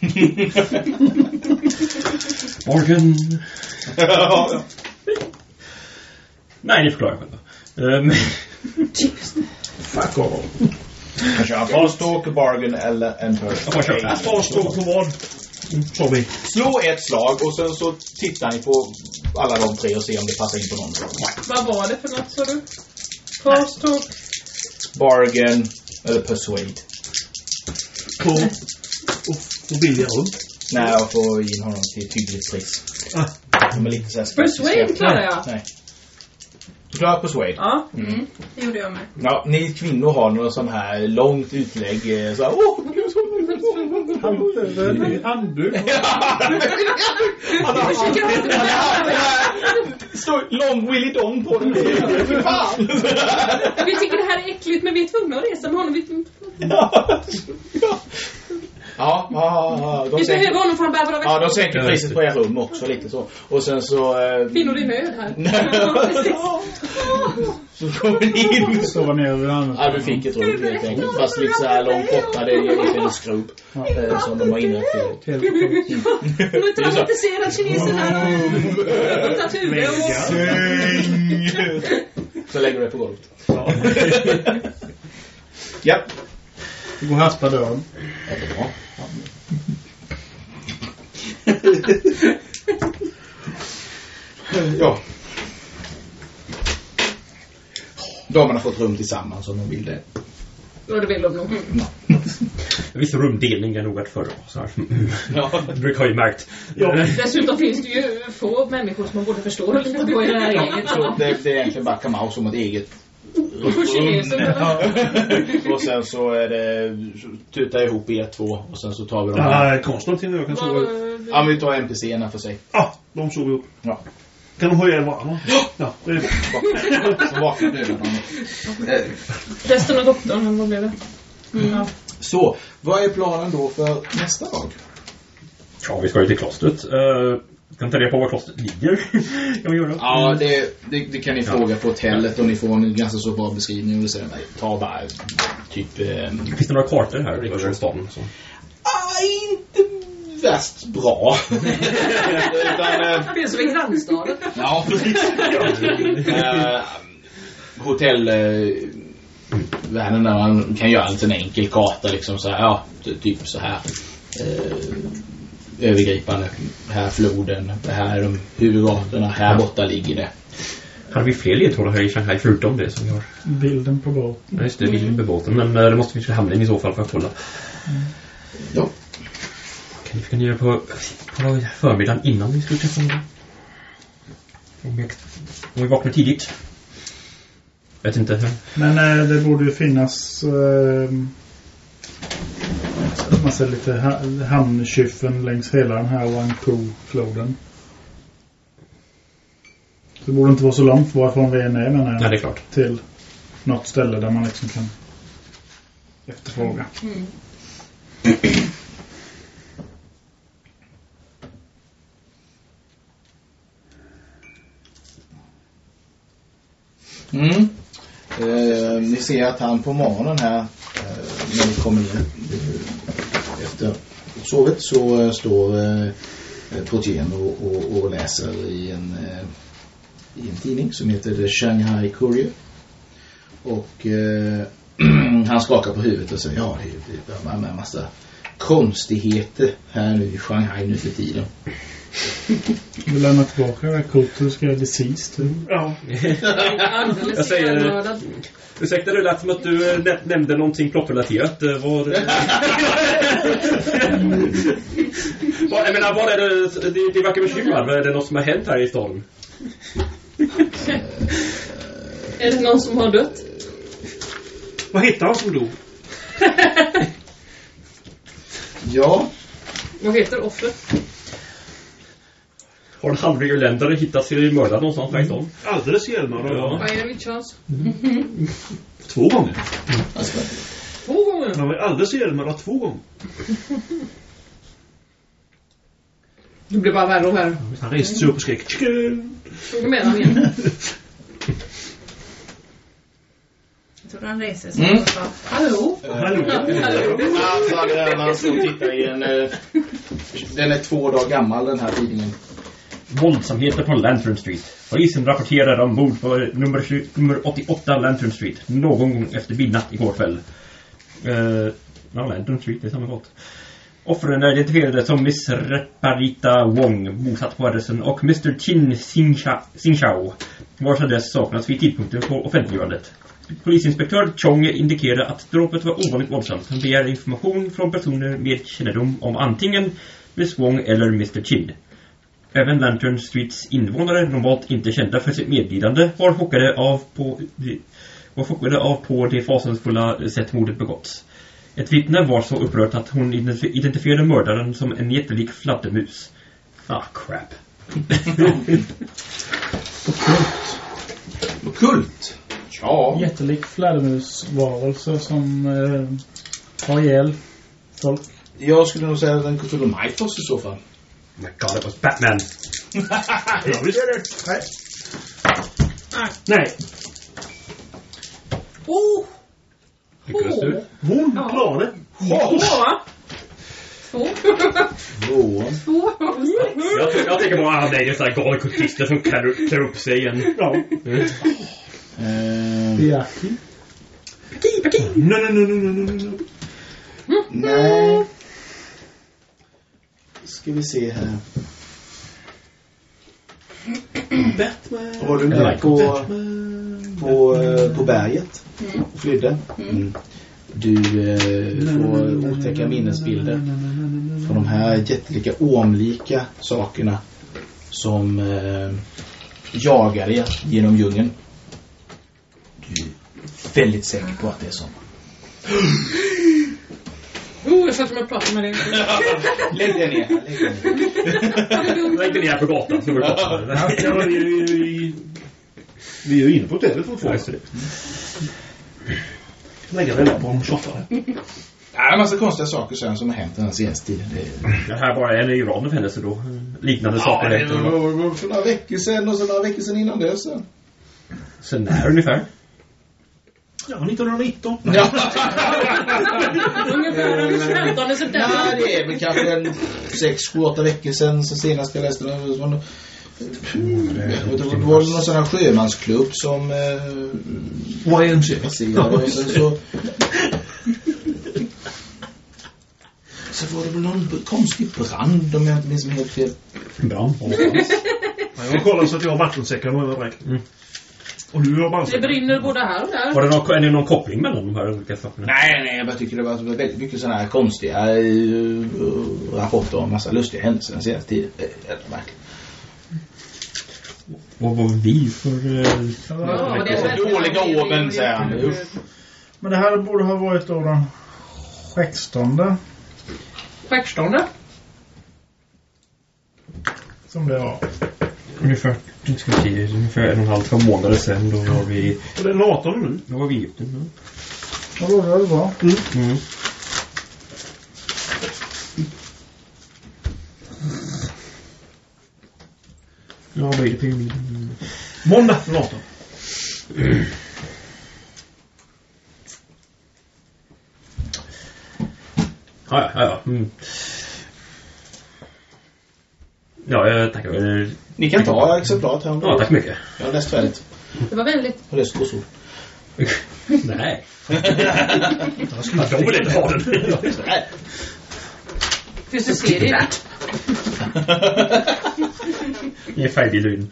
Morgan. Ja, ja. Nej, det förklarar jag själva. Um, Fuck off. Jag kör fast talk, bargain eller en person. Jag får köra fast talk på vad? Så vi. Slå ett slag och sen så tittar ni på alla de tre och ser om det passar in på någon. Vad var det för något, sa du? Fast talk, bargain eller persuade. På och billiga rum. Nej, jag får in honom till ett hyggligt pris. Ah. De är lite så här persuade klarar jag. Nej. Du klarar persuade? Ja. Mm. Det gjorde jag med. Ja, ni kvinnor har något sån här långt utlägg så här, åh, handbud. Står lång Willy Dong på den. Fan. Vi tycker det här är äckligt, men vi är tvungna att resa med honom. Vi... Ja, ja, ja. Vi behöver honom för han bär våra väskor. Ja, de sänker priset på er rum också lite så. Och sen så... Eh... Kvinnor i nöd här. Så kommer ni in. Så var ni över andra. Ja, du fick ett rum helt enkelt. Fast lite så här långt borta. Det är lite en skrubb. Eh, som de har inrättat till. De är inte romantiserad kineser här. De tar turer och... Så lägger du det på golvet. Ja. Ja. Du går och haspar dörren. Ja, det är bra. Ja. Damerna har fått rum tillsammans om de vill det. Ja, det vill de nog. Ja. Viss rumdelning är nog varit förra. Så här. Ja. Det brukar jag ju märkt. Ja. Dessutom finns det ju få människor som man både förstår och litar på i det här gänget. Så det, det är egentligen bara Kamau som ett eget Ja. Och sen så är det tuta ihop er två och sen så tar vi dem. Ja, Konstantin och jag kan sova upp. Ja, men vi tar N P C-erna för sig. Ja, de sover upp. Ja. Kan de höja ihjäl varandra? Ja, det är bra. Så vaknar du med dem. Resten av doktorn, vad blev det? Mm. Ja. Så, vad är planen då för nästa dag? Ja, vi ska ju till klostret. Uh, kan ta reda på var klostret ligger. Kan vi göra? Ja, det, det, det kan ni ja. fråga på hotellet och ni får en ganska så bra beskrivning. Och säger, nej, ta bara typ... Eh, Finns det några kartor här i staden? Så? Ah, inte värst bra. Utan, eh, det är som en grannstad. Ja, precis. uh, hotell... Uh, världen man kan göra en liten enkel karta liksom så här, ja, typ så här eh, övergripande, här floden, det här är de huvudgatorna, här borta ligger det. Har vi fler ledtrådar här i Shanghai förutom det som vi har? Bilden på båten. Ja, just det, bilden på båten, men det måste vi hamna in i så fall för att kolla. Mm. Ja. Kan vi göra på, på förmiddagen innan vi skulle träffa någon? Om vi vaknar tidigt. Vet inte hur. Men eh, det borde ju finnas eh, man ser lite ha hamnkyffen längs hela den här Wangpu-floden. Det borde inte vara så långt varifrån vi är ner, men Nej, det är klart. Till något ställe där man liksom kan efterfråga. Mm. Mm. Eh, ni ser att han på morgonen här eh, när ni kommer ner eh, efter sovet så eh, står eh, Protein och, och, och läser i en, eh, i en tidning som heter The Shanghai Courier. Och eh, han skakar på huvudet och säger ja, det är med en massa konstigheter här nu i Shanghai nu för tiden. Vi lämnar tillbaka det här kortet, ska jag deceased. Ja. Jag säger, ursäkta, du lät som att du nä- nämnde någonting plottrelaterat. Vad det? vad, jag menar, vad är det, det, det verkar bekymrad. Vad är det något som har hänt här i staden? Är det någon som har dött? Vad heter han som dog? Ja. Vad heter offret? Har en halvirländare hittat sig mördad någonstans mm. om? Alldeles ihjälmördad. Ja. Vad är det mitt chans? Mm. Två gånger. Alltså, Två gånger? Han var alldeles ihjälmördad två gånger. Det blir bara värre och värre. Han reste sig upp och skrek. Fråga med han igen. Jag tror han reser sig Mm. och sa, Hallå? Hallå. Han står och tittar i en... eh, Den är två dagar gammal, den här tidningen. Våldsamheter på Lantern Street. Polisen rapporterar om mord på nummer, tjugo, nummer åttioåtta Lantern Street. Någon gång efter midnatt igår kväll. Uh, ja, Lantern Street, det är samma gott. Offren är identifierade som Miss Reparita Wong, bosatt på adressen, och mister Chin Xingxiao, vars adress saknas vid tidpunkten på offentliggörandet. Polisinspektör Chong indikerar att dråpet var ovanligt våldsamt. Han begär information från personer med kännedom om antingen Miss Wong eller mister Chin. Även Lantern Streets invånare, normalt inte kända för sitt medlidande, var chockade av på det, var chockade av på det fasansfulla sätt mordet begåtts. Ett vittne var så upprört att hon identifierade mördaren som en jättelik fladdermus. Ah, crap. Och kult. Ja. Jättelik fladdermusvarelse som eh, har ihjäl folk. Jag skulle nog säga att den Cthulhu Mythos i så fall. Oh my god, it was Batman. Ja, visst är det. Nej. Nej. Nej. Oh! Lyckades du? Hon Ja. klarade. Två, va? Två. Två. Två. Jag, jag tänker bara att det är sådana galna kultister som klär, klär upp sig igen. Ja. Eh, Biaki. Nej, nej, nej, nej, nej, nej. nej. Ska vi se här. Batman. Var du med på, på, eh, på berget och flydde? Mm. Du eh, får otäcka minnesbilder från de här jättelika ormlika sakerna som eh, jagar er genom djungeln. Du är väldigt säker på att det är så. Oh, jag satt med och pratade med dig. Lägg det ner. Lägg det ner. Lägg det ner på gatan. Så Ja, ja, vi, vi, vi, vi är ju inne på hotellet fortfarande. Lägga väl på en tjoffare. Det är en massa konstiga saker sen som har hänt den här senaste tiden. Det, är... Det här bara är en i rad av händelser då. Liknande ja, saker. det efter. var för några veckor sedan och så några veckor sedan innan det sen. Så när ungefär? Ja, nittonhundranitton. Ja. Ungefär den femtonde september. Nej, det är väl kanske en sex, sju, åtta veckor sedan så senast jag läste den. Det var, det var någon sån här sjömansklubb som eh, Y M C. passerade och sen så så var det väl någon konstig brand om jag inte minns mig helt fel. Bra. Jag kollar så att jag har vattensäckar och överräck. Mm. Och du har bara... Det brinner både här och där. Var det någon, är det någon koppling mellan de här olika sakerna? Nej, nej, jag bara tycker det var väldigt mycket sådana här konstiga uh, rapporter om massa lustiga händelser den senaste tiden. Det är helt märkligt. Vad var vi för... Uh, Ja, det är så dåliga oven, säger han. Usch. Men det här borde ha varit då den sextonde. Sextonde? Som det var. ungefär, nu ska vi se, ungefär en och en halv, två månader sedan. Då var vi... Och det är den artonde nu. Då var vi i Egypten. Ja, då var det bra. Mm. Mm. Ja, vad är det pyramiden? Måndag den artonde. Mm. Ja, ja, ja. Mm. Ja, jag tackar. Ni kan ta exemplaret här. Ja, tack så mycket. Jag har läst färdigt. Det var väldigt... Och det står så. Nej. Jag ska inte ha den. Nej. Finns det serier där? Jag är färdig lyn.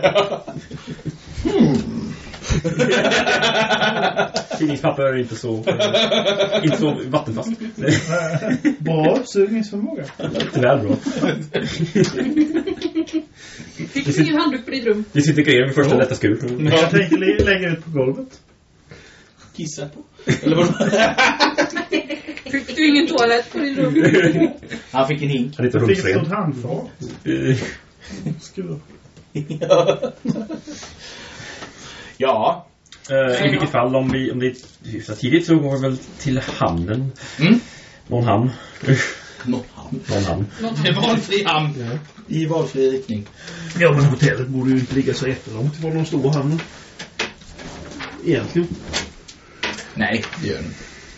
Hmm. Tidningspapper är inte så inte så vattenfast. Bra uppsugningsförmåga. Lite väl bra. Fick du ingen handduk på ditt rum? Vi sitter grejer med första lätta skur. Jag tänkte lä- lägga ut på golvet. Kissa på. Eller vad? Fick du ingen toalett på ditt rum? Han fick en hink. Han är inte Jag fick ett rumsren. stort handfat. Skur. Ja. Uh, I vilket fall, om, vi, om det är hyfsat tidigt så går vi väl till hamnen. Mm. Någon hamn. Någon hamn. Någon hamn. Det är valfri hamn. Ja. I valfri riktning. Ja, men hotellet borde ju inte ligga så jättelångt ifrån de stora hamnen. Egentligen. Nej, det gör den.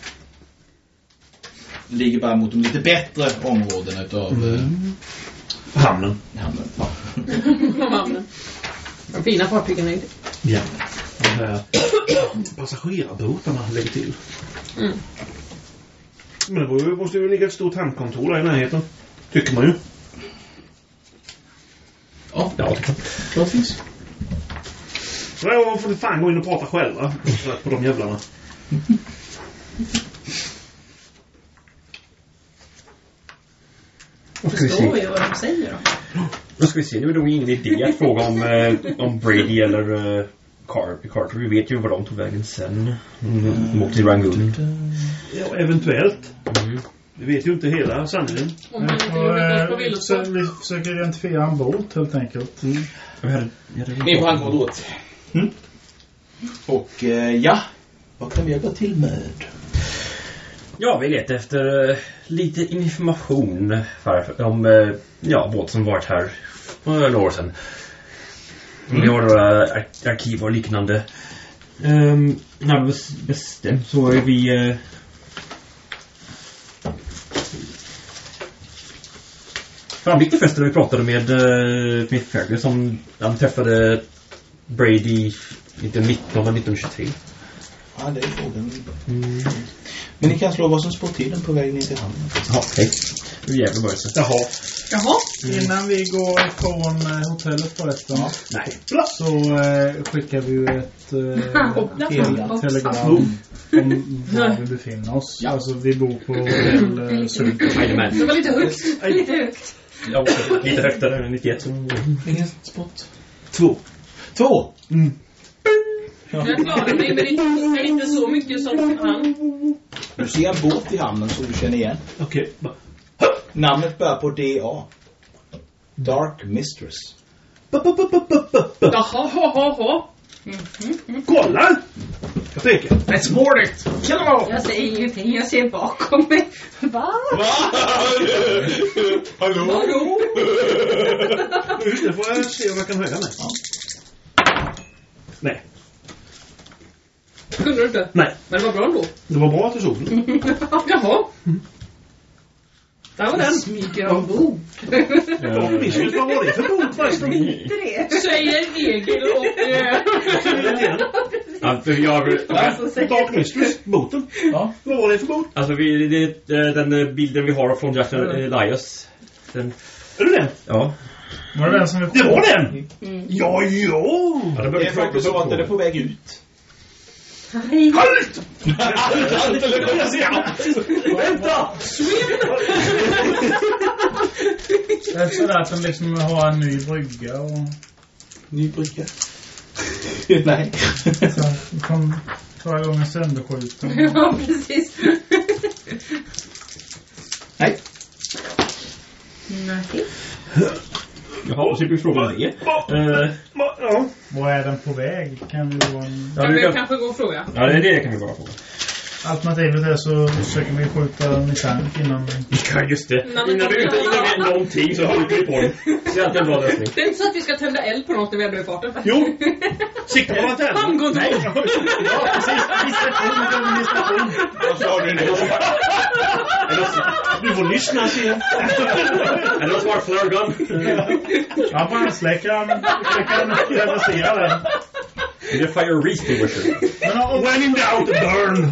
Ligger bara mot de lite bättre områdena utav Mm. Hamnen. hamnen. Ja. Hamnen. De fina fartygen är det. Ja. De här passagerarbåtarna lägger till. Mm. Men det ju, måste ju ligga ett stort hamnkontor där i närheten. Tycker man ju. Ja, Ja, det kan. det finns. Ja, får ni fan gå in och prata själva. På de jävlarna. Vad ska vi Förstår se? ju vad de säger då. Då ska vi se. Nu är det nog ingen idé att fråga om, eh, om Brady eller uh, Car- Carter. Vi vet ju vad de tog vägen sen. Mm, de åkte till Rangoon. Ja, eventuellt. Mm. Vi vet ju inte hela sanningen. Om man inte Så, gjorde oss på eh, villor. så vi försöker identifiera en båt helt enkelt. Mm. Vi hade, vi hade Ni får han gå åt. Mm. Och eh, ja, vad kan vi hjälpa till med? Ja, vi letar efter uh, lite information för, om uh, ja, båt som varit här för några år sedan. Mm. Vi har några ar- arkiv och liknande. Um, när bestämt så är vi... Uh, framgick det först när vi pratade med uh, Smith Fairley som han träffade Brady nitton nittonhundratjugotre. Ja, det är frågan. Mm. Men ni kan slå vad som spår tiden på väg ner till hamnen. Ja, okej. Nu jävlar börjar det. Jaha. Jaha. Innan vi går ifrån eh, hotellet förresten. Ja. Nej. Så eh, skickar vi ju ett eh, Hoppla. telegram om var vi befinner oss. Ja. Alltså vi bor på hotell eh, Syd. Jajamän. Det var lite högt. Lite högt. Ja, lite högre, nittioett. Vilken spot? Två. Två! Mm. Jag klarar mig, men inte, men inte så mycket som han. Du ser en båt i hamnen som du känner igen. Okej. Namnet börjar på D A. Dark Mistress. Jaha, ha, ha, ha. Kolla! Jag tänker. Let's board it! Kill them all! Jag säger ingenting, jag ser bakom mig. Va? Hallå? Hallå? Just det, får jag se om jag kan höja mig. Ja. Nej. Kunde du inte? Nej. Men det var bra ändå. Det var bra att du såg det. Jaha. Där var den. Smyger ombord. Ja, visst, vad var det för bord förresten? Inte det. Säger Egil och... eh, Alltså, jag, Alltså, säger Dark Mistress, boten. Ja. Vad var det för bord? alltså vi, det, det, den bilden vi har från Jack Elias. Den, Är det den? ja. Var det den som vi Det var den! Mm. Ja, ja! ja det, Det är faktiskt så att den är på väg ut. Hej. Halt! Jag ser allt! Vänta! Det är sådär att den liksom har en ny brygga och Ny brygga. Nej. så kom förra gången sönderskjuten. Ja, precis. Nej. Nej. Jaha, så vi frågar det. Uh, Ja. Var är den på väg? Kan ju vara en... ja, Kan vi vi kan, kanske gå och fråga? ja, det, det kan vi bara fråga. Alternativet är så försöker vi skjuta misstank innan... Ja, just det. Nej, men- Innan vi inte innan vi är någonting så håller vi på den. Det är alltid en bra lösning. Det är inte så att vi ska tända eld på något när vi ändå är i farten. Jo! Sikta på lanternen. Han går inte. Nej. Ja, precis. Vad sa du nu? Du får lyssna, ser jag. Eller vad smart flare gun. Ja, bara släcker han. Släcker han och reverserar den. Det är fire extinguisher. Men om... When in doubt, burn!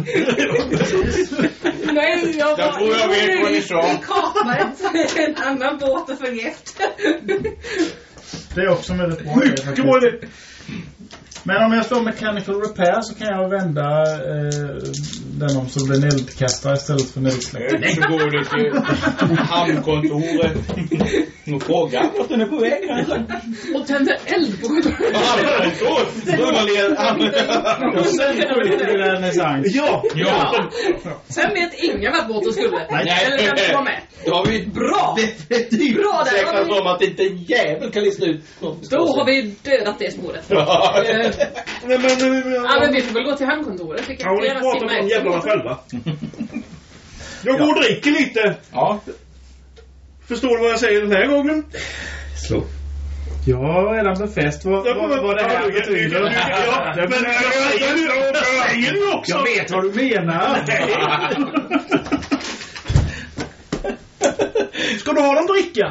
Nej, jag Jag tror jag vet vad ni sa. Vi kapar ett, en annan båt och följer efter. Det är också en väldigt bra idé Mycket bra faktiskt. idé. Men om jag slår mechanical repair så kan jag vända eh, den om så blir en eldkastare istället för en eldsläckare. Så går du till hamnkontoret och frågar vart den är på väg kanske. Och tänder eld på kontoret. Och sen går det till renässans. Ja, Ja. Sen vet ingen vart båten skulle. Nej. Eller vem som var med. Då har vi Bra! definitivt Bra där. säkrat om att inte en jävel kan lista ut. Då har vi dödat det spåret. Ja. Eh, men, men, men, men, Ja, men vi får väl gå till hamnkontoret. Vi kan ja, vi flera pratar simma om de efter jävlarna båten. själva. Jag går och dricker lite. Ja. Förstår du vad jag säger den här gången? Slå. Jag har redan befäst vad, vad, vad det här betyder. Ja, men jag säger ju jag säger ju också. Jag vet vad du menar. Ska du ha dem dricka?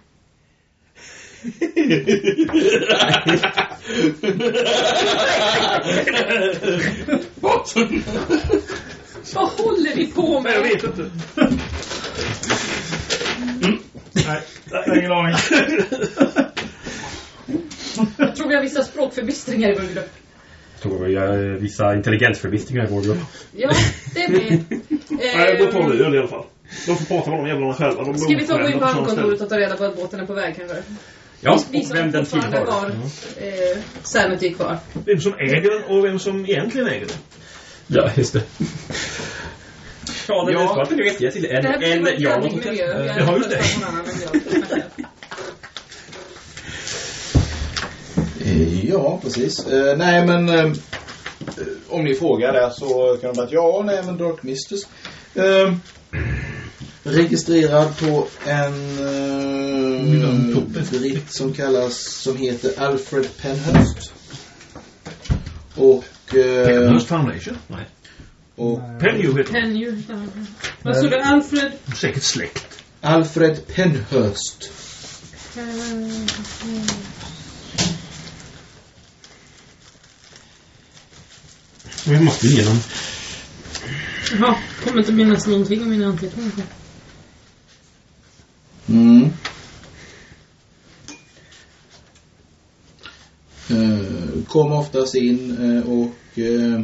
Vad håller vi på Men jag med? vet inte. Nej, jag har ingen aning. Jag tror vi har vissa språkförbistringar i vår grupp. Jag tror vi har vissa intelligensförbistringar i vår grupp. Ja, det är med. Nej, då tar vi öl i alla fall. De får prata med de jävlarna själva. De Ska vi ta och gå in på hamnkontoret och ta reda på att båten är på väg kanske? Ja, Vi och som vem den fortfarande tillhör. har eh, Sanity kvar. Vem som äger den och vem som egentligen äger den. Ja, just det. Ja, det Ja. är att du vet jag till en, Det här blir en, en jag jävlig något miljö. hotell. Jag Ja, just det. röstar på någon annan än jag snackar. Eh, Ja, precis. Eh, nej, men eh, om ni frågar där så kan de bara ja, nej, men Dark Mistress. Eh, registrerad på en eh, britt som kallas, som heter Alfred Penhurst. Och eh, Penhurst Foundation. Nej. och Penhurst heter Can you... Vad sa du? Alfred? de. Säkert släkt. Alfred Penhurst. Vi måste igenom. Ja, kommer inte minnas någonting om mina anteckningar. Mm. Eh, kom oftast in eh, och eh,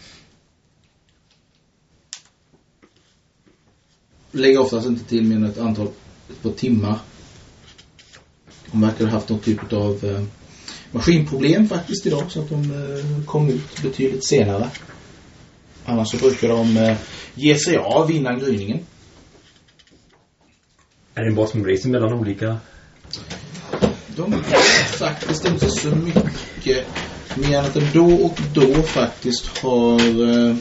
lägger oftast inte till mer än ett antal ett par timmar. De verkar ha haft något typ av eh, maskinproblem faktiskt idag, så att de eh, kom ut betydligt senare. Annars så brukar de eh, ge sig av innan gryningen. Är det en båt som reser mellan olika? De vet faktiskt inte så mycket, mer än att de då och då faktiskt har eh,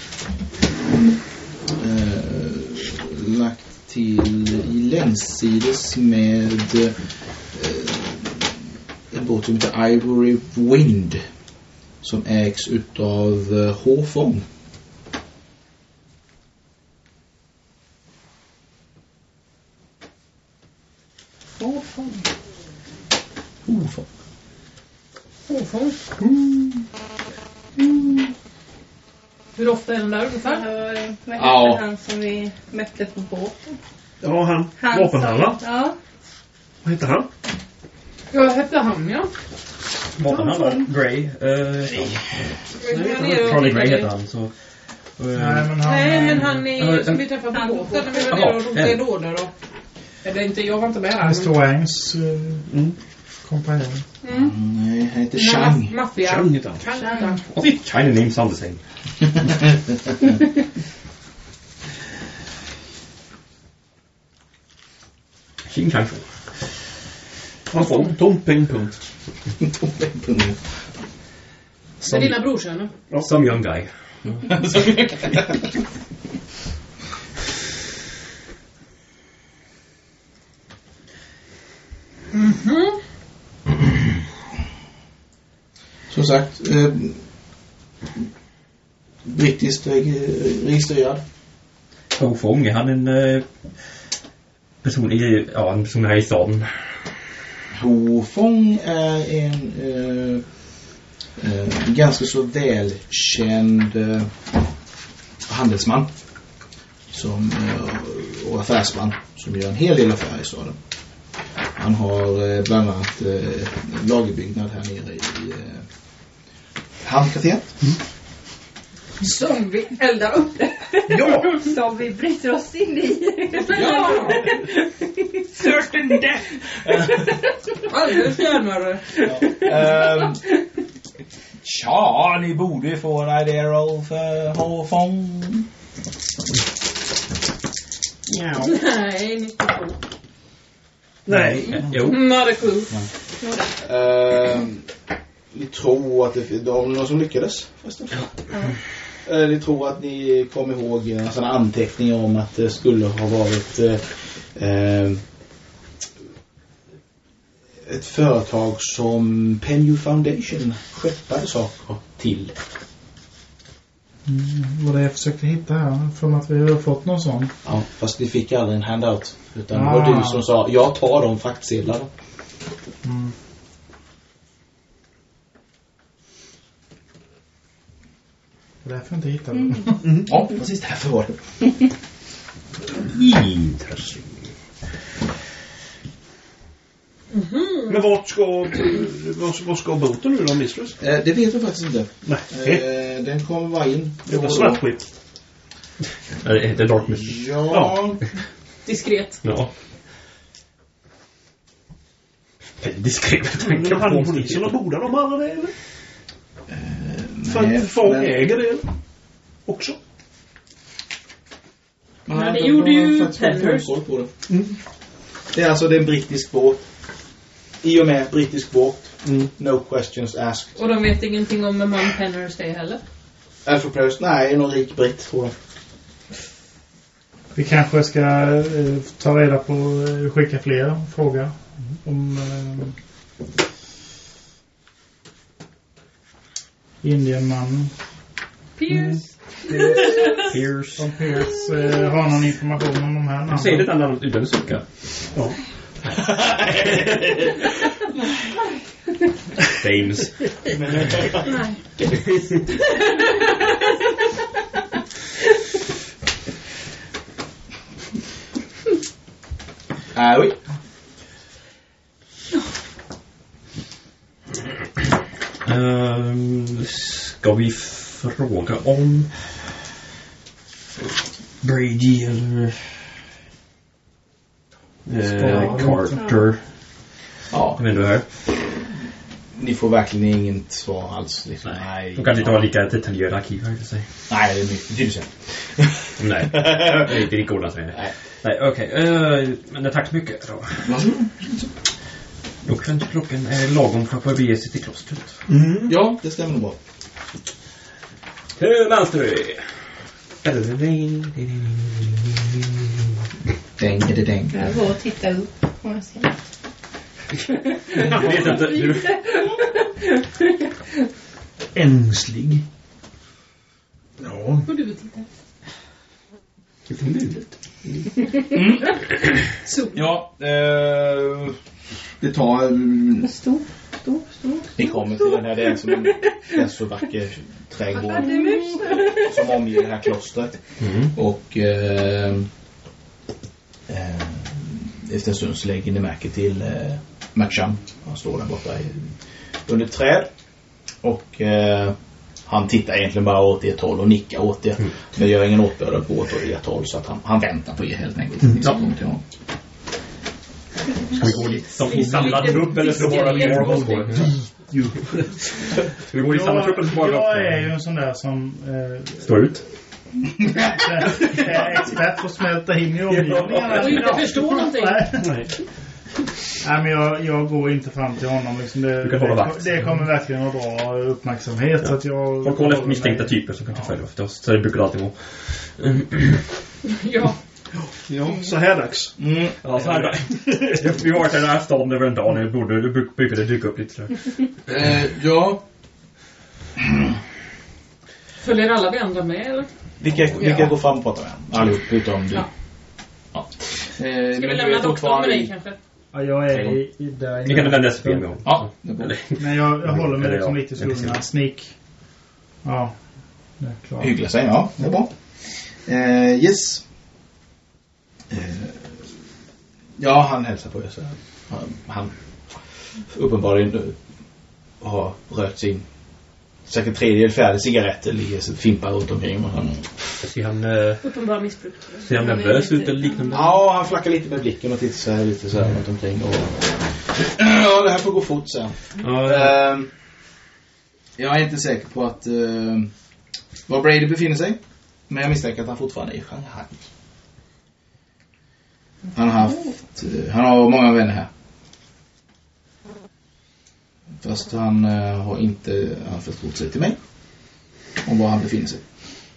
eh, lagt till i längdsides med eh, en båt som heter Ivory Wind, som ägs utav eh, Håfång. Håfång. Håfång. Håfång. Hur ofta är den där ungefär? Vad hette Ja. han som vi mötte på båten? Ja, han. Han Vapenhandlaren. som- Ja. Vad heter han? Ja, hette han, ja. Vapenhandlaren? Gray? Eh, Charlie Gray heter han. Så, eh, Nej, men han... Nej, men han är Ja, som vi träffade på han- båten när vi var Jaha, nere och rotade i en. lådor och... Eller inte, jag var inte med här. mister Wangs eh, Mm. kompanjon. Mm. Nej, han heter Chang. Maffia. Chang heter han. Chang heter han. oh, China name sound the same. Xing Chang Fu. Han får tom peng punkt. Det är dina brorsöner. Some young guy. Mhm. Som sagt, eh, brittiskt reg- registrerad. Ho Fong, är han en eh, person i, ja, en person här i staden? Ho Fong är en eh, eh, ganska så välkänd eh, handelsman som, eh, och affärsman som gör en hel del affärer i staden. Han har eh, bland annat eh, lagerbyggnad här nere i, eh, handkvarter. Mm. Som vi eldar upp det. Ja! Som vi bryter oss in i. Ja! Certain death. Alldeles järnare. Ja. Um, tja, ni borde ju få en idea roll för Hårfång. Ja. Nej, nittiotvå. Nej. Jo. Not a clue. Um, ni tror att det, det var någon som lyckades förresten. Ja. Uh, ni tror att ni kom ihåg en sån anteckning om att det skulle ha varit uh, uh, ett företag som Penny Foundation skeppade saker till. Mm, vad det jag försökte hitta här. För att vi har fått någon sån. Ja, fast ni fick aldrig en handout. Utan ah. det var du som sa, jag tar de faktsedlarna. Mm. Det är därför jag inte hittade Mm. Mm. Ja, precis därför var det. Intressant. Mm-hmm. Men vart ska vart, vart ska båten nu då, Mistress? Eh, det vet jag faktiskt inte. Nej. Eh, den kommer vara in. Det var svartskip. Det heter Dark Mistress. Ja. Ja. Diskret. Ja. Väldigt diskret. Men hade polisen och bordar de alla det, eller? Eh, För nej, att få men- äger det också. Men Ja, det de- gjorde de har ju faktiskt fått Penhurst. kontroll på det. Mm. Det är alltså det är en brittisk båt. I och med brittisk båt. Mm. No questions asked. Och de vet ingenting om en man Penhurst är heller. Alfred Post, nej, någon rik britt tror jag. Vi kanske ska eh, ta reda på, eh, skicka fler frågor om eh, Indienmannen. Pierce. Pierce. Om Pierce eh, har någon information om de här namnen. Du ser det annat utan att sucka. Ja. James. Nej. Ah, oui. Um, ska vi fråga om Brady eller eh, Carter? Ja, Men du här? ni får verkligen inget svar alls. Liksom. Nej. De kan inte ha lika detaljerade arkiv, kan jag säga. Nej, det är mycket betydelse. Nej, det är inte riktigt goda säger. Nej. Nej, okej. Okay. Men tack så mycket då. Varsågod. Då kanske klockan är lagom för att få bege sig till klostret. Mm. Ja, det stämmer nog bra. Till vänster. Däng, det däng. Jag går och tittar upp. Får jag se. Jag vet inte. Du... Ängslig. Ja. Och du tittar. Lite mulet. Mm. Så. Ja, eh, det tar... Um, Stor, stor, stor. vi kommer till den här, det är som en, det är så vacker trädgård som omger det här klostret. Mm. Och eh, eh, efter en stund så lägger ni märke till eh, Matcham. Han står där borta i, under ett träd. Och eh, han tittar egentligen bara åt ert håll och nickar åt er. Mm. Men gör ingen åtbörd på åt ert håll, så att han, han väntar på er helt enkelt. Mm. Ja. Ska vi gå dit som i samlad trupp eller så bara vi går på? Ska vi gå i samma trupp eller så bara Jag är ju en sån där som eh, Stå ut. är expert på att smälta in i omgivningen. Och inte förstå någonting. Nej. Nej. Nej, men jag, jag går inte fram till honom liksom. Det, Du kan hålla det, vakt. det kommer verkligen att dra uppmärksamhet, Ja. så att jag... Folk håller efter misstänkta typer som kan ta följa efter oss. Så det brukar alltid vara. Ja. Ja, så här dags. Mm. Ja, så här då. Vi har varit i den här staden över en dag. Nu borde det brukade dyka upp lite så här. Eh, ja. Följer alla vi andra med, eller? Vilka, vilka går fram och pratar med honom? Allihop, utom du. Ja. Ja. Ska Eh, vi men du lämna är doktorn med fortfarande dig, i- kanske? Ja, jag är i, i där Ni kan inne. vända S P med honom. Ja, det är bra. Eller, Men jag, jag håller mig Eller liksom ja, lite i jag kan skulderna. se. Sneak. Ja, det är klart. Hyggla sig, ja. Det är bra. Eh, yes. Eh, ja, han hälsar på er så här. Han, han uppenbarligen har rökt sin säkert tredjedel färdig cigaretter ligger så fimpar runt omkring. Och han... Ser han... Uh, Uppenbar missbruk. Ser han nervös ut eller liknande? Ja, han flackar lite med blicken och tittar så här lite så här runt omkring. Och... Ja, det här får gå fort så. Ja, ja. Uh, jag är inte säker på att uh, var Brady befinner sig. Men jag misstänker att han fortfarande är i Shanghai. Han har haft... Uh, han har många vänner här. Fast han uh, har inte han förstått sig till mig. Om var han befinner sig.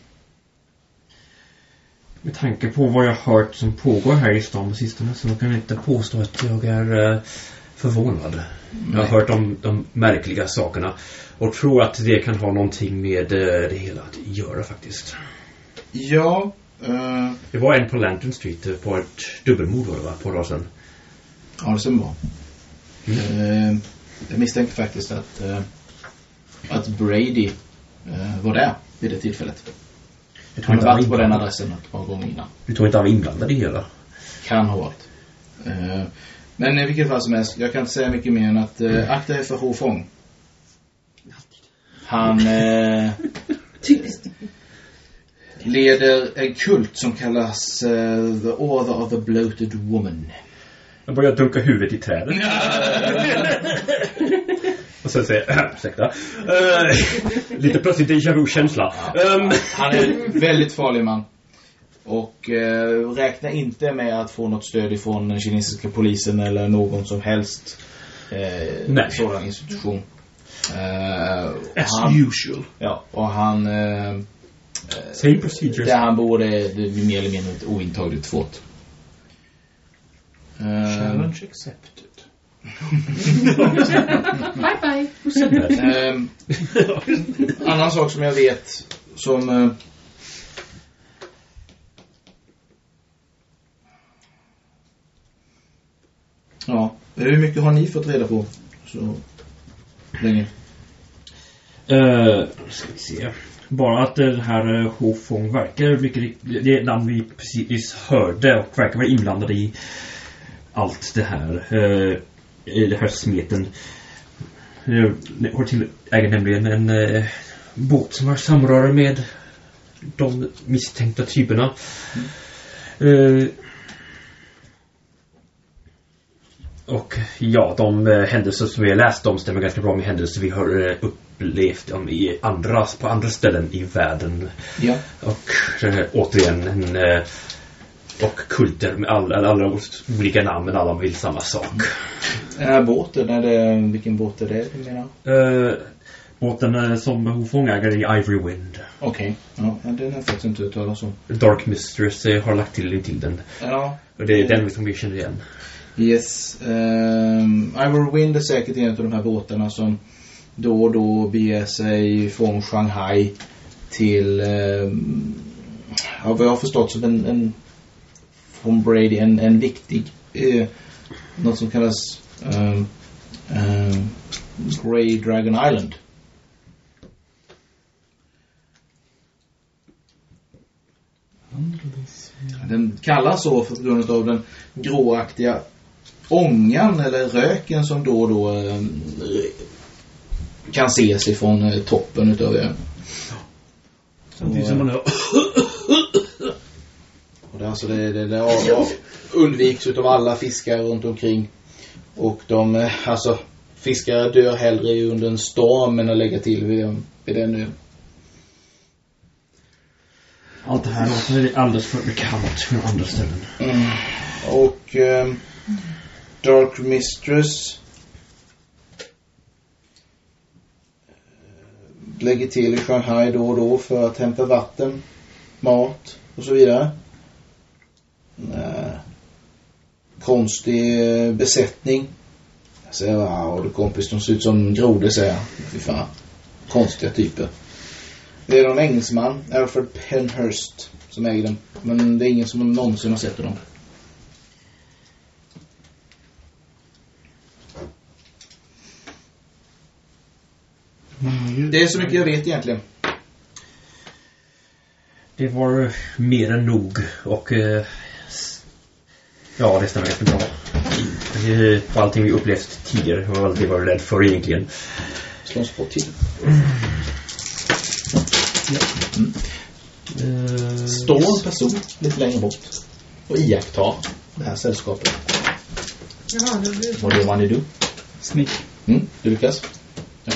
Med tanke på vad jag har hört som pågår här i stan på sistone så kan jag inte påstå att jag är uh, förvånad. Nej. Jag har hört om de märkliga sakerna och tror att det kan ha någonting med uh, det hela att göra faktiskt. Ja. Uh... Det var en på Lantern Street på ett dubbelmord var det va? På rasen. Ja, det stämmer bra. Mm. Uh, jag misstänker faktiskt att, uh, att Brady uh, var där vid det tillfället. Jag tror han har varit på den adressen ett par gånger innan. Du tror inte han var inblandad i hela? Kan ha varit. Uh, men i vilket fall som helst, jag kan inte säga mycket mer än att uh, akta er för Ho Fong. Han uh, leder en kult som kallas uh, The Order of the Bloated Woman. Jag börjar dunka huvudet i trädet. Och sen säger jag, ursäkta. Uh, lite plötsligt déjà vu-känsla. Um. Han är en väldigt farlig man. Och uh, räkna inte med att få något stöd ifrån den kinesiska polisen eller någon som helst uh, sådan institution. Uh, As han, usual. Ja, och han... Uh, Same procedures. Där han bor är det mer eller mindre ett ointagligt fort. Uh, Challenge accepted. Bye bye. um, annan sak som jag vet som uh, ja, hur mycket har ni fått reda på så länge? Uh, ska vi se. Bara att det här uh, Ho Fong verkar mycket, det namn vi precis hörde och verkar vara inblandad i allt det här uh, i det här smeten. Jag har till äger nämligen en uh, båt som har samröre med de misstänkta typerna. Mm. Uh, och ja, de uh, händelser som vi har läst om stämmer ganska bra med händelser vi har uh, upplevt om i andra, på andra ställen i världen. Ja. Och uh, återigen en uh, och kulter med alla, alla olika namn men alla vill samma sak. Den här båten, är det, vilken båt är det du menar? Uh, båten uh, som Ho Fong äger i Ivory Wind. Okej, okay. Ja, den har faktiskt inte uttalat om. Dark Mistress uh, har lagt till till den. Ja. Och det är den som vi känner igen. Yes. Um, Ivory Wind är säkert en av de här båtarna som då och då beger sig från Shanghai till um, ja, vad jag har förstått som en, en från Brady en, en viktig uh, något som kallas um, um, Grey Dragon Island. Den kallas så för grund av den gråaktiga ångan eller röken som då och då um, kan ses ifrån uh, toppen utav ön. Samtidigt som man hör och det, alltså det, det, det av, av, undviks utav alla fiskar runt omkring. Och de, alltså fiskare dör hellre under en storm än att lägga till vid, vid den ön. Allt det här låter alldeles för bekant från andra ställen. Mm. Och um, Dark Mistress lägger till i Shanghai då och då för att hämta vatten, mat och så vidare. Äh, konstig besättning. Jag säger, wow, det kompis, de ser ut som grodor, säger jag. Fy fan. Konstiga typer. Det är någon engelsman, Alfred Penhurst, som äger den. Men det är ingen som någonsin har sett dem. Det är så mycket jag vet egentligen. Det var mer än nog och eh, ja, det stämmer ganska bra. På allting vi upplevt tidigare var alltid varit rädd för egentligen. Slås på till. Ja. Mm. Uh, Står en person lite längre bort och iakttar det här sällskapet. Jaha, nu blir det... Vad gör man i du? Snick. Mm, du lyckas. Ja.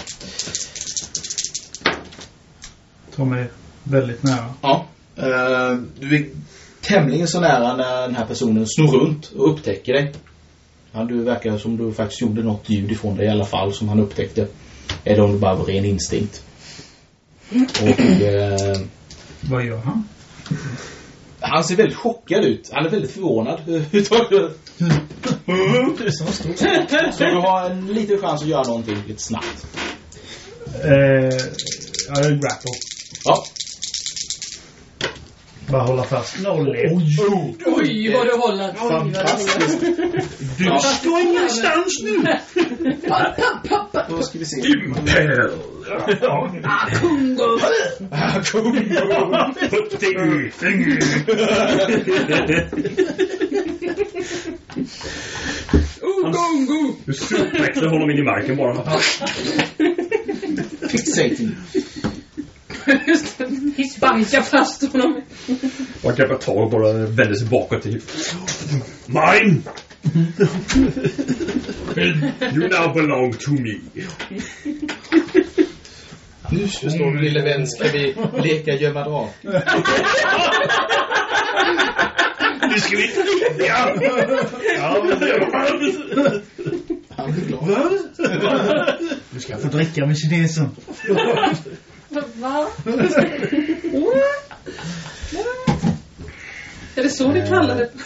Ta mig väldigt nära. Ja. Uh, du är tämligen så nära när den här personen snor runt och upptäcker dig. Ja, du verkar som du faktiskt gjorde något ljud ifrån dig i alla fall som han upptäckte. Eller om det bara var ren instinkt. Och uh, vad gör han? han ser väldigt chockad ut. Han är väldigt förvånad. Hur tar du? Det är så stort. Så du har en liten chans att göra någonting lite snabbt. Eh, jag är grapple. Ja. Bara hålla fast. Noll. Oj, Oj, vad du håller. fantastiskt. Du ska ingenstans nu. Då ska vi se. Impel! Kungo. Putting! Oh, Kungo. Du suplexar honom in i marken bara. Fixating. Just det. Bankar fast honom. Och greppar tag och bara vänder sig bakåt till. Mine! You now belong to me. Nu förstår du, lille vän, ska vi leka gömma drag. Nu ska vi... Ja! Ja, Han blir glad. Du ska få dricka med kinesen. Va? Är det så ni kallar det?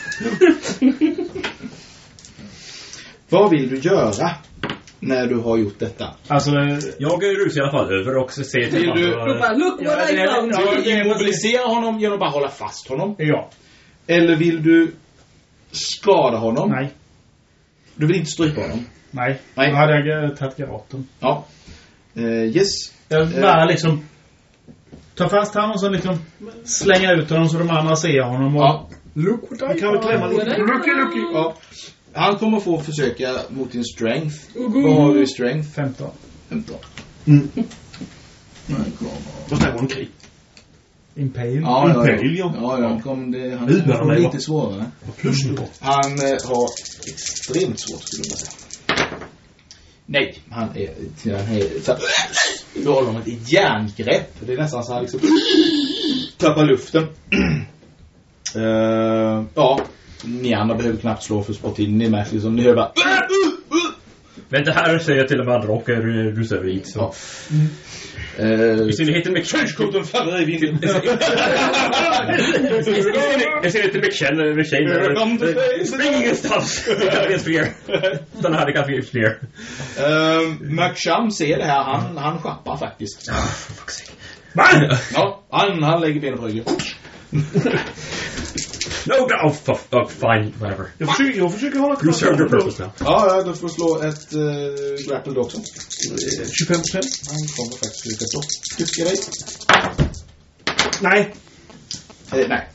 Vad vill du göra när du har gjort detta? Alltså, Jag rusar i alla fall över och ser till Vill du- Ropa, look what I found. Vill du immobilisera honom genom att bara hålla fast honom? ja. Eller vill du skada honom? Nej. Du vill inte strypa honom? Nej. Nej. Då hade jag eh, tagit garaten. Ja. Uh, yes. Jag bara liksom ta fast honom och så liksom slänga ut honom så de andra ser honom och Ja. look what I kan vi klämma lite. Looky, looky. Ja. Han kommer få försöka mot din strength. Vad har du i strength? femton. femton. Mm. Vad var en krig? Impale. Ja, ja, ja. Impale, ja. Ja, ja. Kom det, han Utan får mig, lite va? svårare. Plus nu. Han eh, har extremt svårt, skulle jag säga. Nej, han är, han är så här, du håller honom ett järngrepp. Det är nästan så här liksom tappar luften. uh, ja, ni andra behöver knappt slå för sportin. Ni märker liksom, ni hör bara Vänta här, säger jag till och med andra och du, du ser vid. Så. Ja. Uh, I synnerhet med Trenchcoaten faller i vinden. Jag ser lite McKenna med tjejen. Spring ingenstans. Det är fler. Den här, det kan finnas fler. uh, McSham ser det här. Han, han schappar faktiskt. Ja, han, han lägger benen på ryggen. No, no, f- oh, fine, whatever. Jag försöker, jag försöker hålla You served your purpose now. Ja, ja, du får slå ett uh, grapple då också. tjugofem procent. Han kommer faktiskt lycka så. Tycker dig. Nej. Eh, nej.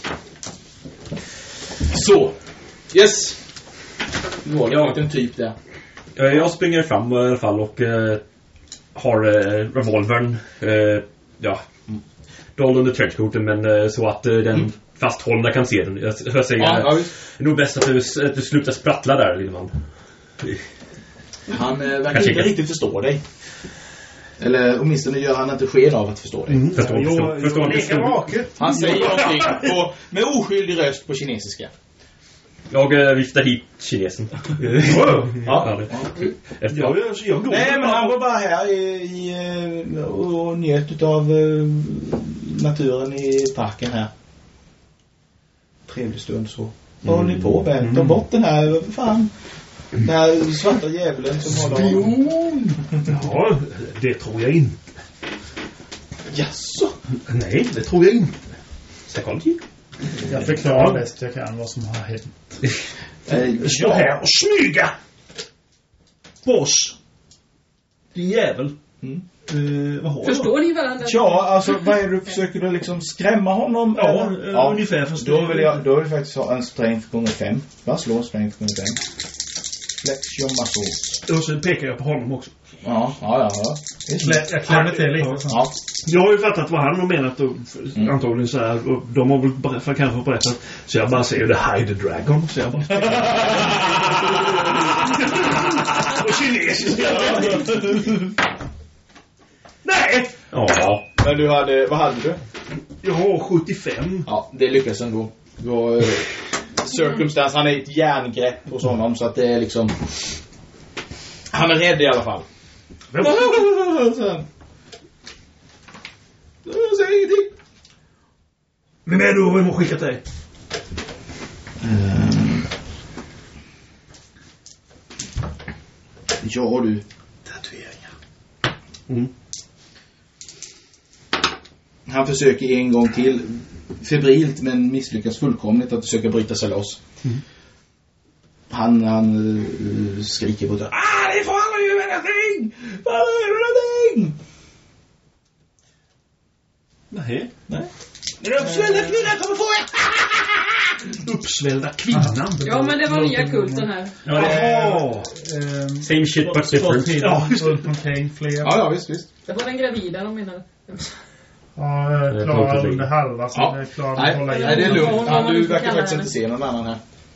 Så. Yes. Nu har Ja. jag en typ där. Eh, Jag springer fram i alla fall och eh, har eh, revolvern eh, ja, dold under trenchcoaten, men eh, så att eh, den mm. fasthållna kan se den. Jag, jag säger Ja, ja, det är nog bäst att du, att du slutar sprattla där, lille man. Han eh, verkar Kanske inte inte. riktigt förstå dig. Eller åtminstone gör han inte sken av att förstå dig. Mm. Förstår, jag, förstår, jag, förstår, jag förstår. leker vaket. Han säger någonting på, med oskyldig röst på kinesiska. Jag eh, viftar hit kinesen. Ja, det. Efter, Jag, jag, jag går. Nej, men han var bara här i, i, eh, och njöt av uh, naturen i parken här. Trevlig stund så. Vad håller ni på med? Ta bort den här, vad fan. Den här svarta djävulen som håller... Ja, det tror jag inte. Jaså? Nej, det tror jag inte. Psychology? Jag förklarar bäst jag kan vad som har hänt. Eh, Stå här och smyga. Boss. Din jävel. Mm. Uh, vad har Förstår ni varandra? Ja, alltså vad är det du försöker du liksom skrämma honom? Ja, eller? eh, ungefär förstår Då vill jag då vill jag faktiskt ha en strength gånger fem. Vad slår strength gånger fem? Flex your muscles. Och så pekar jag på honom också. Ja, ja, ja. Klä, jag klämmer till lite. Ja. Jag har ju fattat vad han har menat och, mm. antagligen så här. Och de har väl ber- kanske berättat. Så jag bara säger det Hide the Dragon. Så jag bara... och kinesiska. Nej! Ja. Men du hade, vad hade du? Jag har sjuttiofem. Ja, det lyckas ändå. Då, eh, circumstance, han är ett järngrepp hos honom så att det är liksom... Han är rädd i alla fall. Vem? Sen... Jag säger ingenting. Vem är du och vem har skickat dig? Mm. Ja du, tatueringar. Mm. Han försöker en gång till febrilt men misslyckas fullkomligt att försöka bryta sig loss. Mm. Han, han uh, skriker på det. Ah, det faller ju någonting! Faller ju någonting! Nej. Nej. Den uppsvällda kvinnan kommer få er! Uppsvällda kvinnan. Ja, men det var nya kulten här. Ja, det är Jaha. same shit but different. Ja, runt omkring fler. Ja, ja, visst, visst. Det var den gravida de menade. Ja, Det är klara klart under halva så Ja. det är klar att Nej, hålla nej, in. det är lugnt. Hon- Ja, hon- du hon verkar kallar faktiskt henne. inte se någon annan här.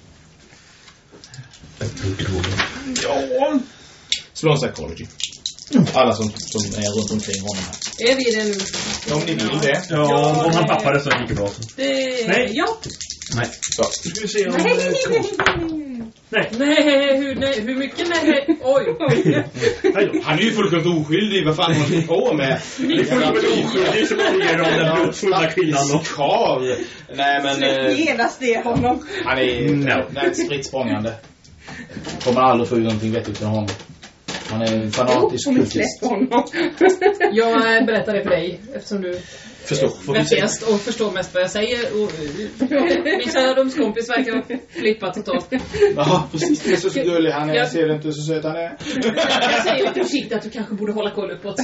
Ja. Slå en psychology. Alla som, som är runt omkring honom här. Är vi det nu? Om ni vill det. Ja, om han tappar det så är det lika bra. Det... Nej. Ja. Nej. Så. Nu ska vi se om... Nej, Nej. nej, hur, nej, hur mycket nej? Oj, oj. Nej då. Han är ju fullkomligt oskyldig. Vad fan håller ni på med? Det är fullkomligt oskyldig som avger om den blodfulla kvinnan då. Karl. Nej, men... Eh, Genast det honom. han är No. nej, spritt språngande. Kommer aldrig få ut någonting vettigt från honom. Han är en fanatisk Hon är kultist. släppt honom. Jag berättar det för dig eftersom du Förstår. Får vi se. vettigast och förstår mest vad jag säger. Och, min kära rumskompis verkar ha flippat totalt. Ja, precis. Det är så gullig. Han är, Jag- ser du inte så söt han är? Jag säger lite försiktigt att du kanske borde hålla koll uppåt.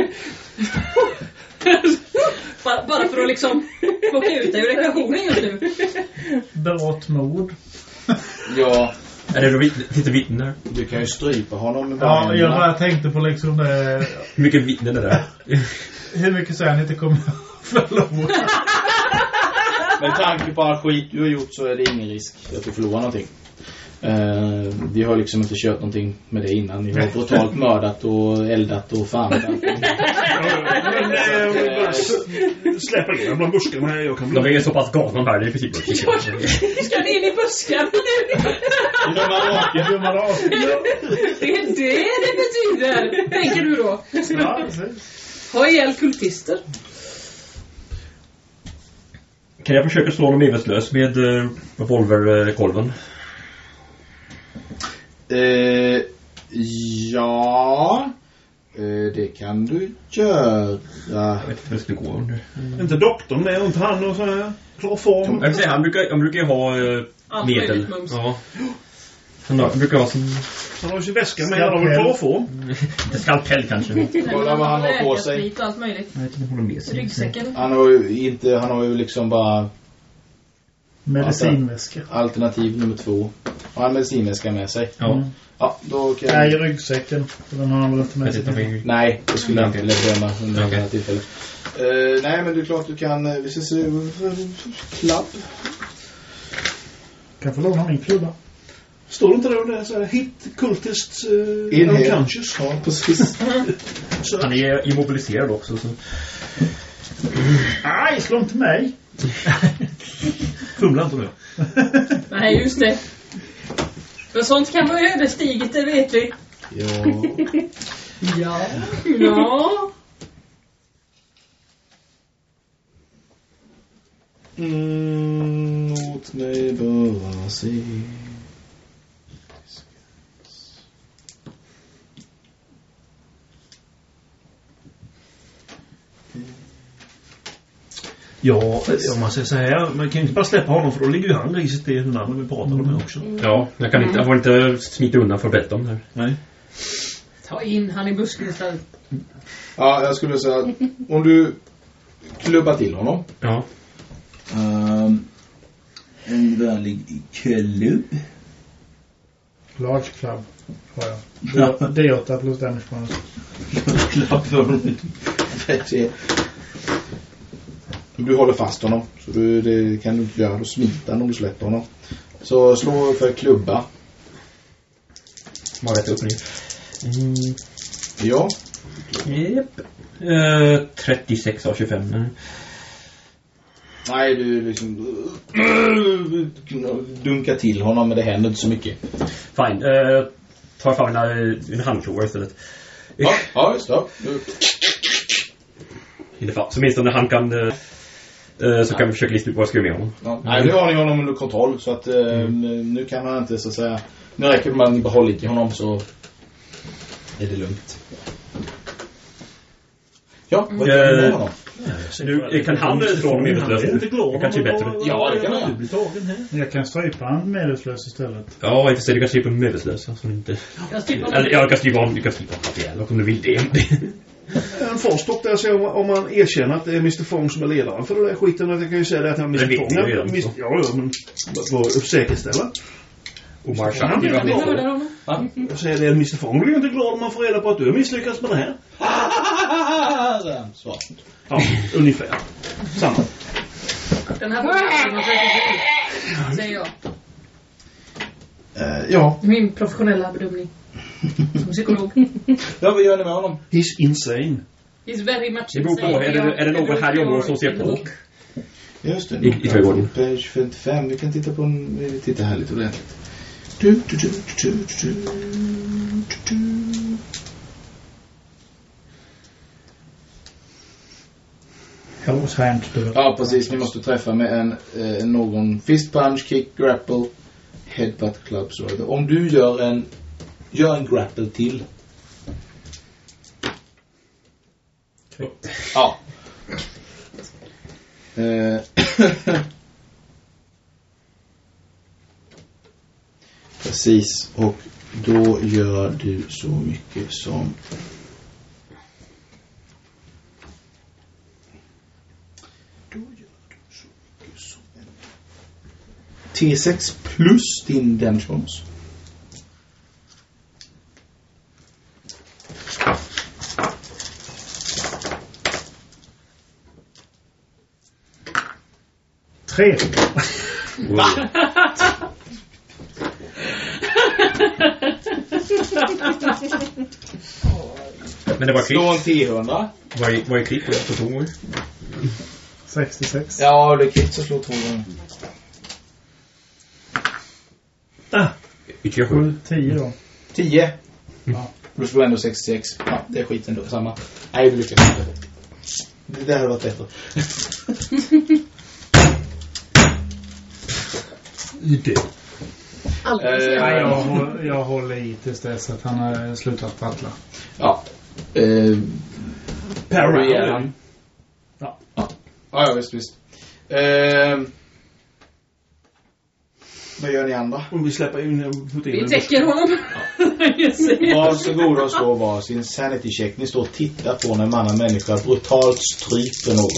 bara, bara för att liksom plocka ut dig ur ekvationen just nu. Berått mod. Ja, Är det då vittne? Finns det vittnen där? du kan ju strypa honom med Ja, bara jag bara tänkte på liksom det. Hur mycket vittnen är det där? Hur mycket sen inte kommer förlora. Med tanke på all skit du har gjort så är det ingen risk att du förlorar någonting. Uh, vi har liksom inte kört någonting med det innan. Ni har brutalt mördat och eldat och fan. Släppa in bland buskarna här. Jag kan bli... De är så pass galna här, det är precis vad Ska ni in i buskarna nu? Dumma ras. Det är det det betyder, tänker du då. Ja, precis. Ha ihjäl kultister. Kan jag försöka slå honom medvetslös med uh, revolverkolven? Uh, ja, uh, det kan du göra. Jag vet inte vad det skulle gå under. Inte doktorn med och inte han och så här. Klar form. Jag vill säga, han brukar, han brukar ju ha uh, Allt medel. möjligt mums. Ja. Han har, brukar ha som... Han har ju sin väska med. Han har väl klar form. Inte skalpell kanske. Kolla vad han har på sig. Läkarsprit och allt möjligt. Jag vet inte vad de med sig. Ryggsäcken. Han har ju inte, han har ju liksom bara Medicinväska. alternativ nummer två. Har han medicinväska med sig? Ja. Mm. Ja, då kan Nej, i ryggsäcken. För den har han väl inte med Jag sig. vet inte vad- Nej, det skulle jag inte Okej. vilja döma under det Okej. här tillfället. Uh, nej, men det är klart du kan... Uh, vi ska se... Uh, klapp. Kan få låna min klubba. Står det inte där det är så här hit cultist uh, In here. unconscious. Ja, precis. Så, Han är immobiliserad också. Så. Nej, slå inte mig. fumla inte nu. Nej, just det. För sånt kan vara ödesdigert, det vet vi. Ja. Ja. Ja. Mm, låt mig bara se. Ja, om man säger så här. Man kan ju inte bara släppa honom för då ligger ju han riset i den andra vi pratade med också. Ja, jag kan inte, jag får inte smita undan för att berätta om det här. Nej. Ta in han i busken istället. Ja, jag skulle säga att om du klubbar till honom. Ja. Um, en vanlig klubb. Large club har jag. Ja. D åtta plus damage bonus. Club för du håller fast honom. Så du, det kan du inte göra. Du smittar om du släpper honom. Så slå för klubba. Man rätt upp nu. Mm. Ja. Yep. Uh, trettiosex av tjugofem. Nej. Nej, du liksom dunkar till honom, men det händer inte så mycket. Fine. Uh, tar fram en, en handklor istället. Ja, ja just det. I alla fall. Så minst om han kan uh, uh, så ja. kan vi försöka lista ut vad jag ska göra med honom. Ja. Nej, nu har ni honom under kontroll så att uh, mm. nu kan han inte så att säga. Nu räcker det med att ni behåller i honom så är det lugnt. Ja, vad gör ni med honom? Nu kan han slå honom medvetslös. Det kanske är bättre. Ja, det kan man. Jag kan strypa han medvetslös istället. Ja, inte så du kan strypa medvetslösa som inte. Eller jag kan strypa honom, du kan strypa honom om du vill det. En förstopp där så om, om man erkänner att det är mister Fong som är ledaren för det där skiten, jag kan ju säga det att han mister Fong. Ja, mis- ja, ja, men på säkerställa. Och Marsha vill vara med. Jag säger det, mister Fong blir inte glad om man får reda på att du har misslyckats med det här. Så. Ja, ungefär. Samma. Den här får säger jag. Uh, ja. Min professionella bedömning. Som psykolog. Ja, vad gör ni med honom? He's insane. He's very much det beror på, är det, är det någon här i området som ser på? Just det. I, i trädgården. Page femtiofem, vi kan titta på en, vi tittar här lite ordentligt. Du, du, du, du, du, du, du. Ja, precis. Ni måste träffa med en eh, någon fist punch, kick, grapple, headbutt, club. Så om du gör en gör en grapple till. Okay. Ja. Eh. Precis. Och då gör du så mycket som T sex plus din damage bonus. Tre. Va? Men det var klipp. Slå en tio-hundra. Vad är, vad är klipp på två gånger? sextiosex. Ja, det är klipp så slå två gånger. Ah. sju, tio då. tio. Mm. Ja. Du slår ändå sextiosex. Ja, det är skiten då. Samma. Nej, du lyckas inte. Det där har varit bättre. Det. Uh, jag, håller, jag håller i tills dess att han har slutat prattla. Ja. Uh, Parallel. Ja. Ja. Ja, visst, visst. Uh, vad gör ni andra? Om vi släpper in vi täcker honom. Ja. Varsågoda och slå var sin sanity check. Ni står och tittar på när en annan människa brutalt stryper någon.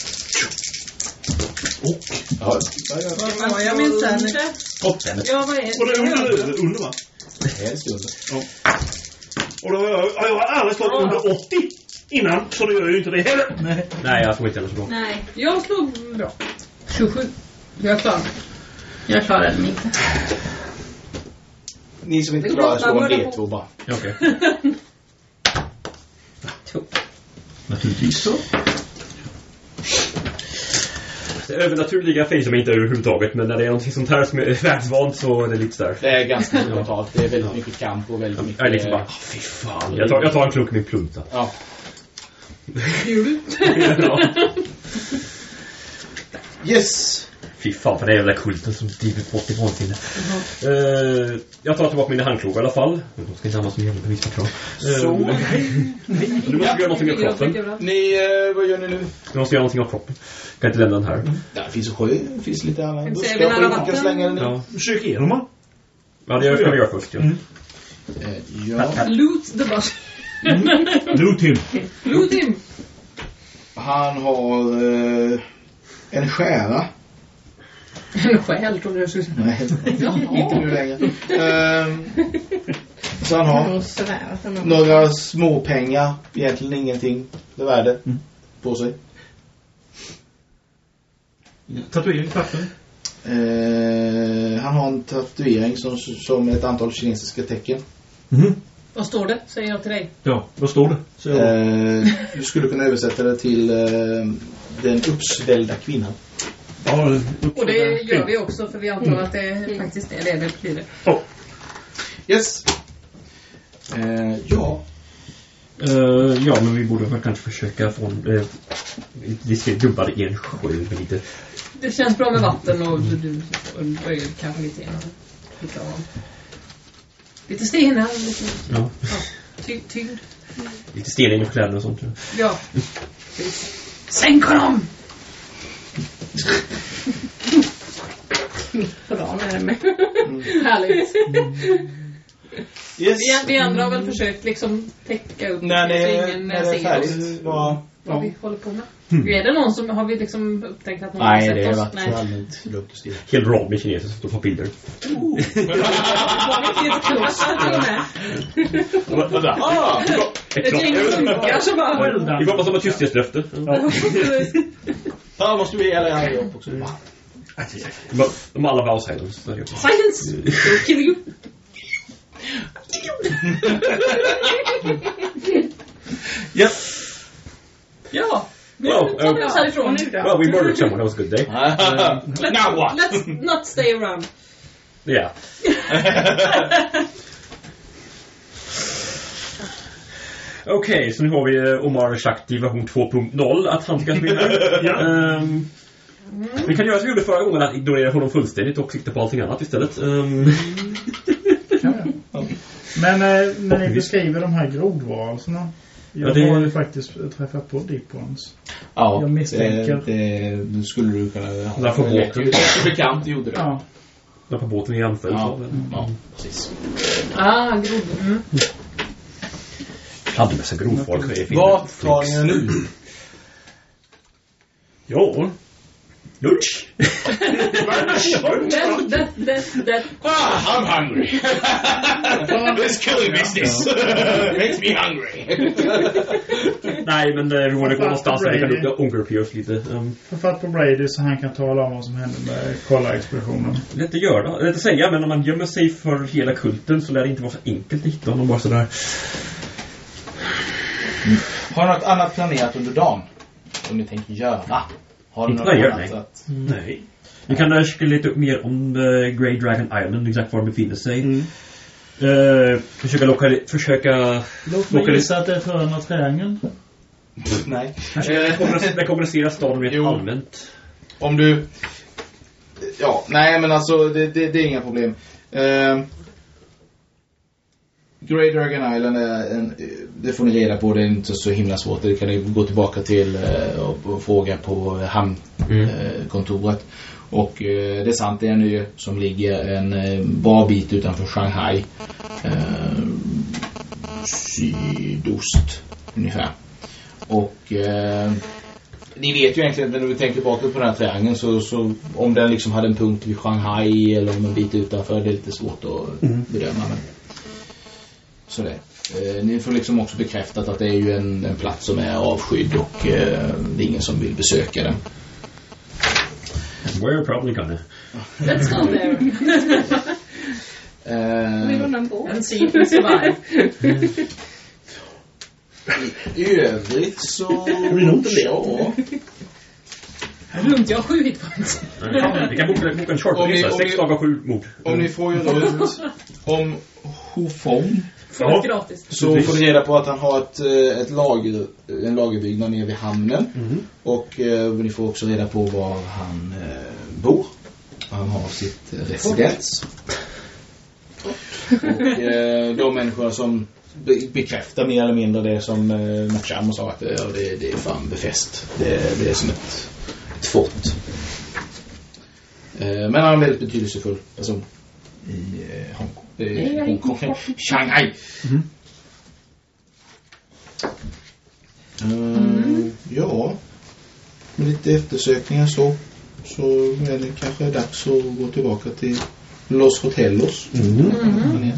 Och ja, vad var jag min sanity? Toppen. Ja, vad är det? Och det är under, under va? Helst under. Ja. Och då, jag, jag har aldrig stått ja. under åttio innan, så det gör ju inte det heller. Nej, Nej jag slog inte heller så bra. Nej, jag slog bra. tjugosju. Jag klarar mig. Jag klarade mig inte. Ni som inte klarar slår en D två bara. Okej. Okay. Naturligtvis så. Övernaturliga finns som inte överhuvudtaget, men när det är någonting sånt här som är världsvant så är det lite där. Det är ganska brutalt. Det är väldigt mycket kamp och väldigt mycket... Jag är liksom bara, oh, fy fan. Jag tar, jag tar en klunk med min plunta. Ja. Gjorde du? Ja. Yes. Fy fan, för det är jävla kulten som driver bort ifrån till. Mm. Uh, jag tar tillbaka mina handklor i alla fall. De ska inte ha som jävla bevismaterial. Så. Uh, du måste göra någonting av kroppen. Ni, uh, vad gör ni nu? Du måste göra någonting av kroppen. Kan inte lämna den här. Mm. Det finns sjö, det finns lite annat. Ska jag kan slänga den i. Ja. Försök igenom va? Ja, det ska vi göra först. Ja. Mm. Uh, ja. Loot the boss. Mm. Loot him. Loot him. Han har uh, en skära. En själ tror jag skulle säga. Nej, inte nu längre. Um, så han har några små pengar, egentligen ingenting för värde mm. på sig. Tatuering på axeln? Uh, han har en tatuering som, som ett antal kinesiska tecken. Mm. Vad står det? Säger jag till dig. Ja, vad står det? Så uh, du skulle kunna översätta det till uh, den uppsvällda kvinnan. Ja, och det gör vi också för vi antar mm. att det är faktiskt är det det betyder. Oh. Yes. Uh, ja. Uh, ja, men vi borde väl kanske försöka få en... Uh, vi ska dubba i en sjö med lite... Det känns bra med vatten och du, du böjer kanske lite grann. Lite, lite stenar. Lite, ja. Ja, ty, tyngd. Lite stenar in i kläderna och sånt. Ja. Sänk honom! Mitt på dagen är det med. Mm. Härligt. Mm. Yes. Vi, vi andra har väl försökt liksom täcka upp när det, så ingen när det är färdigt. Vad ja. vi håller på med. Mm. Är det någon som har vi liksom upptäckt att någon Nej, har sett det oss? har varit så allmänt lugnt och stilla. Helt rad med kineser som står på bilder. Oh. Ett gäng funkar som bara... Vi var bara som ett tysthetslöfte. Ja, måste vi hela här jobb också. De alla var silence. Silence! Don't kill you! Yep. Ja. Well, uh, well, we murdered someone. That was a good day. Uh, now what? Let's not stay around. Yeah. Okej, okay, så nu har vi Omar Shakti version två punkt noll att han ska spela. Ja. um, mm. Vi kan göra som vi gjorde förra gången, att ignorera honom fullständigt och sikta på allting annat istället. Um. Ja, ja. Men äh, när ni beskriver de här grodvarelserna, jag ja, det... har ju faktiskt träffat på Deep Ones. Ja, jag misstänker. Det, det skulle du kunna ha. Där på båten. Bekant gjorde det. Ja. Där på båten i anfall. Ja, mm. ja, precis. Ah, grod. Mm. Hade massa grovfolk. Vad tar ni nu? Jo. Lunch. that, that, that, that. Ah, I'm hungry. This killing business makes me hungry. Nej, men vi borde gå någonstans där vi kan lukta Ungerpy oss lite. Um. Få fatt på Brady så han kan tala om vad som hände med kolla-expeditionen. Lätt att göra, lätt att säga, men om man gömmer sig för hela kulten så lär det inte vara så enkelt att hitta honom bara sådär. Mm. Har något annat planerat under dagen som ni tänker göra? Har inte något annat nej. Att... nej. Vi kan uh, skilja lite upp mer om uh, Grey Dragon Island, exakt var det befinner sig. Mm. Uh, försöka lokalisera... Försöka Låt mig gissa att det är förrän av triangeln. Nej. Det kommunicerar staden rent allmänt. Om du... Ja, nej men alltså det, det, det är inga problem. Uh, Grey Dragon Island är en, det får ni reda på, det är inte så himla svårt. Det kan ni gå tillbaka till uh, och, och fråga på hamnkontoret. Mm. Uh, och uh, det är sant, det är en ö som ligger en uh, bra bit utanför Shanghai. Uh, sydost ungefär. Och uh, ni vet ju egentligen när du tänker tillbaka på den här triangeln så, så om den liksom hade en punkt vid Shanghai eller om en bit utanför, det är lite svårt att mm. bedöma. Men så det. Eh, ni får liksom också bekräftat att det är ju en, en plats som är avskydd och eh, det är ingen som vill besöka den. We're probably gonna. Let's go there. uh, We gonna go and see if we survive. I, I övrigt så... Vi nog inte ja. Lugnt, jag har sju hitpoints. Vi kan boka, boka en short om ni, om sex ni, dagar sju mord. Om ni får ju runt om Hufong ja. Gratis. Så får ni reda på att han har ett, ett lager, en lagerbyggnad nere vid hamnen. Mm. Och eh, ni får också reda på var han eh, bor. Han har sitt eh, residens. Och eh, de människor som be- bekräftar mer eller mindre det som eh, Matcham sa att ja, det, det är fan befäst. Det, det är som ett, ett fort. Eh, men han är en väldigt betydelsefull person i eh, Hongkong. Eh, Hongkong. Shanghai. Mm. Uh, mm. Ja. Med lite eftersökningar så så är det kanske dags att gå tillbaka till Los Hotelos. Mm. Mm.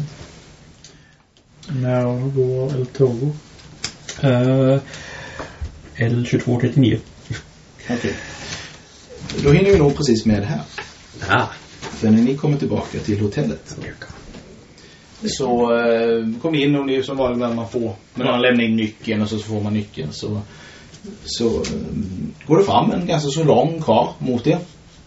När går El Togo? Uh, L tjugotvå trettionio. Okej. Okay. Då hinner vi nog precis med det här. Ah. För när ni kommer tillbaka till hotellet så eh, kom in och det är som vanligt när man får, men man lämnar in nyckeln och så får man nyckeln så, så eh, går det fram en ganska så lång karl mot er.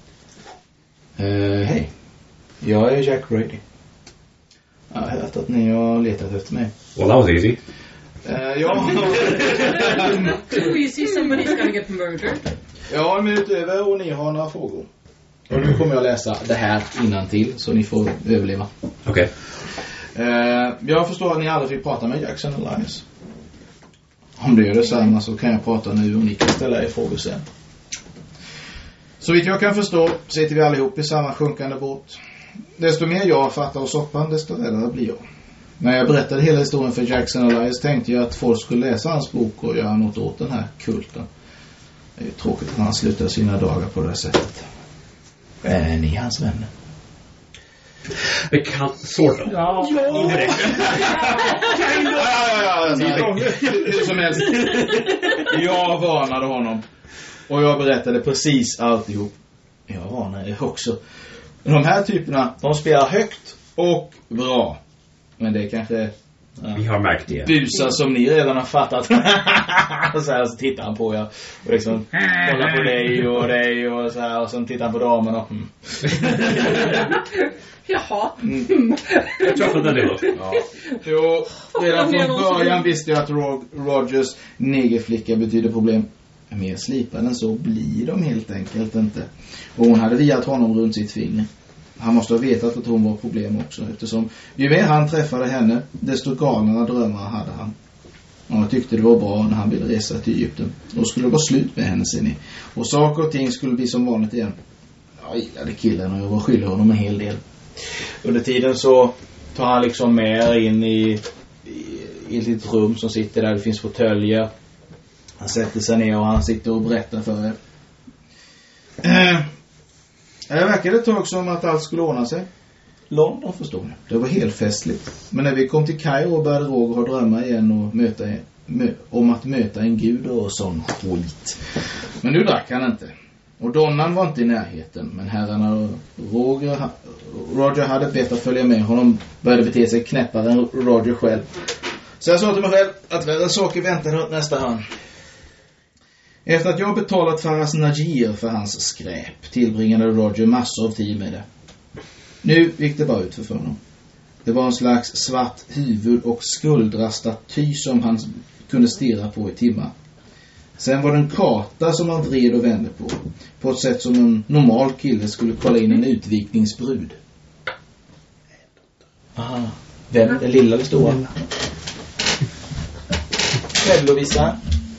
Eh, Hej, jag är Jack Brady. Jag har hört att ni har letat efter mig. Well, that was easy. Eh, ja. Too easy, somebody's gonna get murdered. Jag har en minut över och ni har några frågor. Och nu kommer jag läsa det här innantill så ni får överleva. Okej. Okay. Eh, jag förstår att ni aldrig fick prata med Jackson Elias. Om det gör detsamma så kan jag prata nu och ni kan ställa er frågor sen. Så vitt jag kan förstå sitter vi allihop i samma sjunkande båt. Desto mer jag fattar och soppan, desto räddare blir jag. När jag berättade hela historien för Jackson Elias tänkte jag att folk skulle läsa hans bok och göra något åt den här kulten. Det är ju tråkigt att han slutade sina dagar på det sättet. Är ni hans vänner? Det kan sort of. Ja. Indirekt. Ja, ja, ja. Hur som helst. Jag varnade honom. Och jag berättade precis alltihop. Jag varnade också. De här typerna, de spelar högt och bra. Men det är kanske... Ja, Vi har märkt det. busar som ni redan har fattat. Så här så tittar han på er och liksom kollar på dig och dig och så här och sen tittar han på damen och mm. Jaha. Mm. Jag tror att det är det. Ja. Jo, redan från början visste jag att Ro- Rogers negerflicka betyder problem. Mer slipade än så blir de helt enkelt inte. Och hon hade viat honom runt sitt finger. Han måste ha vetat att hon var problem också, eftersom ju mer han träffade henne, desto galnare drömmar hade han. Och han tyckte det var bra när han ville resa till Egypten. Då skulle det vara slut med henne, ser ni. Och saker och ting skulle bli som vanligt igen. Jag gillade killen och jag var skyldig honom en hel del. Under tiden så tar han liksom med in i, i, i ett litet rum som sitter där det finns fåtöljer. Han sätter sig ner och han sitter och berättar för er. Eh, det verkade ett tag som att allt skulle ordna sig. London, förstår ni. Det var helt festligt. Men när vi kom till Kairo började Roger ha drömmar igen och möta, mö, om att möta en gud och sån skit. Men nu drack han inte. Och Donnan var inte i närheten. Men herrarna och Roger, Roger hade bett att följa med honom. Började bete sig knäppare än Roger själv. Så jag sa till mig själv att värre saker väntade åt nästa hörn. Efter att jag betalat Faras Najir för hans skräp tillbringade Roger massor av tid med det. Nu gick det bara ut för honom. Det var en slags svart huvud och skuldrastaty som han kunde stirra på i timmar. Sen var det en karta som han vred och vände på. På ett sätt som en normal kille skulle kolla in en utvikningsbrud. Aha. Vem? Den lilla eller stora? Själv Lovisa.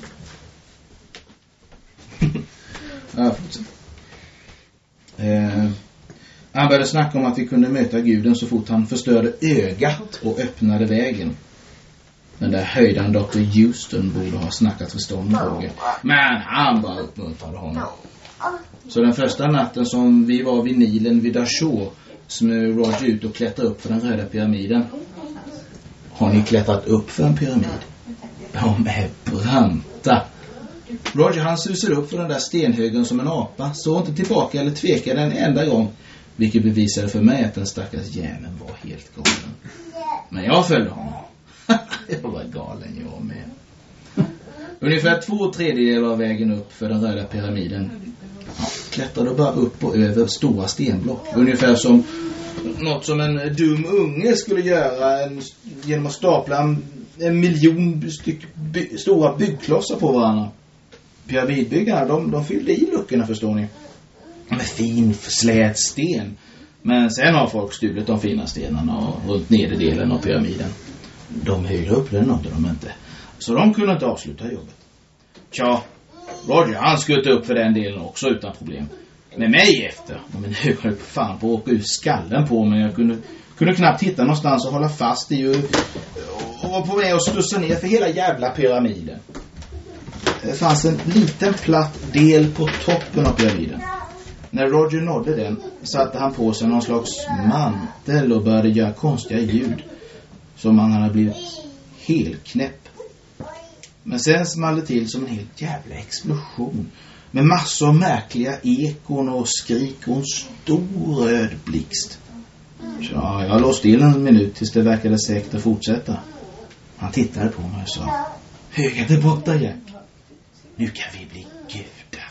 Ja, fortsätt. Eh, han började snacka om att vi kunde möta guden så fort han förstörde ögat och öppnade vägen. Den där höjdan doktor Houston borde ha snackat förstånd med Roger. Men han bara uppmuntrade honom. Så den första natten som vi var vid Nilen vid Dashur smög Roger ut och klättrade upp för den röda pyramiden. Har ni klättrat upp för en pyramid? De är branta. Roger han susade upp för den där stenhögen som en apa. Så inte tillbaka eller tvekade en enda gång. Vilket bevisade för mig att den stackars jäveln var helt galen. Men jag följde honom. Jag var galen jag med. Ungefär två tredjedelar av vägen upp för den röda pyramiden. Ja, klättrade bara upp och över stora stenblock. Ungefär som något som en dum unge skulle göra en, genom att stapla en, en miljon styck by, stora byggklossar på varandra. Pyramidbyggarna, de, de fyllde i luckorna, förstår ni. Med fin slät sten. Men sen har folk stulit de fina stenarna och runt nederdelen av pyramiden. De höjde upp den nådde de inte. Så de kunde inte avsluta jobbet. Tja, Roger han skulle upp för den delen också utan problem. Med mig efter. Och min hög höll fan på att åka ut skallen på mig. Jag kunde, kunde knappt hitta någonstans att hålla fast i och, och var på väg att stussa ner för hela jävla pyramiden. Det fanns en liten platt del på toppen av pyramiden. När Roger nådde den satte han på sig någon slags mantel och började göra konstiga ljud som han hade blivit helt knäpp. Men sen small det till som en helt jävla explosion med massor av märkliga ekon och skrik och en stor röd blixt. Så jag låg still en minut tills det verkade säkert att fortsätta. Han tittade på mig och sa: "Höga till borta, Jack. Nu kan vi bli gudar."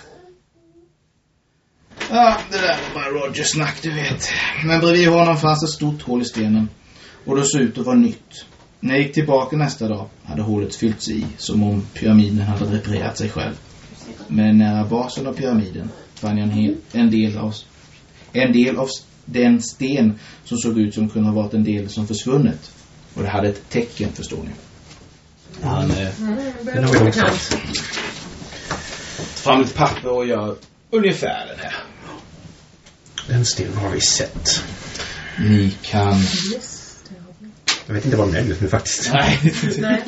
Ja, det där var bara Roger snack, du vet. Men bredvid honom fanns ett stort hål i stenen och det såg ut att vara nytt. När jag gick tillbaka nästa dag hade hålet fyllts i som om pyramiden hade reparerat sig själv. Men nära basen av pyramiden fann jag en, hel, en, del av, en del av den sten som såg ut som kunde ha varit en del som försvunnit. Och det hade ett tecken, förstår ni. Han eh, Den har vi också haft. fram ett papper och gör ungefär den här. Den stenen har vi sett. Ni kan... Jag vet inte vad den är nu faktiskt. Nej. Nej.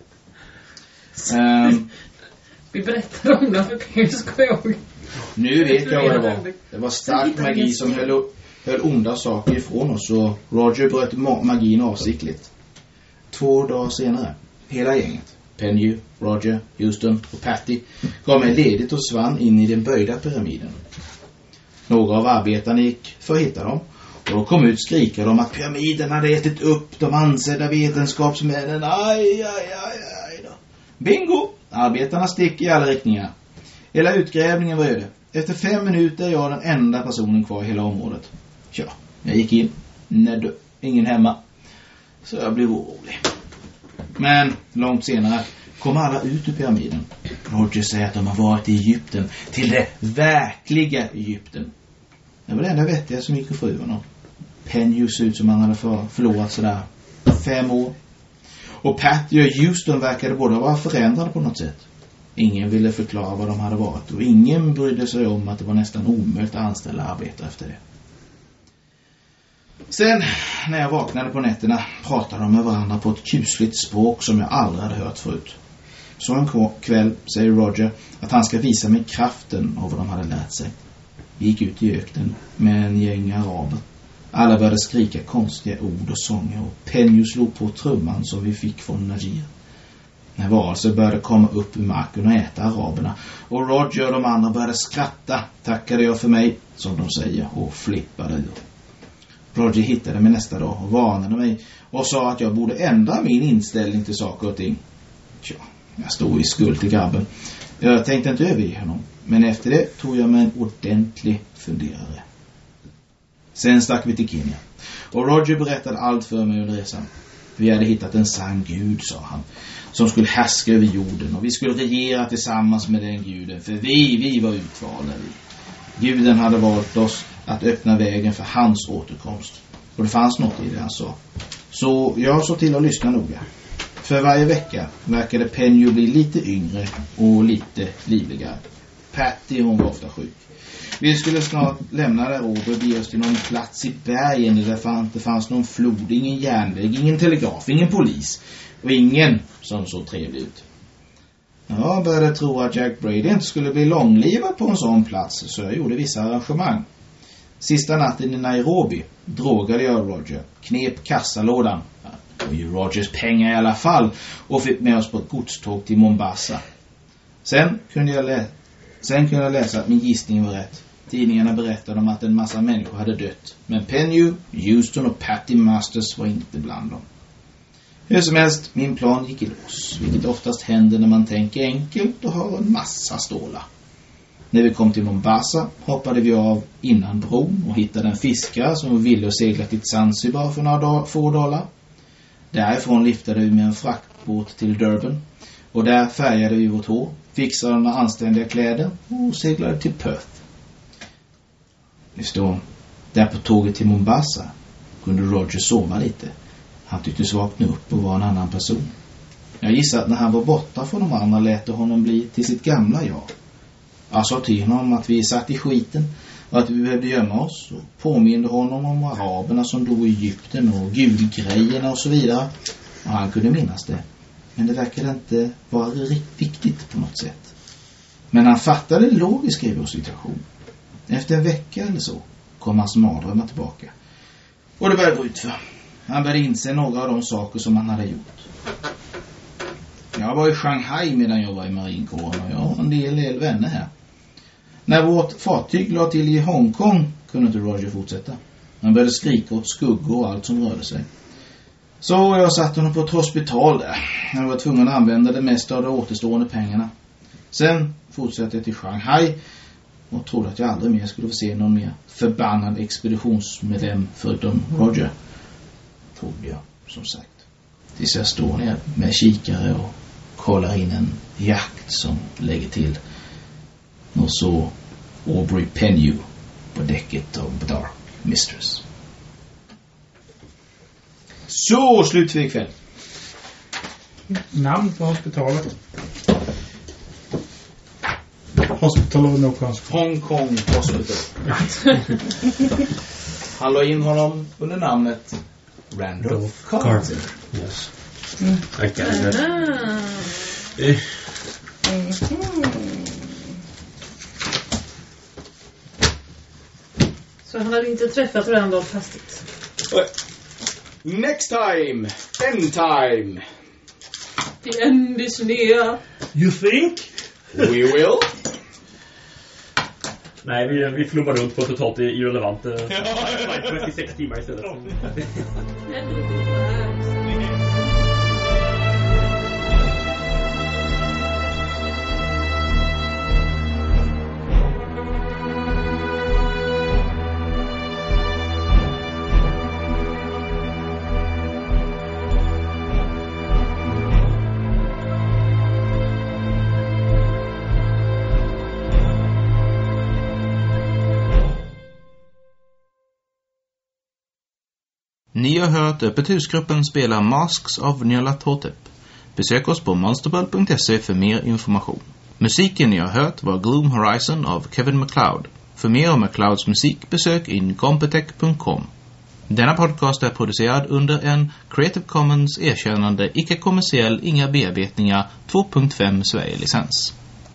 um, Vi berättade om det för P, ska jag. Nu vet jag vad det var. Det var stark magi som höll, höll onda saker ifrån oss, och Roger bröt ma- magin avsiktligt. Två dagar senare, hela gänget, Penny, Roger, Houston och Patty, gav mig ledigt och svann in i den böjda pyramiden. Några av arbetarna gick för att hitta dem, och de kom ut skrikade om att pyramiden hade ätit upp de ansedda vetenskapsmännen. Aj, aj, aj, aj då. Bingo! Arbetarna stick i alla riktningar. Hela utgrävningen var öde. Efter fem minuter är jag den enda personen kvar i hela området. Ja, jag gick in. Nej, ingen hemma. Så jag blev orolig. Men långt senare kom alla ut ur pyramiden. Roger säger att de har varit i Egypten. Till det verkliga Egypten. Det var det enda vettiga som gick att få ur honom. Penny såg ut som han hade för, förlorat sådär fem år. Och Patty och Houston verkade båda vara förändrade på något sätt. Ingen ville förklara vad de hade varit, och ingen brydde sig om att det var nästan omöjligt att anställa arbetare efter det. Sen, när jag vaknade på nätterna, pratade de med varandra på ett kusligt språk som jag aldrig hade hört förut. Så en kväll säger Roger att han ska visa mig kraften av vad de hade lärt sig. Vi gick ut i öknen med en gäng araber. Alla började skrika konstiga ord och sånger, och Penny slog på trumman som vi fick från Najir. När varelser började komma upp ur marken och äta araberna, och Roger och de andra började skratta, tackade jag för mig, som de säger, och flippade ur. Roger hittade mig nästa dag och varnade mig och sa att jag borde ändra min inställning till saker och ting. Tja, jag stod i skuld till grabben. Jag tänkte inte överge honom, men efter det tog jag mig en ordentlig funderare. Sen stack vi till Kenya, och Roger berättade allt för mig under resan. Vi hade hittat en sann gud, sa han, som skulle härska över jorden, och vi skulle regera tillsammans med den guden, för vi, vi var utvalda. Vi. Guden hade valt oss att öppna vägen för hans återkomst, och det fanns något i det han sa. Så jag såg till att lyssna noga. För varje vecka verkade Penny bli lite yngre och lite livligare. Patty, hon var ofta sjuk. Vi skulle snart lämna där och bege oss till någon plats i bergen där det inte fanns någon flod, ingen järnväg, ingen telegraf, ingen polis och ingen som såg trevlig ut. Jag började tro att Jack Brady inte skulle bli långlivad på en sån plats, så jag gjorde vissa arrangemang. Sista natten i Nairobi drogade jag Roger, knep kassalådan, och ju Rogers pengar i alla fall, och fick med oss på ett godståg till Mombasa. Sen kunde jag läsa Sen kunde jag läsa att min gissning var rätt. Tidningarna berättade om att en massa människor hade dött. Men Penny, Houston och Patty Masters var inte bland dem. Hur som helst, min plan gick i lås. Vilket oftast händer när man tänker enkelt och har en massa stålar. När vi kom till Mombasa hoppade vi av innan bron och hittade en fiskare som ville segla till Zanzibar för några dag- få dagar. Därifrån liftade vi med en fraktbåt till Durban. Och där färgade vi vårt hår, fixade med anständiga kläder och seglade till Perth. Just då, där på tåget till Mombasa, kunde Roger sova lite. Han tycktes vakna upp och var en annan person. Jag gissar att när han var borta från de andra lät honom bli till sitt gamla jag. Jag sa till honom att vi satt i skiten och att vi behövde gömma oss, och påminde honom om araberna som dog i Egypten och gudgrejerna och så vidare. Och han kunde minnas det. Men det verkade inte vara riktigt viktigt på något sätt. Men han fattade det logiska i vår situation. Efter en vecka eller så kom hans mardrömmar tillbaka. Och det började gå ut för. Han började inse några av de saker som han hade gjort. Jag var i Shanghai medan jag var i marinkåren och jag har en del, del vänner här. När vårt fartyg la till i Hongkong kunde inte Roger fortsätta. Han började skrika åt skuggor och allt som rörde sig. Så jag satt honom på ett hospital där. Jag var tvungen att använda det mesta av de återstående pengarna. Sen fortsatte jag till Shanghai och trodde att jag aldrig mer skulle få se någon mer förbannad expeditionsmedlem förutom Roger. Trodde jag, som sagt. Tills jag står ner med kikare och kollar in en jakt som lägger till. Och så Aubrey Pennew på däcket av Dark Mistress. Så slut för ikväll. Namn på hospitalet. Hospital of No Consequence. Hong Kong Hospital. Han la in honom under namnet Randolph Carter. Yes. Mm. Okay, Ah. eh, Så han hade inte träffat Randolph hastigt. Next time, end time, The end is near. You think? we will. nej, vi, vi flummar runt på totalt irrelevant. eh, trettiosex timmar istället. Ni har hört Öppet husgruppen spela Masks of Nyarlathotep. Besök oss på monsterbull punkt se för mer information. Musiken ni har hört var Gloom Horizon av Kevin MacLeod. För mer om MacLeods musik besök incompetech punkt com. Denna podcast är producerad under en Creative Commons erkännande icke-kommersiell inga bearbetningar två punkt fem Sverige-licens.